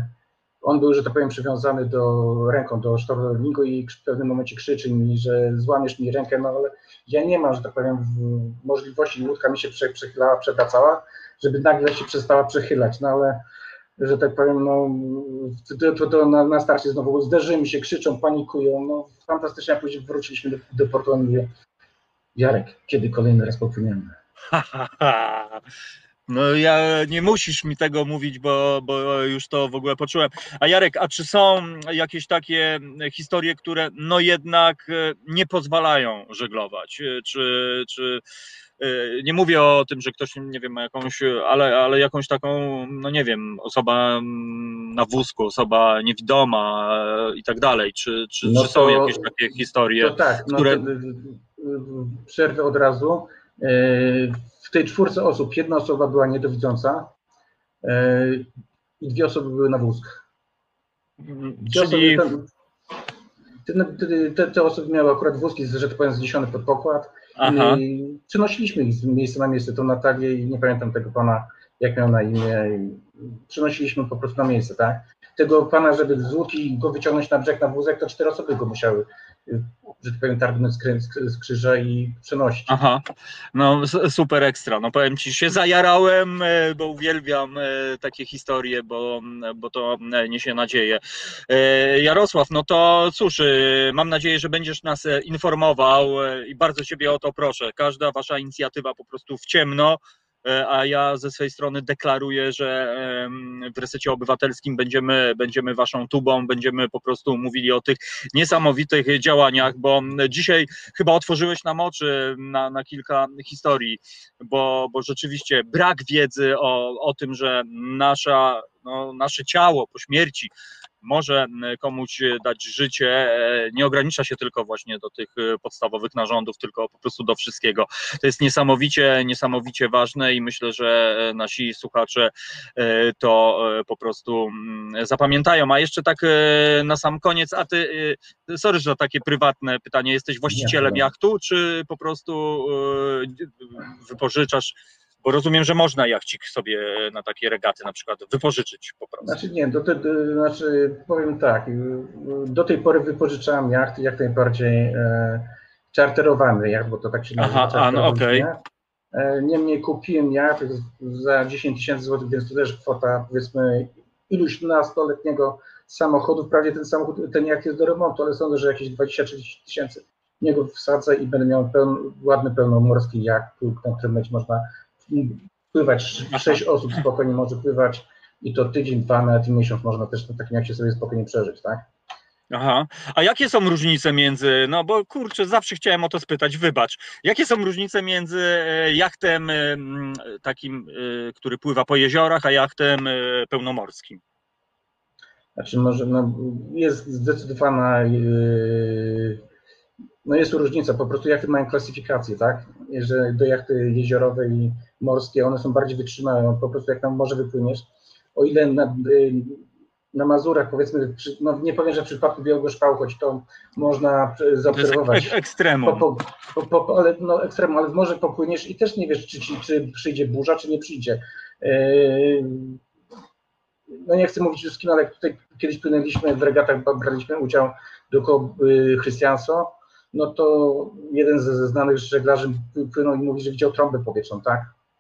On był, że tak powiem, przywiązany do ręką do sztorownika i w pewnym momencie krzyczy mi, że złamiesz mi rękę, no ale ja nie mam, że tak powiem, możliwości, łódka mi się przechylała, przewracała, żeby nagle się przestała przechylać, no ale, że tak powiem, no to, to, to na, na starcie znowu zderzymy się, krzyczą, panikują, no fantastycznie, a później wróciliśmy do, do portu, on mówi, Jarek, kiedy kolejny raz popłyniemy? No ja nie musisz mi tego mówić, bo, bo już to w ogóle poczułem. A Jarek, a czy są jakieś takie historie, które no jednak nie pozwalają żeglować? Czy, czy nie mówię o tym, że ktoś, nie wiem, ma jakąś, ale, ale jakąś taką, no nie wiem, osoba na wózku, osoba niewidoma i tak dalej. Czy, czy, no czy są to, jakieś takie historie, to tak, które... No to, przerwę od razu. W tej czwórce osób jedna osoba była niedowidząca i dwie osoby były na wózkach. Dwie Czyli... osoby, te, te, te osoby miały akurat wózki, że tak powiem, zniesione pod pokład. I przenosiliśmy ich z miejsca na miejsce, tą Natalię i nie pamiętam tego pana, jak miał na imię. Przenosiliśmy po prostu na miejsce, tak? Tego pana, żeby z łódki go wyciągnąć na brzeg na wózek, to cztery osoby go musiały że tak powiem, targnąć z krzyża i przenosić. Aha, no super ekstra. No powiem ci, się zajarałem, bo uwielbiam takie historie, bo, bo to niesie nadzieję. Jarosław, no to cóż, mam nadzieję, że będziesz nas informował i bardzo ciebie o to proszę. Każda wasza inicjatywa po prostu w ciemno, a ja ze swojej strony deklaruję, że w Resecie Obywatelskim będziemy, będziemy waszą tubą, będziemy po prostu mówili o tych niesamowitych działaniach, bo dzisiaj chyba otworzyłeś nam oczy na, na kilka historii, bo, bo rzeczywiście brak wiedzy o, o tym, że nasza, no, nasze ciało po śmierci może komuś dać życie, nie ogranicza się tylko właśnie do tych podstawowych narządów, tylko po prostu do wszystkiego. To jest niesamowicie, niesamowicie ważne i myślę, że nasi słuchacze to po prostu zapamiętają. A jeszcze tak na sam koniec, a ty, sorry, że takie prywatne pytanie, jesteś właścicielem jachtu, czy po prostu wypożyczasz? Bo rozumiem, że można jachcik sobie na takie regaty na przykład wypożyczyć po prostu. Znaczy nie, do te, do, znaczy powiem tak, do tej pory wypożyczałem jachty jak najbardziej e, czarterowany jacht, bo to tak się nazywa. Aha, a no okej. Okay. E, niemniej kupiłem jacht za dziesięć tysięcy złotych, więc to też kwota powiedzmy iluś nastoletniego samochodu. Wprawdzie ten samochód, ten jacht jest do remontu, ale sądzę, że jakieś dwadzieścia trzydzieści tysięcy niego wsadzę i będę miał pełny, ładny, pełnomorski jacht, na którym będzie można pływać, sześć osób spokojnie może pływać i to tydzień, dwa, nawet i miesiąc można też na takim jakcie sobie spokojnie przeżyć, tak? Aha, a jakie są różnice między, no bo kurczę, zawsze chciałem o to spytać, wybacz, jakie są różnice między jachtem takim, który pływa po jeziorach, a jachtem pełnomorskim? Znaczy może, no, jest zdecydowana, yy, no jest różnica, po prostu jachty mają klasyfikację, tak? Że do jachty jeziorowe i morskie, one są bardziej wytrzymałe, po prostu jak tam morze wypłyniesz, o ile na, na Mazurach powiedzmy, no nie powiem, że w przypadku Białego Szpału, choć to można zaobserwować. To ekstremum. Po, po, po, po, ale, no ekstremum, ale w morze popłyniesz i też nie wiesz, czy, czy, czy przyjdzie burza, czy nie przyjdzie. Yy, no nie chcę mówić wszystkim, ale tutaj kiedyś płynęliśmy w regatach, braliśmy udział dookoła Christiansø, no to jeden ze znanych żeglarzy płynął i mówi, że widział trąbę powietrzną, tak?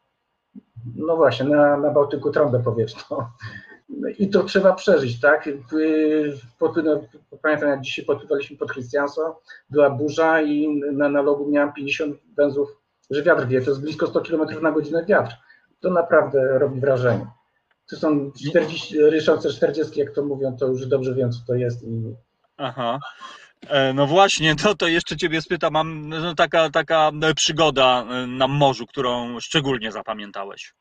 No właśnie, na, na Bałtyku trąbę powietrzną. I to trzeba przeżyć, tak? Podpłynę, pamiętam, jak dzisiaj podpływaliśmy pod Christiansø, była burza i na, na logu miałem pięćdziesiąt węzłów, że wiatr wieje, to jest blisko sto kilometrów na godzinę wiatr. To naprawdę robi wrażenie. To są czterdzieści, ryczące czterdzieści, jak to mówią, to już dobrze wiem, co to jest. I... Aha. No właśnie, to, to jeszcze ciebie spytam, mam no, taka, taka przygoda na morzu, którą szczególnie zapamiętałeś.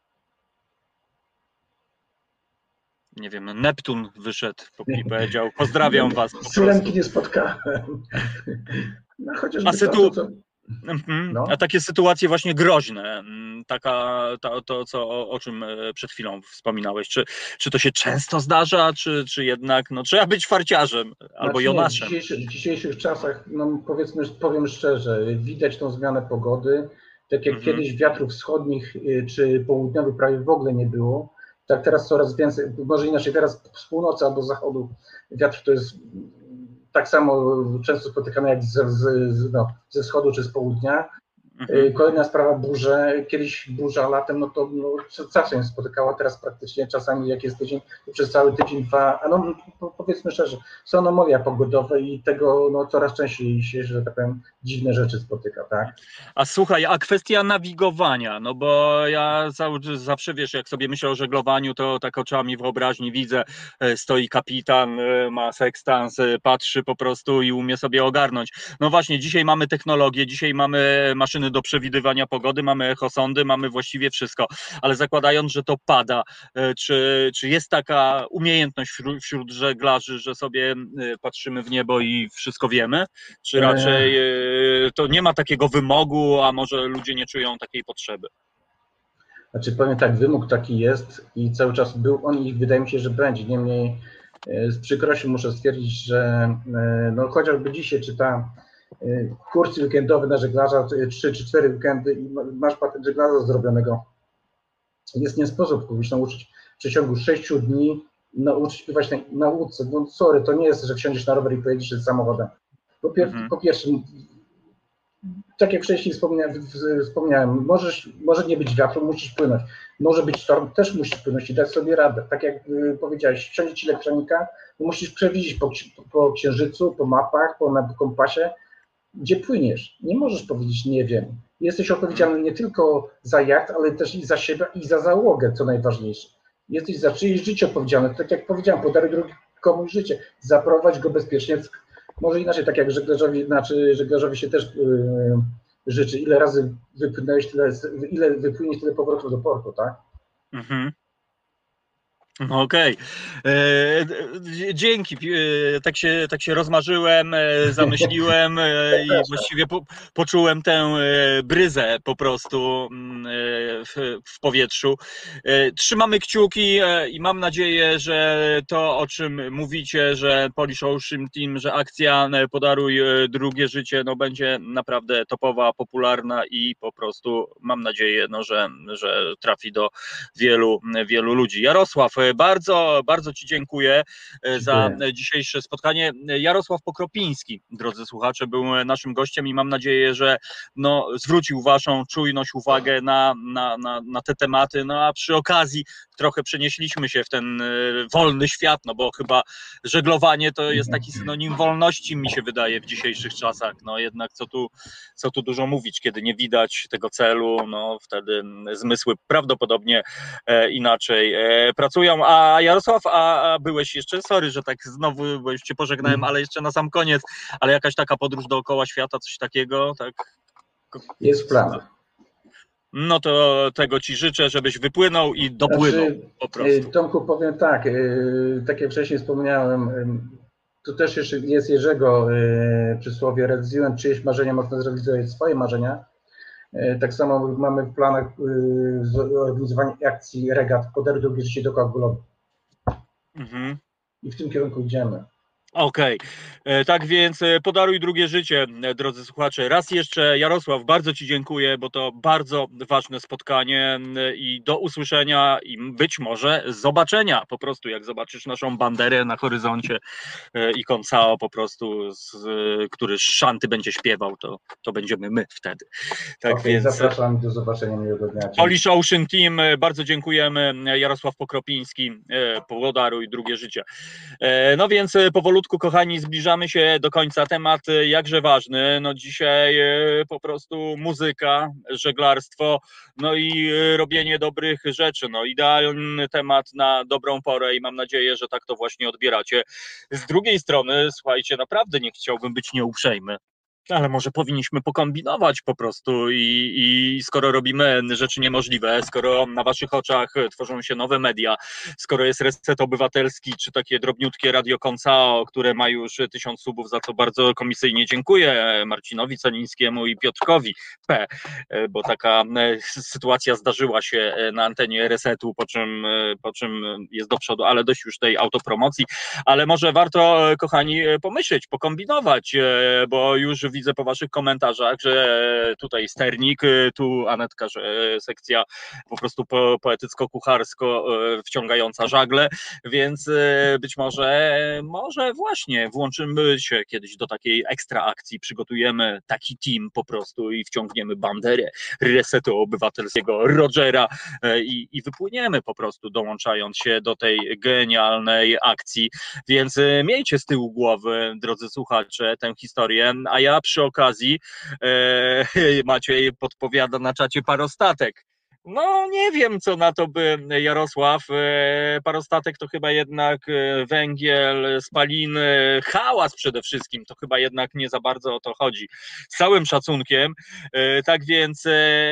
Nie wiem, Neptun wyszedł i powiedział, pozdrawiam was. Syrenki nie spotkałem. No, chociażby A, sytu... to, to... No. A takie sytuacje właśnie groźne, taka, to, to co, o, o czym przed chwilą wspominałeś, czy, czy to się często zdarza, czy, czy jednak no, trzeba być farciarzem albo znaczy, jonaszem? Nie, w, dzisiejszych, w dzisiejszych czasach, no, powiedzmy, powiem szczerze, widać tą zmianę pogody, tak jak mhm. kiedyś wiatrów wschodnich czy południowych prawie w ogóle nie było, tak teraz coraz więcej, może inaczej, teraz z północy albo z zachodu wiatr to jest tak samo często spotykane jak z, z, z, no, ze wschodu czy z południa. Mhm. Kolejna sprawa, burze. Kiedyś burza latem, no to no, zawsze się spotykała, teraz praktycznie czasami jak jest tydzień, to przez cały tydzień, dwa, a no powiedzmy szczerze, są anomalia pogodowe i tego no, coraz częściej się, że tak powiem, dziwne rzeczy spotyka, tak? A słuchaj, a kwestia nawigowania, no bo ja zawsze, wiesz, jak sobie myślę o żeglowaniu, to tak oczami wyobraźni widzę, stoi kapitan, ma sekstans, patrzy po prostu i umie sobie ogarnąć. No właśnie, dzisiaj mamy technologię, dzisiaj mamy maszyny do przewidywania pogody, mamy echosondy, mamy właściwie wszystko, ale zakładając, że to pada, czy, czy jest taka umiejętność wśród, wśród żeglarzy, że sobie patrzymy w niebo i wszystko wiemy, czy raczej to nie ma takiego wymogu, a może ludzie nie czują takiej potrzeby? Znaczy powiem tak, wymóg taki jest i cały czas był on i wydaje mi się, że będzie, niemniej z przykrością muszę stwierdzić, że no chociażby dzisiaj czytałem kurs weekendowy na żeglarza, trzy czy cztery weekendy i masz patent żeglarza zrobionego. Jest nie sposób kogoś nauczyć w przeciągu sześciu dni nauczyć pływać na, na łódce. No sorry, to nie jest, że wsiądziesz na rower i pojedziesz z samochodem. Po, pier Mhm. po pierwsze, tak jak wcześniej wspomniałem, wspomniałem możesz, może nie być wiatru, musisz płynąć. Może być sztorm, też musisz płynąć i dać sobie radę. Tak jak y, powiedziałeś, wsiądzie ci elektronika, musisz przewidzieć po, po księżycu, po mapach, po na kompasie, gdzie płyniesz. Nie możesz powiedzieć nie wiem. Jesteś odpowiedzialny nie tylko za jacht, ale też i za siebie, i za załogę, co najważniejsze. Jesteś za czyjeś życie odpowiedzialny. Tak jak powiedziałem, podaruj drugi komuś życie. Zaprowadź go bezpiecznie. Może inaczej, tak jak żeglarzowi, znaczy żeglarzowi się też yy, życzy. Ile razy wypłynąłeś, tyle, ile wypłyniesz, tyle powrotów do portu, tak? Mhm. Okej. Okay. Dzięki. E, tak, się, tak się rozmarzyłem, e, zamyśliłem e, i właściwie po, poczułem tę e, bryzę po prostu e, w, w powietrzu. E, trzymamy kciuki e, i mam nadzieję, że to, o czym mówicie, że Polish Ocean Team, że akcja Podaruj drugie życie, no, będzie naprawdę topowa, popularna i po prostu mam nadzieję, no, że, że trafi do wielu, wielu ludzi. Jarosław, bardzo, bardzo Ci dziękuję, dziękuję za dzisiejsze spotkanie. Jarosław Pokropiński, drodzy słuchacze, był naszym gościem i mam nadzieję, że no, zwrócił Waszą czujność, uwagę na, na, na, na te tematy, no a przy okazji trochę przenieśliśmy się w ten wolny świat, no bo chyba żeglowanie to jest taki synonim wolności, mi się wydaje, w dzisiejszych czasach. No jednak co tu, co tu dużo mówić, kiedy nie widać tego celu, no wtedy zmysły prawdopodobnie e, inaczej e, pracują. A Jarosław, a, a byłeś jeszcze, sorry, że tak znowu, bo już Cię pożegnałem, ale jeszcze na sam koniec, ale jakaś taka podróż dookoła świata, coś takiego, tak? Jest w planach. No to tego Ci życzę, żebyś wypłynął i dopłynął znaczy, po prostu. Tomku, powiem tak, tak jak wcześniej wspomniałem, tu też jeszcze jest Jerzego przysłowie, realizując czyjeś marzenia, można zrealizować swoje marzenia. Tak samo mamy w planach zorganizowanie akcji regat Podaruj drugie życie dookoła globu. Mhm. I w tym kierunku idziemy. Okej, okay. Tak więc Podaruj drugie życie, drodzy słuchacze. Raz jeszcze Jarosław, bardzo Ci dziękuję, bo to bardzo ważne spotkanie i do usłyszenia i być może zobaczenia po prostu, jak zobaczysz naszą banderę na horyzoncie i Konsao po prostu, z, który szanty będzie śpiewał, to, to będziemy my wtedy. Tak okay, więc zapraszam, do zobaczenia, miłego dnia. Polish Ocean Team, bardzo dziękujemy. Jarosław Pokropiński, Podaruj drugie życie. No więc powolutku, kochani, zbliżamy się do końca. Temat jakże ważny. No dzisiaj po prostu muzyka, żeglarstwo, no i robienie dobrych rzeczy. No idealny temat na dobrą porę i mam nadzieję, że tak to właśnie odbieracie. Z drugiej strony, słuchajcie, naprawdę nie chciałbym być nieuprzejmy, ale może powinniśmy pokombinować po prostu i, i skoro robimy rzeczy niemożliwe, skoro na waszych oczach tworzą się nowe media, skoro jest Reset Obywatelski, czy takie drobniutkie Radio Konsao, które ma już tysiąc subów, za co bardzo komisyjnie dziękuję Marcinowi Celińskiemu i Piotrkowi P, bo taka sytuacja zdarzyła się na antenie Resetu, po czym, po czym jest do przodu, ale dość już tej autopromocji, ale może warto, kochani, pomyśleć, pokombinować, bo już widzę po waszych komentarzach, że tutaj sternik, tu Anetka, że sekcja po prostu po, poetycko-kucharsko wciągająca żagle, więc być może, może właśnie włączymy się kiedyś do takiej ekstra akcji, przygotujemy taki team po prostu i wciągniemy banderę Resetu Obywatelskiego, Rogera i, i wypłyniemy po prostu, dołączając się do tej genialnej akcji, więc miejcie z tyłu głowy, drodzy słuchacze, tę historię, a ja przy okazji e, Maciej podpowiada na czacie parostatek. No nie wiem, co na to by Jarosław. Parostatek to chyba jednak węgiel, spaliny, hałas przede wszystkim. To chyba jednak nie za bardzo o to chodzi. Z całym szacunkiem. Tak więc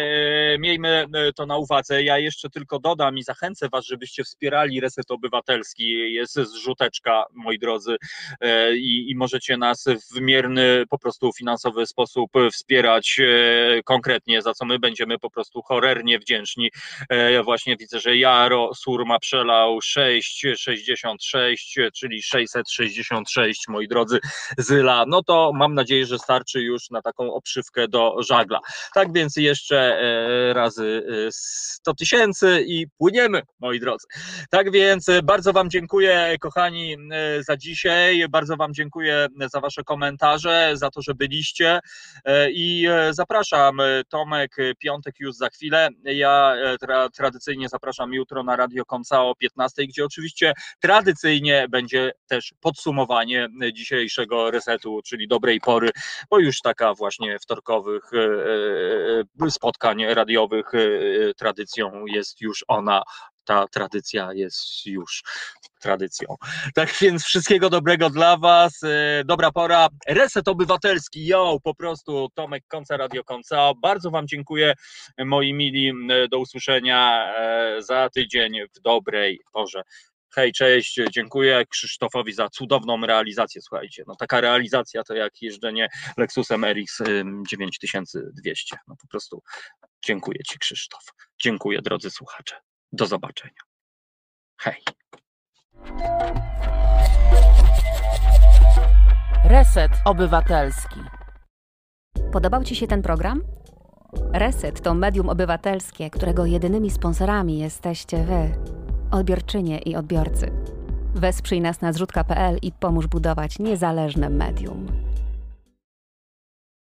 miejmy to na uwadze. Ja jeszcze tylko dodam i zachęcę was, żebyście wspierali Reset Obywatelski. Jest zrzuteczka, moi drodzy, i, i możecie nas w wymierny, po prostu finansowy sposób wspierać konkretnie, za co my będziemy po prostu cholernie wdzięczni. wdzięczni. Właśnie widzę, że Jaro Surma przelał sześć sześćdziesiąt sześć, czyli sześćset sześćdziesiąt sześć, moi drodzy, Zyla. No to mam nadzieję, że starczy już na taką obszywkę do żagla. Tak więc jeszcze razy sto tysięcy i płyniemy, moi drodzy. Tak więc bardzo wam dziękuję, kochani, za dzisiaj. Bardzo wam dziękuję za wasze komentarze, za to, że byliście i zapraszam. Tomek, piątek już za chwilę. Ja tra tradycyjnie zapraszam jutro na Radio Konca o piętnastej, gdzie oczywiście tradycyjnie będzie też podsumowanie dzisiejszego resetu, czyli dobrej pory, bo już taka właśnie wtorkowych spotkań radiowych tradycją jest już ona. Ta tradycja jest już tradycją. Tak więc wszystkiego dobrego dla was. Dobra pora. Reset Obywatelski. Yo, po prostu Tomek Konca, Radio Konca. Bardzo wam dziękuję, moi mili. Do usłyszenia za tydzień w dobrej porze. Hej, cześć, dziękuję Krzysztofowi za cudowną realizację, słuchajcie, no taka realizacja to jak jeżdżenie Lexusem R X dziewięć tysięcy dwieście, no po prostu dziękuję ci, Krzysztof, dziękuję, drodzy słuchacze, do zobaczenia, hej. Reset Obywatelski. Podobał ci się ten program? Reset to medium obywatelskie, którego jedynymi sponsorami jesteście wy, odbiorczynie i odbiorcy. Wesprzyj nas na zrzutka kropka p l i pomóż budować niezależne medium.